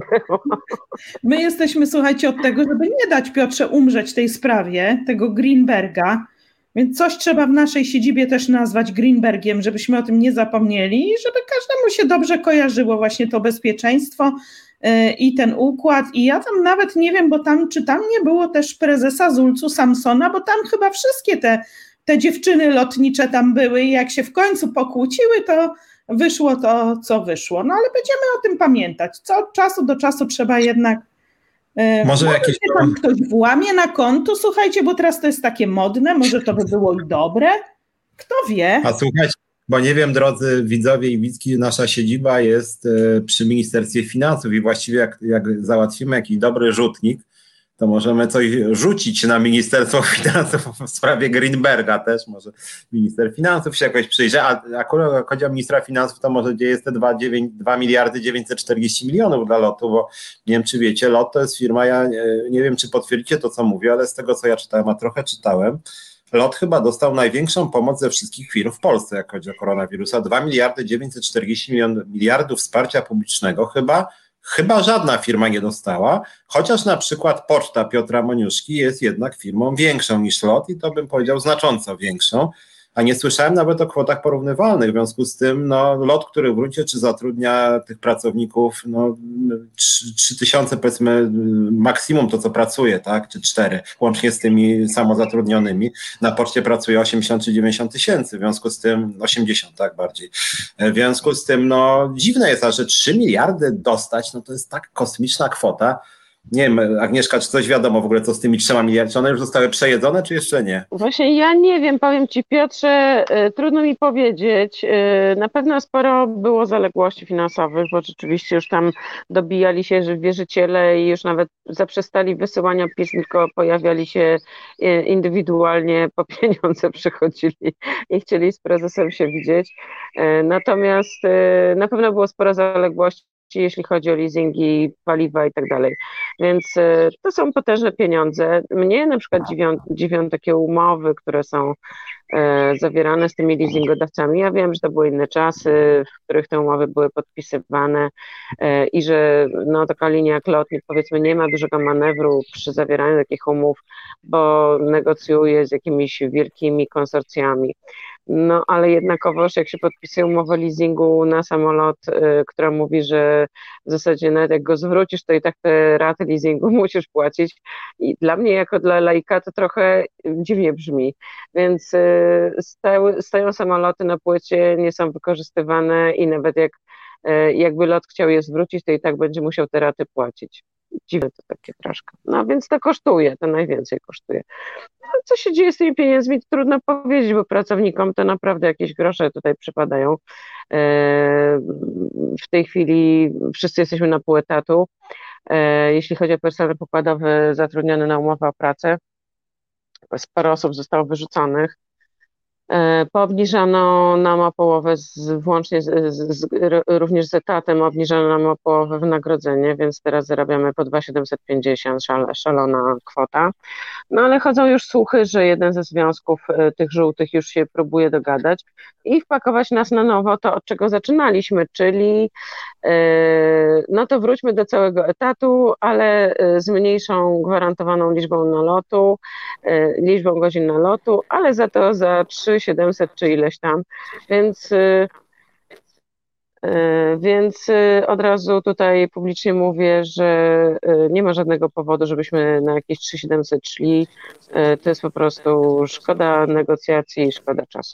my jesteśmy, słuchajcie, od tego, żeby nie dać Piotrze umrzeć tej sprawie, tego Greenberga, więc coś trzeba w naszej siedzibie też nazwać Greenbergiem, żebyśmy o tym nie zapomnieli i żeby każdemu się dobrze kojarzyło właśnie to bezpieczeństwo yy, i ten układ. I ja tam nawet nie wiem, bo tam, czy tam nie było też prezesa Zulcu Samsona, bo tam chyba wszystkie te, te dziewczyny lotnicze tam były i jak się w końcu pokłóciły, to wyszło to, co wyszło. No ale będziemy o tym pamiętać. Co od czasu do czasu trzeba jednak... Może, może jakieś... tam ktoś włamie na konto, słuchajcie, bo teraz to jest takie modne, może to by było i dobre. Kto wie? A słuchajcie, bo nie wiem, drodzy widzowie i widzki, nasza siedziba jest przy Ministerstwie Finansów i właściwie jak, jak załatwimy jakiś dobry rzutnik, to możemy coś rzucić na Ministerstwo Finansów w sprawie Greenberga też, może minister finansów się jakoś przyjrzy, a akurat jak chodzi o ministra finansów, to może gdzie jest te dwa miliardy dziewięćset czterdzieści milionów dla Lotu, bo nie wiem, czy wiecie, Lot to jest firma, ja nie wiem, czy potwierdzicie to, co mówię, ale z tego, co ja czytałem, a trochę czytałem, Lot chyba dostał największą pomoc ze wszystkich firm w Polsce, jak chodzi o koronawirusa, dwa miliardy dziewięćset czterdzieści miliardów wsparcia publicznego, chyba Chyba żadna firma nie dostała, chociaż na przykład Poczta Piotra Moniuszki jest jednak firmą większą niż Lot i to bym powiedział znacząco większą, a nie słyszałem nawet o kwotach porównywalnych, w związku z tym no, Lot, który w gruncie czy zatrudnia tych pracowników no, trzy tysiące powiedzmy maksimum to co pracuje, tak, czy cztery, łącznie z tymi samozatrudnionymi, na Poczcie pracuje osiemdziesiąt czy dziewięćdziesiąt tysięcy, w związku z tym osiemdziesiąt tak bardziej, w związku z tym no dziwne jest, a że trzy miliardy dostać, no to jest tak kosmiczna kwota. Nie wiem, Agnieszka, czy coś wiadomo w ogóle, co z tymi trzema miliardami? Czy one już zostały przejedzone, czy jeszcze nie? Właśnie ja nie wiem, powiem Ci, Piotrze, y, trudno mi powiedzieć. Y, Na pewno sporo było zaległości finansowych, bo rzeczywiście już tam dobijali się że wierzyciele i już nawet zaprzestali wysyłania pism, tylko pojawiali się y, indywidualnie po pieniądze, przychodzili i chcieli z prezesem się widzieć. Y, Natomiast y, na pewno było sporo zaległości, jeśli chodzi o leasingi, paliwa i tak dalej. Więc y, to są potężne pieniądze. Mnie na przykład dziwią, dziwią takie umowy, które są e, zawierane z tymi leasingodawcami. Ja wiem, że to były inne czasy, w których te umowy były podpisywane e, i że no, taka linia jak lotnik, powiedzmy, nie ma dużego manewru przy zawieraniu takich umów, bo negocjuje z jakimiś wielkimi konsorcjami. No ale jednakowoż jak się podpisuje umowę leasingu na samolot, y, która mówi, że w zasadzie nawet jak go zwrócisz, to i tak te raty leasingu musisz płacić i dla mnie jako dla laika to trochę dziwnie brzmi, więc y, stały, stoją samoloty na płycie, nie są wykorzystywane i nawet jak y, jakby lot chciał je zwrócić, to i tak będzie musiał te raty płacić. Dziwne to takie troszkę. No więc to kosztuje, to najwięcej kosztuje. No, co się dzieje z tymi pieniędzmi, to trudno powiedzieć, bo pracownikom to naprawdę jakieś grosze tutaj przypadają. W tej chwili wszyscy jesteśmy na pół etatu. Jeśli chodzi o personel pokładowy zatrudniony na umowę o pracę, sporo osób zostało wyrzuconych. Poobniżano nam o połowę, z, włącznie z, z, również z etatem, obniżano nam o połowę wynagrodzenie, więc teraz zarabiamy po dwa tysiące siedemset pięćdziesiąt, szal, szalona kwota. No ale chodzą już słuchy, że jeden ze związków tych żółtych już się próbuje dogadać i wpakować nas na nowo to, od czego zaczynaliśmy, czyli yy, no to wróćmy do całego etatu, ale z mniejszą gwarantowaną liczbą nalotu, yy, liczbą godzin nalotu, ale za to za trzy tysiące siedemset czy ileś tam, więc, yy, yy, więc yy, od razu tutaj publicznie mówię, że yy, nie ma żadnego powodu, żebyśmy na jakieś trzy tysiące siedemset szli, yy, to jest po prostu szkoda negocjacji, szkoda czasu.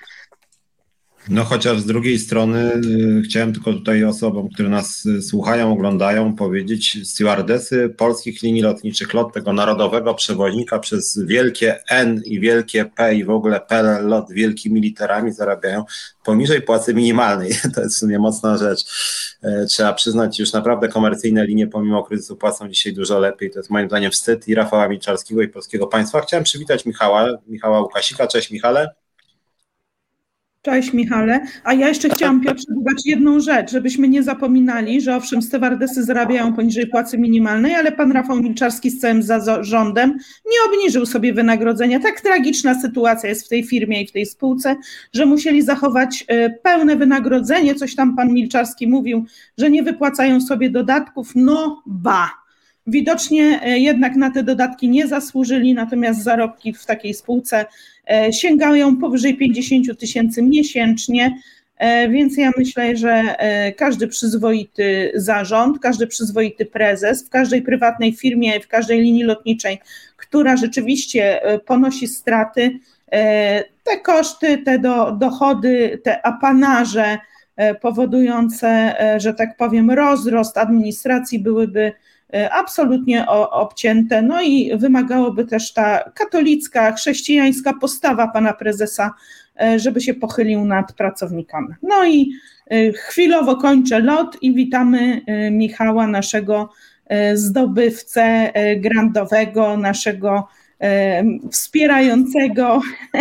No chociaż z drugiej strony y, chciałem tylko tutaj osobom, które nas y, słuchają, oglądają, powiedzieć, stewardesy polskich linii lotniczych, lot tego narodowego przewoźnika przez wielkie N i wielkie P i w ogóle P L L lot wielkimi literami zarabiają poniżej płacy minimalnej. To jest w sumie mocna rzecz. Y, trzeba przyznać, już naprawdę komercyjne linie pomimo kryzysu płacą dzisiaj dużo lepiej. To jest moim zdaniem wstyd i Rafała Milczarskiego i Polskiego Państwa. Chciałem przywitać Michała, Michała Łukasika. Cześć Michale. Cześć Michale, a ja jeszcze chciałam, Piotrze, dodać jedną rzecz, żebyśmy nie zapominali, że owszem, stewardesy zarabiają poniżej płacy minimalnej, ale pan Rafał Milczarski z całym zarządem nie obniżył sobie wynagrodzenia. Tak tragiczna sytuacja jest w tej firmie i w tej spółce, że musieli zachować pełne wynagrodzenie, coś tam pan Milczarski mówił, że nie wypłacają sobie dodatków, no ba. Widocznie jednak na te dodatki nie zasłużyli, natomiast zarobki w takiej spółce sięgają powyżej pięćdziesiąt tysięcy miesięcznie, więc ja myślę, że każdy przyzwoity zarząd, każdy przyzwoity prezes w każdej prywatnej firmie, w każdej linii lotniczej, która rzeczywiście ponosi straty, te koszty, te do, dochody, te apanaże powodujące, że tak powiem, rozrost administracji byłyby absolutnie obcięte, no i wymagałoby też ta katolicka, chrześcijańska postawa pana prezesa, żeby się pochylił nad pracownikami. No i chwilowo kończę lot i witamy Michała, naszego zdobywcę grantowego, naszego wspierającego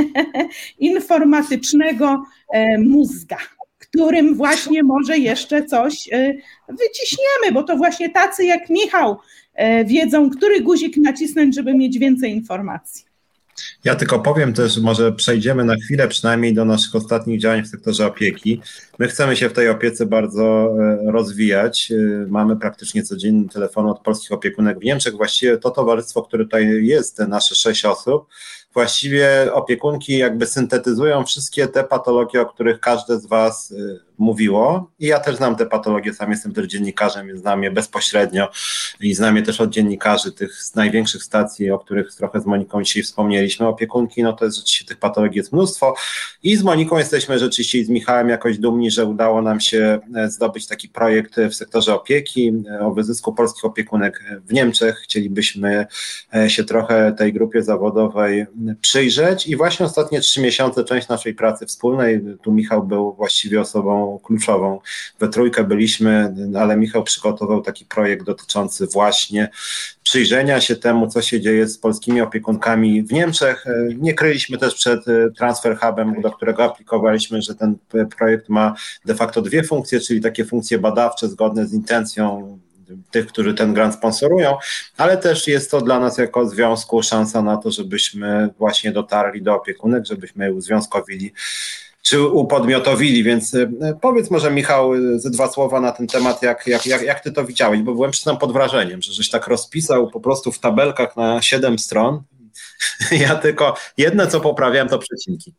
informatycznego mózga, którym właśnie może jeszcze coś wyciśniemy, bo to właśnie tacy jak Michał wiedzą, który guzik nacisnąć, żeby mieć więcej informacji. Ja tylko powiem też, może przejdziemy na chwilę przynajmniej do naszych ostatnich działań w sektorze opieki. My chcemy się w tej opiece bardzo rozwijać. Mamy praktycznie codziennie telefon od polskich opiekunek w Niemczech. Właściwie to towarzystwo, które tutaj jest, te nasze sześć osób, właściwie opiekunki jakby syntetyzują wszystkie te patologie, o których każde z Was mówiło. I ja też znam te patologie, sam jestem też dziennikarzem, więc znam je bezpośrednio i znam je też od dziennikarzy tych z największych stacji, o których trochę z Moniką dzisiaj wspomnieliśmy, opiekunki, no to jest rzeczywiście tych patologii jest mnóstwo i z Moniką jesteśmy rzeczywiście i z Michałem jakoś dumni, że udało nam się zdobyć taki projekt w sektorze opieki o wyzysku polskich opiekunek w Niemczech. Chcielibyśmy się trochę tej grupie zawodowej przyjrzeć i właśnie ostatnie trzy miesiące część naszej pracy wspólnej, tu Michał był właściwie osobą kluczową, we trójkę byliśmy, ale Michał przygotował taki projekt dotyczący właśnie przyjrzenia się temu, co się dzieje z polskimi opiekunkami w Niemczech. Nie kryliśmy też przed Transfer Hubem, do którego aplikowaliśmy, że ten projekt ma de facto dwie funkcje, czyli takie funkcje badawcze zgodne z intencją tych, którzy ten grant sponsorują, ale też jest to dla nas jako związku szansa na to, żebyśmy właśnie dotarli do opiekunek, żebyśmy je uzwiązkowili czy upodmiotowili, więc powiedz może Michał ze dwa słowa na ten temat, jak, jak, jak, jak ty to widziałeś, bo byłem przyznam pod wrażeniem, że żeś tak rozpisał po prostu w tabelkach na siedem stron, ja tylko jedno co poprawiałem to przecinki.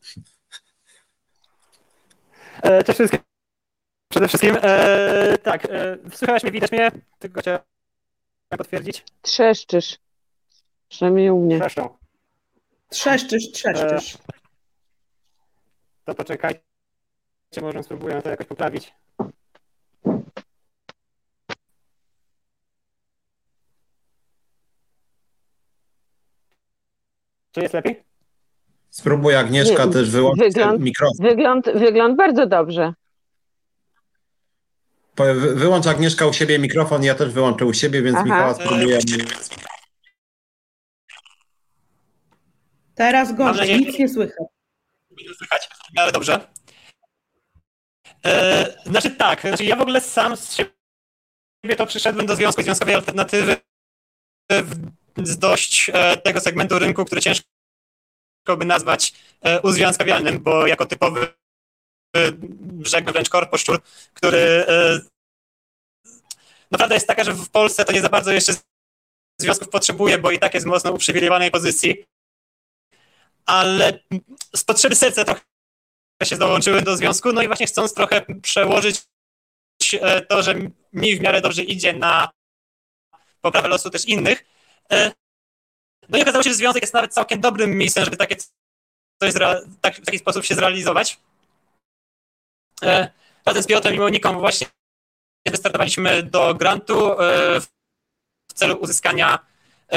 Cześć wszystkim. Przede wszystkim, e, tak, e, słychać mnie, widać mnie, tylko chciałem potwierdzić. Trzeszczysz, przynajmniej u mnie. Zresztą. Trzeszczysz, trzeszczysz. E, to poczekajcie, może spróbuję to jakoś poprawić. Czy jest lepiej? Spróbuj Agnieszka Nie, też wyłączyć wygląd, mikrofon. Wygląd, wygląd bardzo dobrze. Wyłącz Agnieszka u siebie mikrofon, ja też wyłączę u siebie, więc Aha. Michała spróbuję. Teraz gorzej, nic nie słychać. Słychać, ale dobrze. E, znaczy tak, znaczy ja w ogóle sam z siebie to przyszedłem do Związku Związkowej Alternatywy z dość e, tego segmentu rynku, który ciężko by nazwać e, uzwiązkawialnym, bo jako typowy rzekłbym wręcz korposzczur, który e, no prawda jest taka, że w Polsce to nie za bardzo jeszcze związków potrzebuje, bo i tak jest mocno uprzywilejowanej pozycji, ale z potrzeby serca trochę się dołączyłem do związku, no i właśnie chcąc trochę przełożyć to, że mi w miarę dobrze idzie na poprawę losu też innych, no i okazało się, że związek jest nawet całkiem dobrym miejscem, żeby takie coś tak, w taki sposób się zrealizować. Razem z Piotrem i Moniką właśnie wystartowaliśmy do grantu w celu uzyskania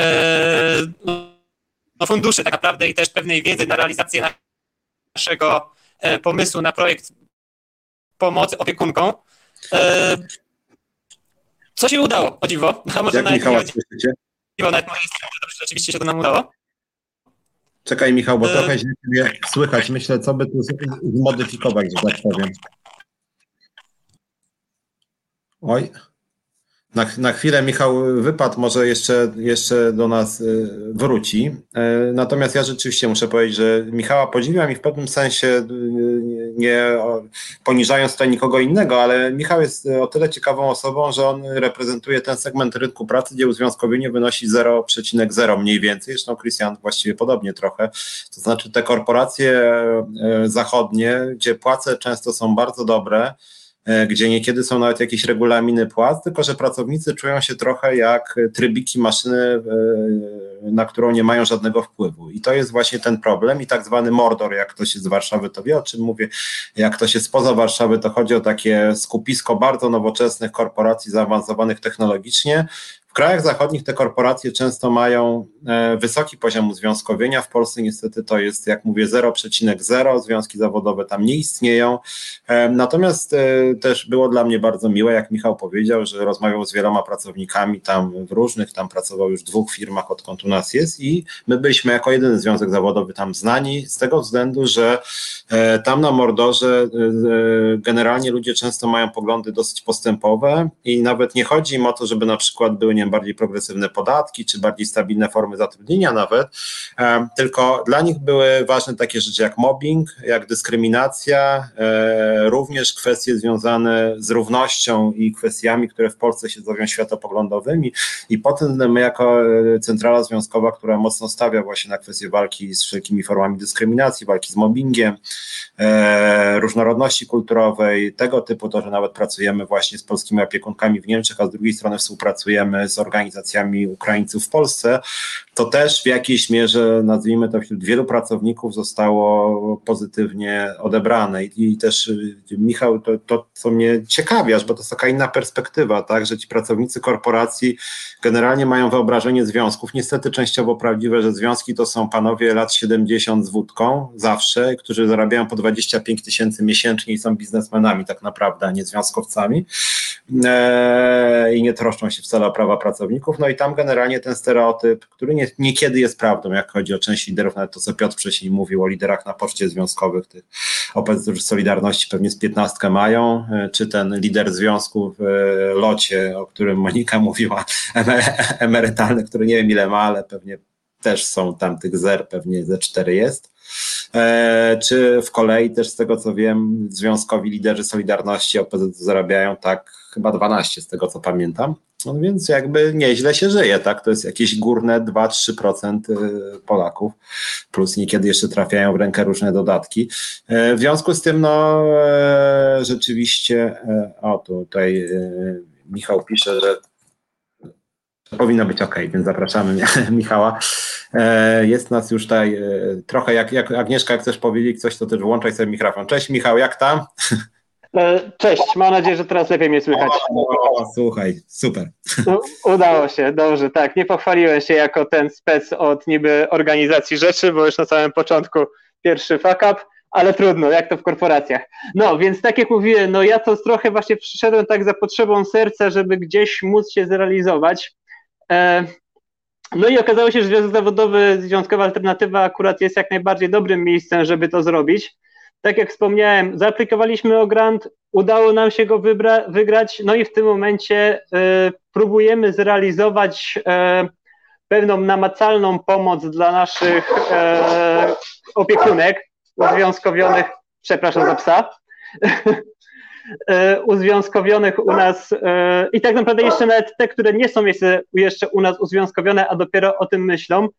no, funduszy tak naprawdę i też pewnej wiedzy na realizację naszego pomysłu na projekt pomocy opiekunkom. Co się udało, o dziwo. A może Jak nawet Michała nie o dziwo, nawet moje strony, dobrze, rzeczywiście się to nam udało. Czekaj Michał, bo trochę źle ciebie słychać. Myślę, co by tu zmodyfikować, że tak powiem. Oj. Na, na chwilę Michał wypadł, może jeszcze, jeszcze do nas wróci. Natomiast ja rzeczywiście muszę powiedzieć, że Michała podziwiam i w pewnym sensie nie poniżając tutaj nikogo innego, ale Michał jest o tyle ciekawą osobą, że on reprezentuje ten segment rynku pracy, gdzie uzwiązkowienie wynosi zero przecinek zero mniej więcej. Zresztą Christian właściwie podobnie trochę. To znaczy te korporacje zachodnie, gdzie płace często są bardzo dobre, gdzie niekiedy są nawet jakieś regulaminy płac, tylko że pracownicy czują się trochę jak trybiki maszyny, na którą nie mają żadnego wpływu. I to jest właśnie ten problem i tak zwany mordor, jak ktoś z Warszawy to wie, o czym mówię, jak ktoś jest spoza Warszawy, to chodzi o takie skupisko bardzo nowoczesnych korporacji zaawansowanych technologicznie. W krajach zachodnich te korporacje często mają wysoki poziom uzwiązkowienia, w Polsce niestety to jest, jak mówię, zero przecinek zero, związki zawodowe tam nie istnieją, natomiast też było dla mnie bardzo miłe, jak Michał powiedział, że rozmawiał z wieloma pracownikami tam w różnych, tam pracował już w dwóch firmach, odkąd u nas jest i my byliśmy jako jedyny związek zawodowy tam znani z tego względu, że tam na Mordorze generalnie ludzie często mają poglądy dosyć postępowe i nawet nie chodzi im o to, żeby na przykład były nie wiem, bardziej progresywne podatki, czy bardziej stabilne formy zatrudnienia nawet, tylko dla nich były ważne takie rzeczy jak mobbing, jak dyskryminacja, również kwestie związane z równością i kwestiami, które w Polsce się zowią światopoglądowymi i potem my jako centrala związkowa, która mocno stawia właśnie na kwestię walki z wszelkimi formami dyskryminacji, walki z mobbingiem, różnorodności kulturowej, tego typu, to, że nawet pracujemy właśnie z polskimi opiekunkami w Niemczech, a z drugiej strony współpracujemy z organizacjami Ukraińców w Polsce, to też w jakiejś mierze, nazwijmy to, wśród wielu pracowników zostało pozytywnie odebrane. I, i też, Michał, to, to co mnie ciekawiasz, bo to jest taka inna perspektywa, tak, że ci pracownicy korporacji generalnie mają wyobrażenie związków, niestety częściowo prawdziwe, że związki to są panowie lat siedemdziesiąt z wódką, zawsze, którzy zarabiają po dwadzieścia pięć tysięcy miesięcznie i są biznesmenami tak naprawdę, a nie związkowcami eee, i nie troszczą się wcale o prawa pracowników, no i tam generalnie ten stereotyp, który nie, niekiedy jest prawdą, jak chodzi o część liderów, nawet to, co Piotr wcześniej mówił o liderach na poczcie związkowych, tych opozytorów Solidarności pewnie z piętnastkę mają, czy ten lider związku w locie, o którym Monika mówiła, emerytalny, który nie wiem ile ma, ale pewnie też są tam tych zer, pewnie ze cztery jest. E, czy w kolei też z tego co wiem, związkowi liderzy Solidarności O P Z zarabiają tak chyba dwanaście z tego co pamiętam, no więc jakby nieźle się żyje, tak, to jest jakieś górne dwa do trzech procent Polaków, plus niekiedy jeszcze trafiają w rękę różne dodatki. E, w związku z tym no e, rzeczywiście, e, o tutaj e, Michał pisze, że powinno być ok, więc zapraszamy Michała. Jest nas już tutaj trochę, jak, jak Agnieszka, jak chcesz powiedzieć coś, to też włączaj sobie mikrofon. Cześć Michał, jak tam? Cześć, mam nadzieję, że teraz lepiej mnie słychać. O, słuchaj, super. Udało się, dobrze, tak, nie pochwaliłem się jako ten spec od niby organizacji rzeczy, bo już na samym początku pierwszy fuck up, ale trudno, jak to w korporacjach. No, więc tak jak mówiłem, no ja to trochę właśnie przyszedłem tak za potrzebą serca, żeby gdzieś móc się zrealizować. No i okazało się, że Związek Zawodowy, Związkowa Alternatywa akurat jest jak najbardziej dobrym miejscem, żeby to zrobić. Tak jak wspomniałem, zaaplikowaliśmy o grant, udało nam się go wybra- wygrać, no i w tym momencie y, próbujemy zrealizować y, pewną namacalną pomoc dla naszych y, opiekunek uzwiązkowionych, przepraszam za psa, uzwiązkowionych u nas i tak naprawdę jeszcze nawet te, które nie są jeszcze, jeszcze u nas uzwiązkowione, a dopiero o tym myślą.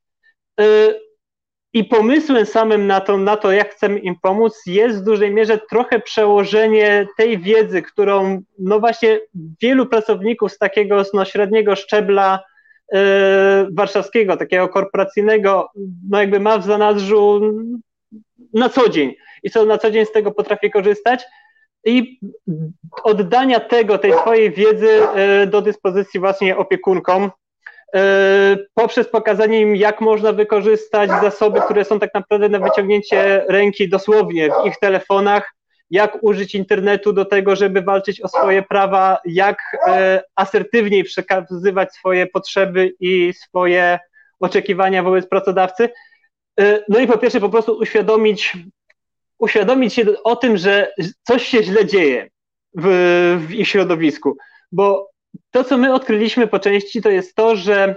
I pomysłem samym na to, na to, jak chcemy im pomóc, jest w dużej mierze trochę przełożenie tej wiedzy, którą no właśnie wielu pracowników z takiego no, średniego szczebla yy, warszawskiego, takiego korporacyjnego, no jakby ma w zanadrzu na co dzień i co na co dzień z tego potrafi korzystać i oddania tego, tej swojej wiedzy yy, do dyspozycji właśnie opiekunkom, poprzez pokazanie im, jak można wykorzystać zasoby, które są tak naprawdę na wyciągnięcie ręki dosłownie w ich telefonach, jak użyć internetu do tego, żeby walczyć o swoje prawa, jak asertywniej przekazywać swoje potrzeby i swoje oczekiwania wobec pracodawcy. No i po pierwsze po prostu uświadomić, uświadomić się o tym, że coś się źle dzieje w, w ich środowisku, bo to, co my odkryliśmy po części, to jest to, że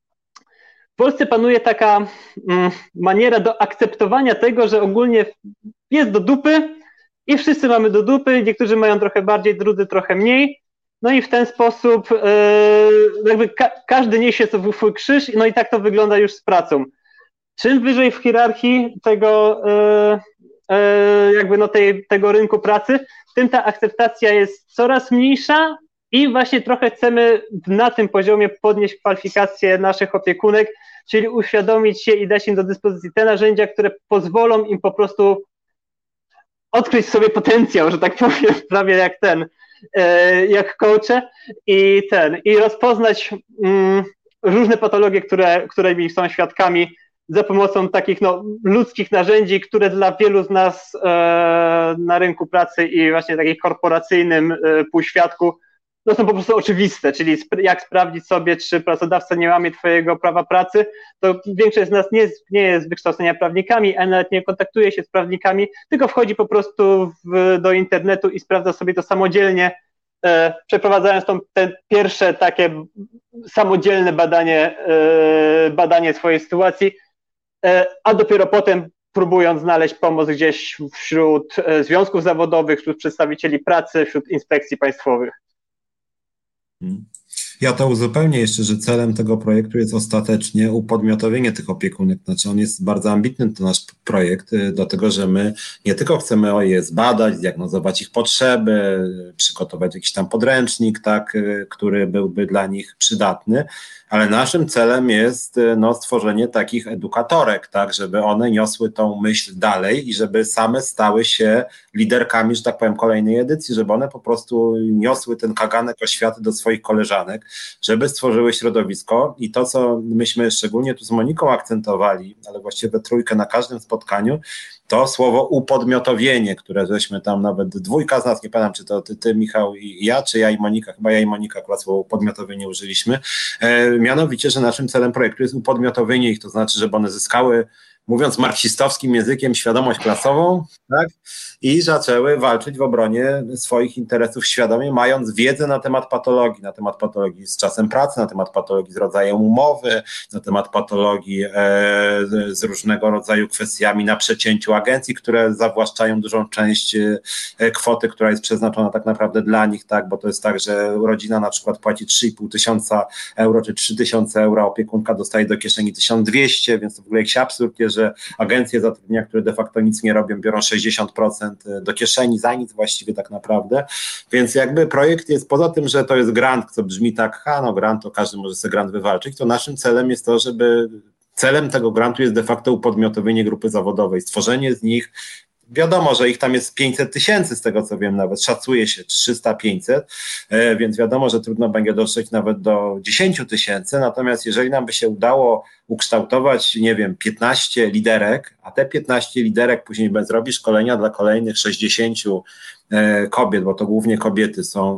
w Polsce panuje taka mm, maniera do akceptowania tego, że ogólnie jest do dupy i wszyscy mamy do dupy, niektórzy mają trochę bardziej, drudzy trochę mniej, no i w ten sposób yy, jakby ka- każdy niesie swój krzyż, no i tak to wygląda już z pracą. Czym wyżej w hierarchii tego, yy, yy, jakby no tej, tego rynku pracy, tym ta akceptacja jest coraz mniejsza, i właśnie trochę chcemy na tym poziomie podnieść kwalifikacje naszych opiekunek, czyli uświadomić się i dać im do dyspozycji te narzędzia, które pozwolą im po prostu odkryć sobie potencjał, że tak powiem, prawie jak ten, jak coache i ten, i rozpoznać mm, różne patologie, które, którymi są świadkami za pomocą takich no, ludzkich narzędzi, które dla wielu z nas e, na rynku pracy i właśnie takim korporacyjnym e, półświadku no są po prostu oczywiste, czyli jak sprawdzić sobie, czy pracodawca nie łamie twojego prawa pracy, to większość z nas nie, nie jest z wykształcenia prawnikami, a nawet nie kontaktuje się z prawnikami, tylko wchodzi po prostu w, do internetu i sprawdza sobie to samodzielnie, e, przeprowadzając tą, te pierwsze takie samodzielne badanie, e, badanie swojej sytuacji, e, a dopiero potem próbując znaleźć pomoc gdzieś wśród e, związków zawodowych, wśród przedstawicieli pracy, wśród inspekcji państwowych. Hmm. Ja to uzupełnię jeszcze, że celem tego projektu jest ostatecznie upodmiotowienie tych opiekunek. Znaczy on jest bardzo ambitny, to nasz projekt, dlatego że my nie tylko chcemy je zbadać, zdiagnozować ich potrzeby, przygotować jakiś tam podręcznik, tak, który byłby dla nich przydatny, ale naszym celem jest no, stworzenie takich edukatorek, tak, żeby one niosły tą myśl dalej i żeby same stały się liderkami, że tak powiem, kolejnej edycji, żeby one po prostu niosły ten kaganek oświaty do swoich koleżanek, żeby stworzyły środowisko i to, co myśmy szczególnie tu z Moniką akcentowali, ale właściwie we trójkę na każdym spotkaniu, to słowo upodmiotowienie, które żeśmy tam nawet dwójka z nas, nie pamiętam, czy to ty, ty Michał i ja, czy ja i Monika, chyba ja i Monika akurat słowo upodmiotowienie użyliśmy, e, mianowicie, że naszym celem projektu jest upodmiotowienie ich, to znaczy, żeby one zyskały, mówiąc marksistowskim językiem, świadomość klasową, tak? I zaczęły walczyć w obronie swoich interesów świadomie, mając wiedzę na temat patologii, na temat patologii z czasem pracy, na temat patologii z rodzajem umowy, na temat patologii e, z różnego rodzaju kwestiami na przecięciu agencji, które zawłaszczają dużą część e, kwoty, która jest przeznaczona tak naprawdę dla nich, tak? Bo to jest tak, że rodzina na przykład płaci trzy i pół tysiąca euro czy trzy tysiące euro, a opiekunka dostaje do kieszeni tysiąc dwieście, więc to w ogóle jakiś absurd jest, że agencje zatrudnienia, które de facto nic nie robią, biorą sześćdziesiąt procent do kieszeni za nic właściwie tak naprawdę, więc jakby projekt jest, poza tym, że to jest grant, co brzmi tak, ha no grant, to każdy może sobie grant wywalczyć, to naszym celem jest to, żeby celem tego grantu jest de facto upodmiotowienie grupy zawodowej, stworzenie z nich. Wiadomo, że ich tam jest pięćset tysięcy, z tego co wiem, nawet szacuje się trzysta pięćset, więc wiadomo, że trudno będzie dotrzeć nawet do dziesięć tysięcy, natomiast jeżeli nam by się udało ukształtować, nie wiem, piętnaście liderek, a te piętnaście liderek później bez robi szkolenia dla kolejnych sześćdziesięciu kobiet, bo to głównie kobiety są,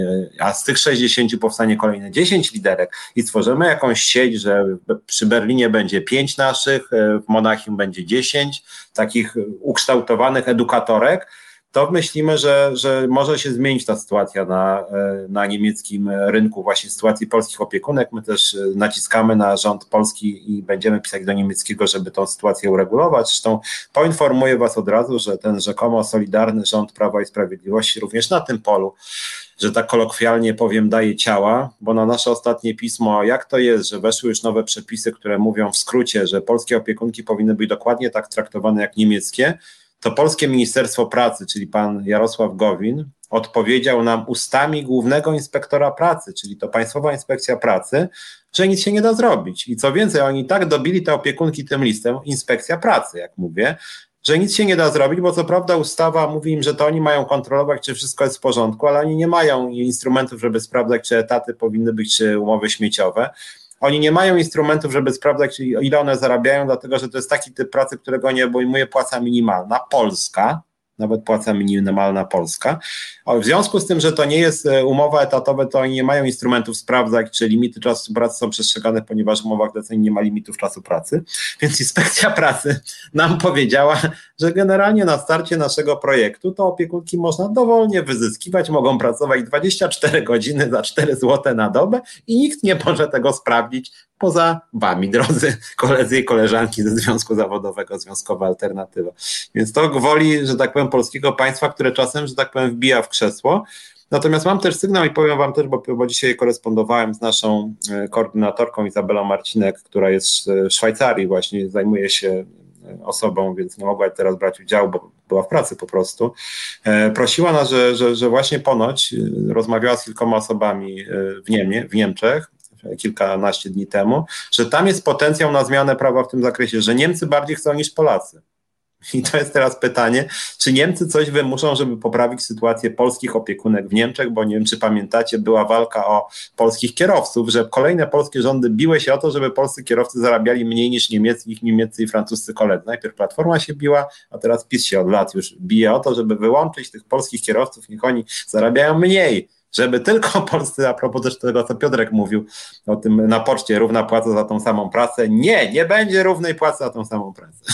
a z tych sześćdziesięciu powstanie kolejne dziesięć liderek i stworzymy jakąś sieć, że przy Berlinie będzie pięć naszych, w Monachium będzie dziesięć takich ukształtowanych edukatorek, to myślimy, że, że może się zmienić ta sytuacja na, na niemieckim rynku, właśnie sytuacji polskich opiekunek. My też naciskamy na rząd polski i będziemy pisać do niemieckiego, żeby tą sytuację uregulować. Zresztą poinformuję was od razu, że ten rzekomo solidarny rząd Prawa i Sprawiedliwości również na tym polu, że tak kolokwialnie powiem, daje ciała, bo na nasze ostatnie pismo, jak to jest, że weszły już nowe przepisy, które mówią w skrócie, że polskie opiekunki powinny być dokładnie tak traktowane jak niemieckie, to polskie Ministerstwo Pracy, czyli pan Jarosław Gowin, odpowiedział nam ustami głównego inspektora pracy, czyli to Państwowa Inspekcja Pracy, że nic się nie da zrobić. I co więcej, oni tak dobili te opiekunki tym listem, Inspekcja Pracy, jak mówię, że nic się nie da zrobić, bo co prawda ustawa mówi im, że to oni mają kontrolować, czy wszystko jest w porządku, ale oni nie mają instrumentów, żeby sprawdzać, czy etaty powinny być, czy umowy śmieciowe. Oni nie mają instrumentów, żeby sprawdzać, ile one zarabiają, dlatego że to jest taki typ pracy, którego nie obejmuje płaca minimalna, polska, nawet płaca minimalna polska. W związku z tym, że to nie jest umowa etatowa, to oni nie mają instrumentów sprawdzać, czy limity czasu pracy są przestrzegane, ponieważ w umowach zleceń nie ma limitów czasu pracy. Więc Inspekcja Pracy nam powiedziała, że generalnie na starcie naszego projektu to opiekunki można dowolnie wyzyskiwać, mogą pracować dwadzieścia cztery godziny za cztery złote na dobę i nikt nie może tego sprawdzić poza wami, drodzy koledzy i koleżanki ze Związku Zawodowego, Związkowa Alternatywa. Więc to gwoli, że tak powiem, polskiego państwa, które czasem, że tak powiem, wbija w krzesło. Natomiast mam też sygnał i powiem wam też, bo, bo dzisiaj korespondowałem z naszą koordynatorką Izabelą Marcinek, która jest w Szwajcarii, właśnie zajmuje się osobą, więc nie mogła teraz brać udziału, bo była w pracy po prostu. Prosiła nas, że, że, że właśnie ponoć rozmawiała z kilkoma osobami w, Niemie, w Niemczech, kilkanaście dni temu, że tam jest potencjał na zmianę prawa w tym zakresie, że Niemcy bardziej chcą niż Polacy. I to jest teraz pytanie, czy Niemcy coś wymuszą, żeby poprawić sytuację polskich opiekunek w Niemczech, bo nie wiem, czy pamiętacie, była walka o polskich kierowców, że kolejne polskie rządy biły się o to, żeby polscy kierowcy zarabiali mniej niż niemieccy, ich niemieccy i francuscy koledzy. Najpierw Platforma się biła, a teraz PiS się od lat już bije o to, żeby wyłączyć tych polskich kierowców, niech oni zarabiają mniej, żeby tylko polscy, a propos też tego, co Piotrek mówił o tym na poczcie, równa płaca za tą samą pracę. Nie, nie będzie równej płacy za tą samą pracę.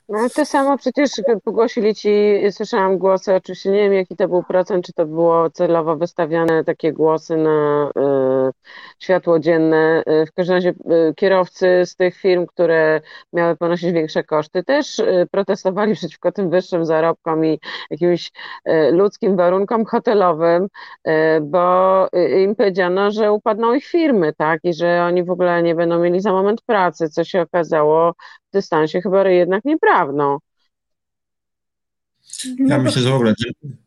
No to samo przecież pogłosili ci, słyszałam głosy, oczywiście nie wiem jaki to był procent, czy to było celowo wystawiane takie głosy na y, światło dzienne. W każdym razie y, kierowcy z tych firm, które miały ponosić większe koszty, też y, protestowali przeciwko tym wyższym zarobkom i jakimś y, ludzkim warunkom hotelowym, y, bo y, im powiedziano, że upadną ich firmy, tak, i że oni w ogóle nie będą mieli za moment pracy, co się okazało w dystansie chyba jednak nieprawdą. Ja myślę, że w ogóle.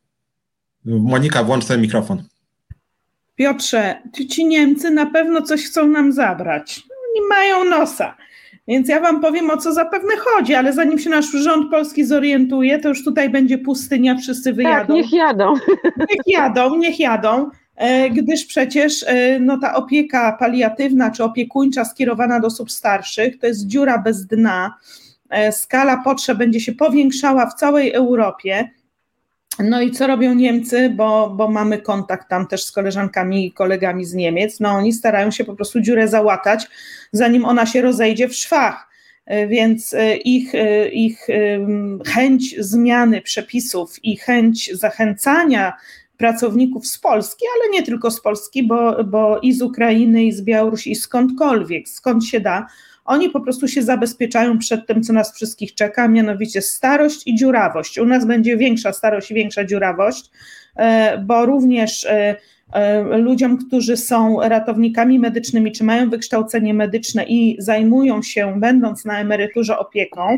Monika, włącz ten mikrofon. Piotrze, ci Niemcy na pewno coś chcą nam zabrać. Oni mają nosa. Więc ja wam powiem, o co zapewne chodzi, ale zanim się nasz rząd polski zorientuje, to już tutaj będzie pustynia, wszyscy wyjadą. Tak, niech jadą. Niech jadą, niech jadą, gdyż przecież no, ta opieka paliatywna czy opiekuńcza skierowana do osób starszych to jest dziura bez dna. Skala potrzeb będzie się powiększała w całej Europie. No i co robią Niemcy, bo, bo mamy kontakt tam też z koleżankami i kolegami z Niemiec, no oni starają się po prostu dziurę załatać, zanim ona się rozejdzie w szwach, więc ich, ich chęć zmiany przepisów i chęć zachęcania pracowników z Polski, ale nie tylko z Polski, bo, bo i z Ukrainy, i z Białorusi, i skądkolwiek, skąd się da, oni po prostu się zabezpieczają przed tym, co nas wszystkich czeka, mianowicie starość i dziurawość. U nas będzie większa starość i większa dziurawość, bo również ludziom, którzy są ratownikami medycznymi, czy mają wykształcenie medyczne i zajmują się, będąc na emeryturze, opieką,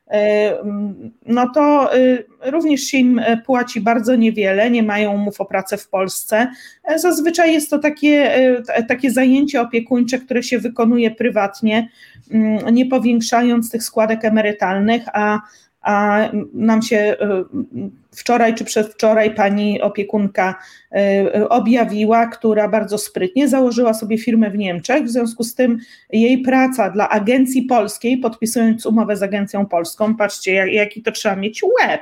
no to również się im płaci bardzo niewiele, nie mają umów o pracę w Polsce. Zazwyczaj jest to takie, takie zajęcie opiekuńcze, które się wykonuje prywatnie, nie powiększając tych składek emerytalnych, a a nam się wczoraj czy przedwczoraj pani opiekunka objawiła, która bardzo sprytnie założyła sobie firmę w Niemczech, w związku z tym jej praca dla agencji polskiej, podpisując umowę z agencją polską, patrzcie jaki to trzeba mieć łeb,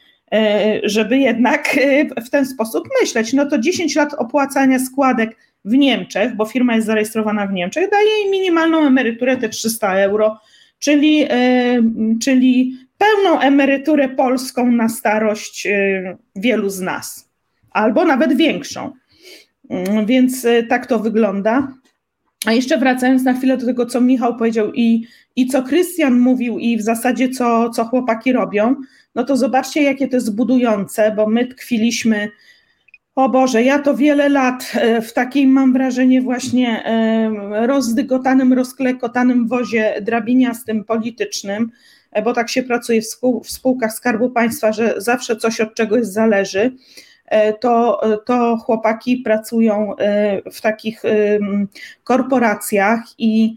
żeby jednak w ten sposób myśleć, no to dziesięć lat opłacania składek w Niemczech, bo firma jest zarejestrowana w Niemczech, daje jej minimalną emeryturę te trzysta euro, czyli, czyli pełną emeryturę polską na starość wielu z nas, albo nawet większą, więc tak to wygląda. A jeszcze wracając na chwilę do tego, co Michał powiedział i, i co Krystian mówił i w zasadzie co, co chłopaki robią, no to zobaczcie, jakie to jest budujące, bo my tkwiliśmy, o Boże, ja to wiele lat w takim, mam wrażenie, właśnie rozdygotanym, rozklekotanym wozie drabiniastym politycznym, bo tak się pracuje w, spół- w spółkach Skarbu Państwa, że zawsze coś od czegoś zależy, to, to chłopaki pracują w takich korporacjach i,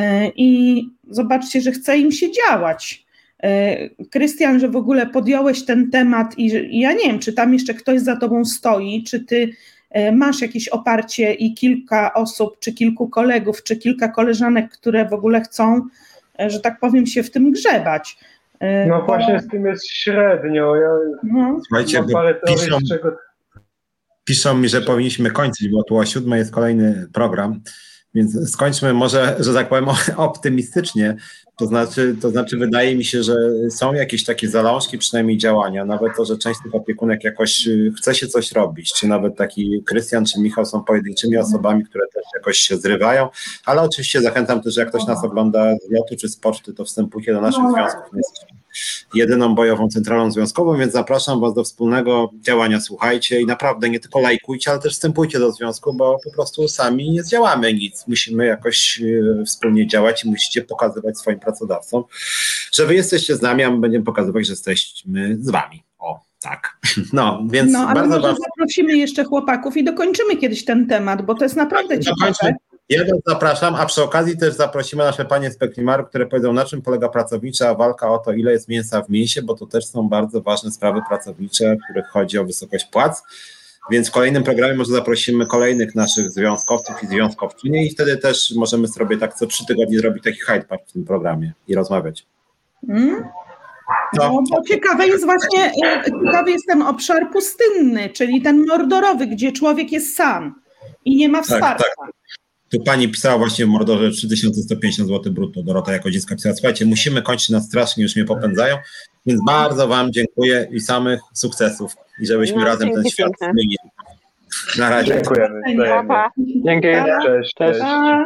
i zobaczcie, że chce im się działać. Krystian, że w ogóle podjąłeś ten temat i, że, i ja nie wiem, czy tam jeszcze ktoś za tobą stoi, czy ty masz jakieś oparcie i kilka osób, czy kilku kolegów, czy kilka koleżanek, które w ogóle chcą, że tak powiem, się w tym grzebać. No bo... właśnie z tym jest średnio. Ja no. Słuchajcie, piszą, czego... piszą mi, że powinniśmy kończyć, bo tu o siódmej jest kolejny program, więc skończmy może, że tak powiem, optymistycznie. To znaczy, to znaczy wydaje mi się, że są jakieś takie zalążki przynajmniej działania, nawet to, że część tych opiekunek jakoś chce się coś robić, czy nawet taki Krystian czy Michał są pojedynczymi osobami, które też jakoś się zrywają, ale oczywiście zachęcam też, że jak ktoś nas ogląda z lotu czy z poczty, to wstępujcie do naszych związków. My jesteśmy jedyną bojową centralą związkową, więc zapraszam was do wspólnego działania, słuchajcie i naprawdę nie tylko lajkujcie, ale też wstępujcie do związku, bo po prostu sami nie zdziałamy nic. Musimy jakoś wspólnie działać i musicie pokazywać swoim pracodawcom, że wy jesteście z nami, a my będziemy pokazywać, że jesteśmy z wami. O, tak. No, więc no, ale bardzo może bardzo... zaprosimy jeszcze chłopaków i dokończymy kiedyś ten temat, bo to jest naprawdę ciekawe. Ja was zapraszam, a przy okazji też zaprosimy nasze panie z Peklimaru, które powiedzą, na czym polega pracownicza walka o to, ile jest mięsa w mięsie, bo to też są bardzo ważne sprawy pracownicze, w których chodzi o wysokość płac. Więc w kolejnym programie może zaprosimy kolejnych naszych związkowców i związkowczynie i wtedy też możemy sobie tak co trzy tygodnie zrobić taki Hyde Park w tym programie i rozmawiać. Hmm? No, bo ciekawe jest właśnie, ciekawy jest ten obszar pustynny, czyli ten mordorowy, gdzie człowiek jest sam i nie ma wsparcia. Tak, tak. Tu pani pisała właśnie w Mordorze trzy tysiące sto pięćdziesiąt złotych brutto. Dorota jako dziecko pisała, słuchajcie, musimy kończyć, nas strasznie już mnie popędzają, więc bardzo wam dziękuję i samych sukcesów i żebyśmy No, razem ten dzięki świat piękne. zmienili. Na razie. Dziękujemy. Pa, wzajemnie. pa. Dzięki. Cześć, cześć.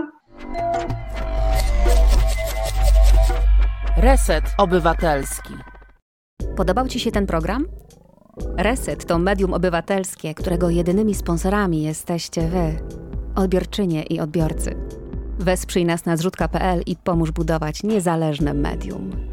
Reset Obywatelski. Podobał Ci się ten program? Reset to medium obywatelskie, którego jedynymi sponsorami jesteście Wy, odbiorczynie i odbiorcy. Wesprzyj nas na zrzutka kropka pe el i pomóż budować niezależne medium.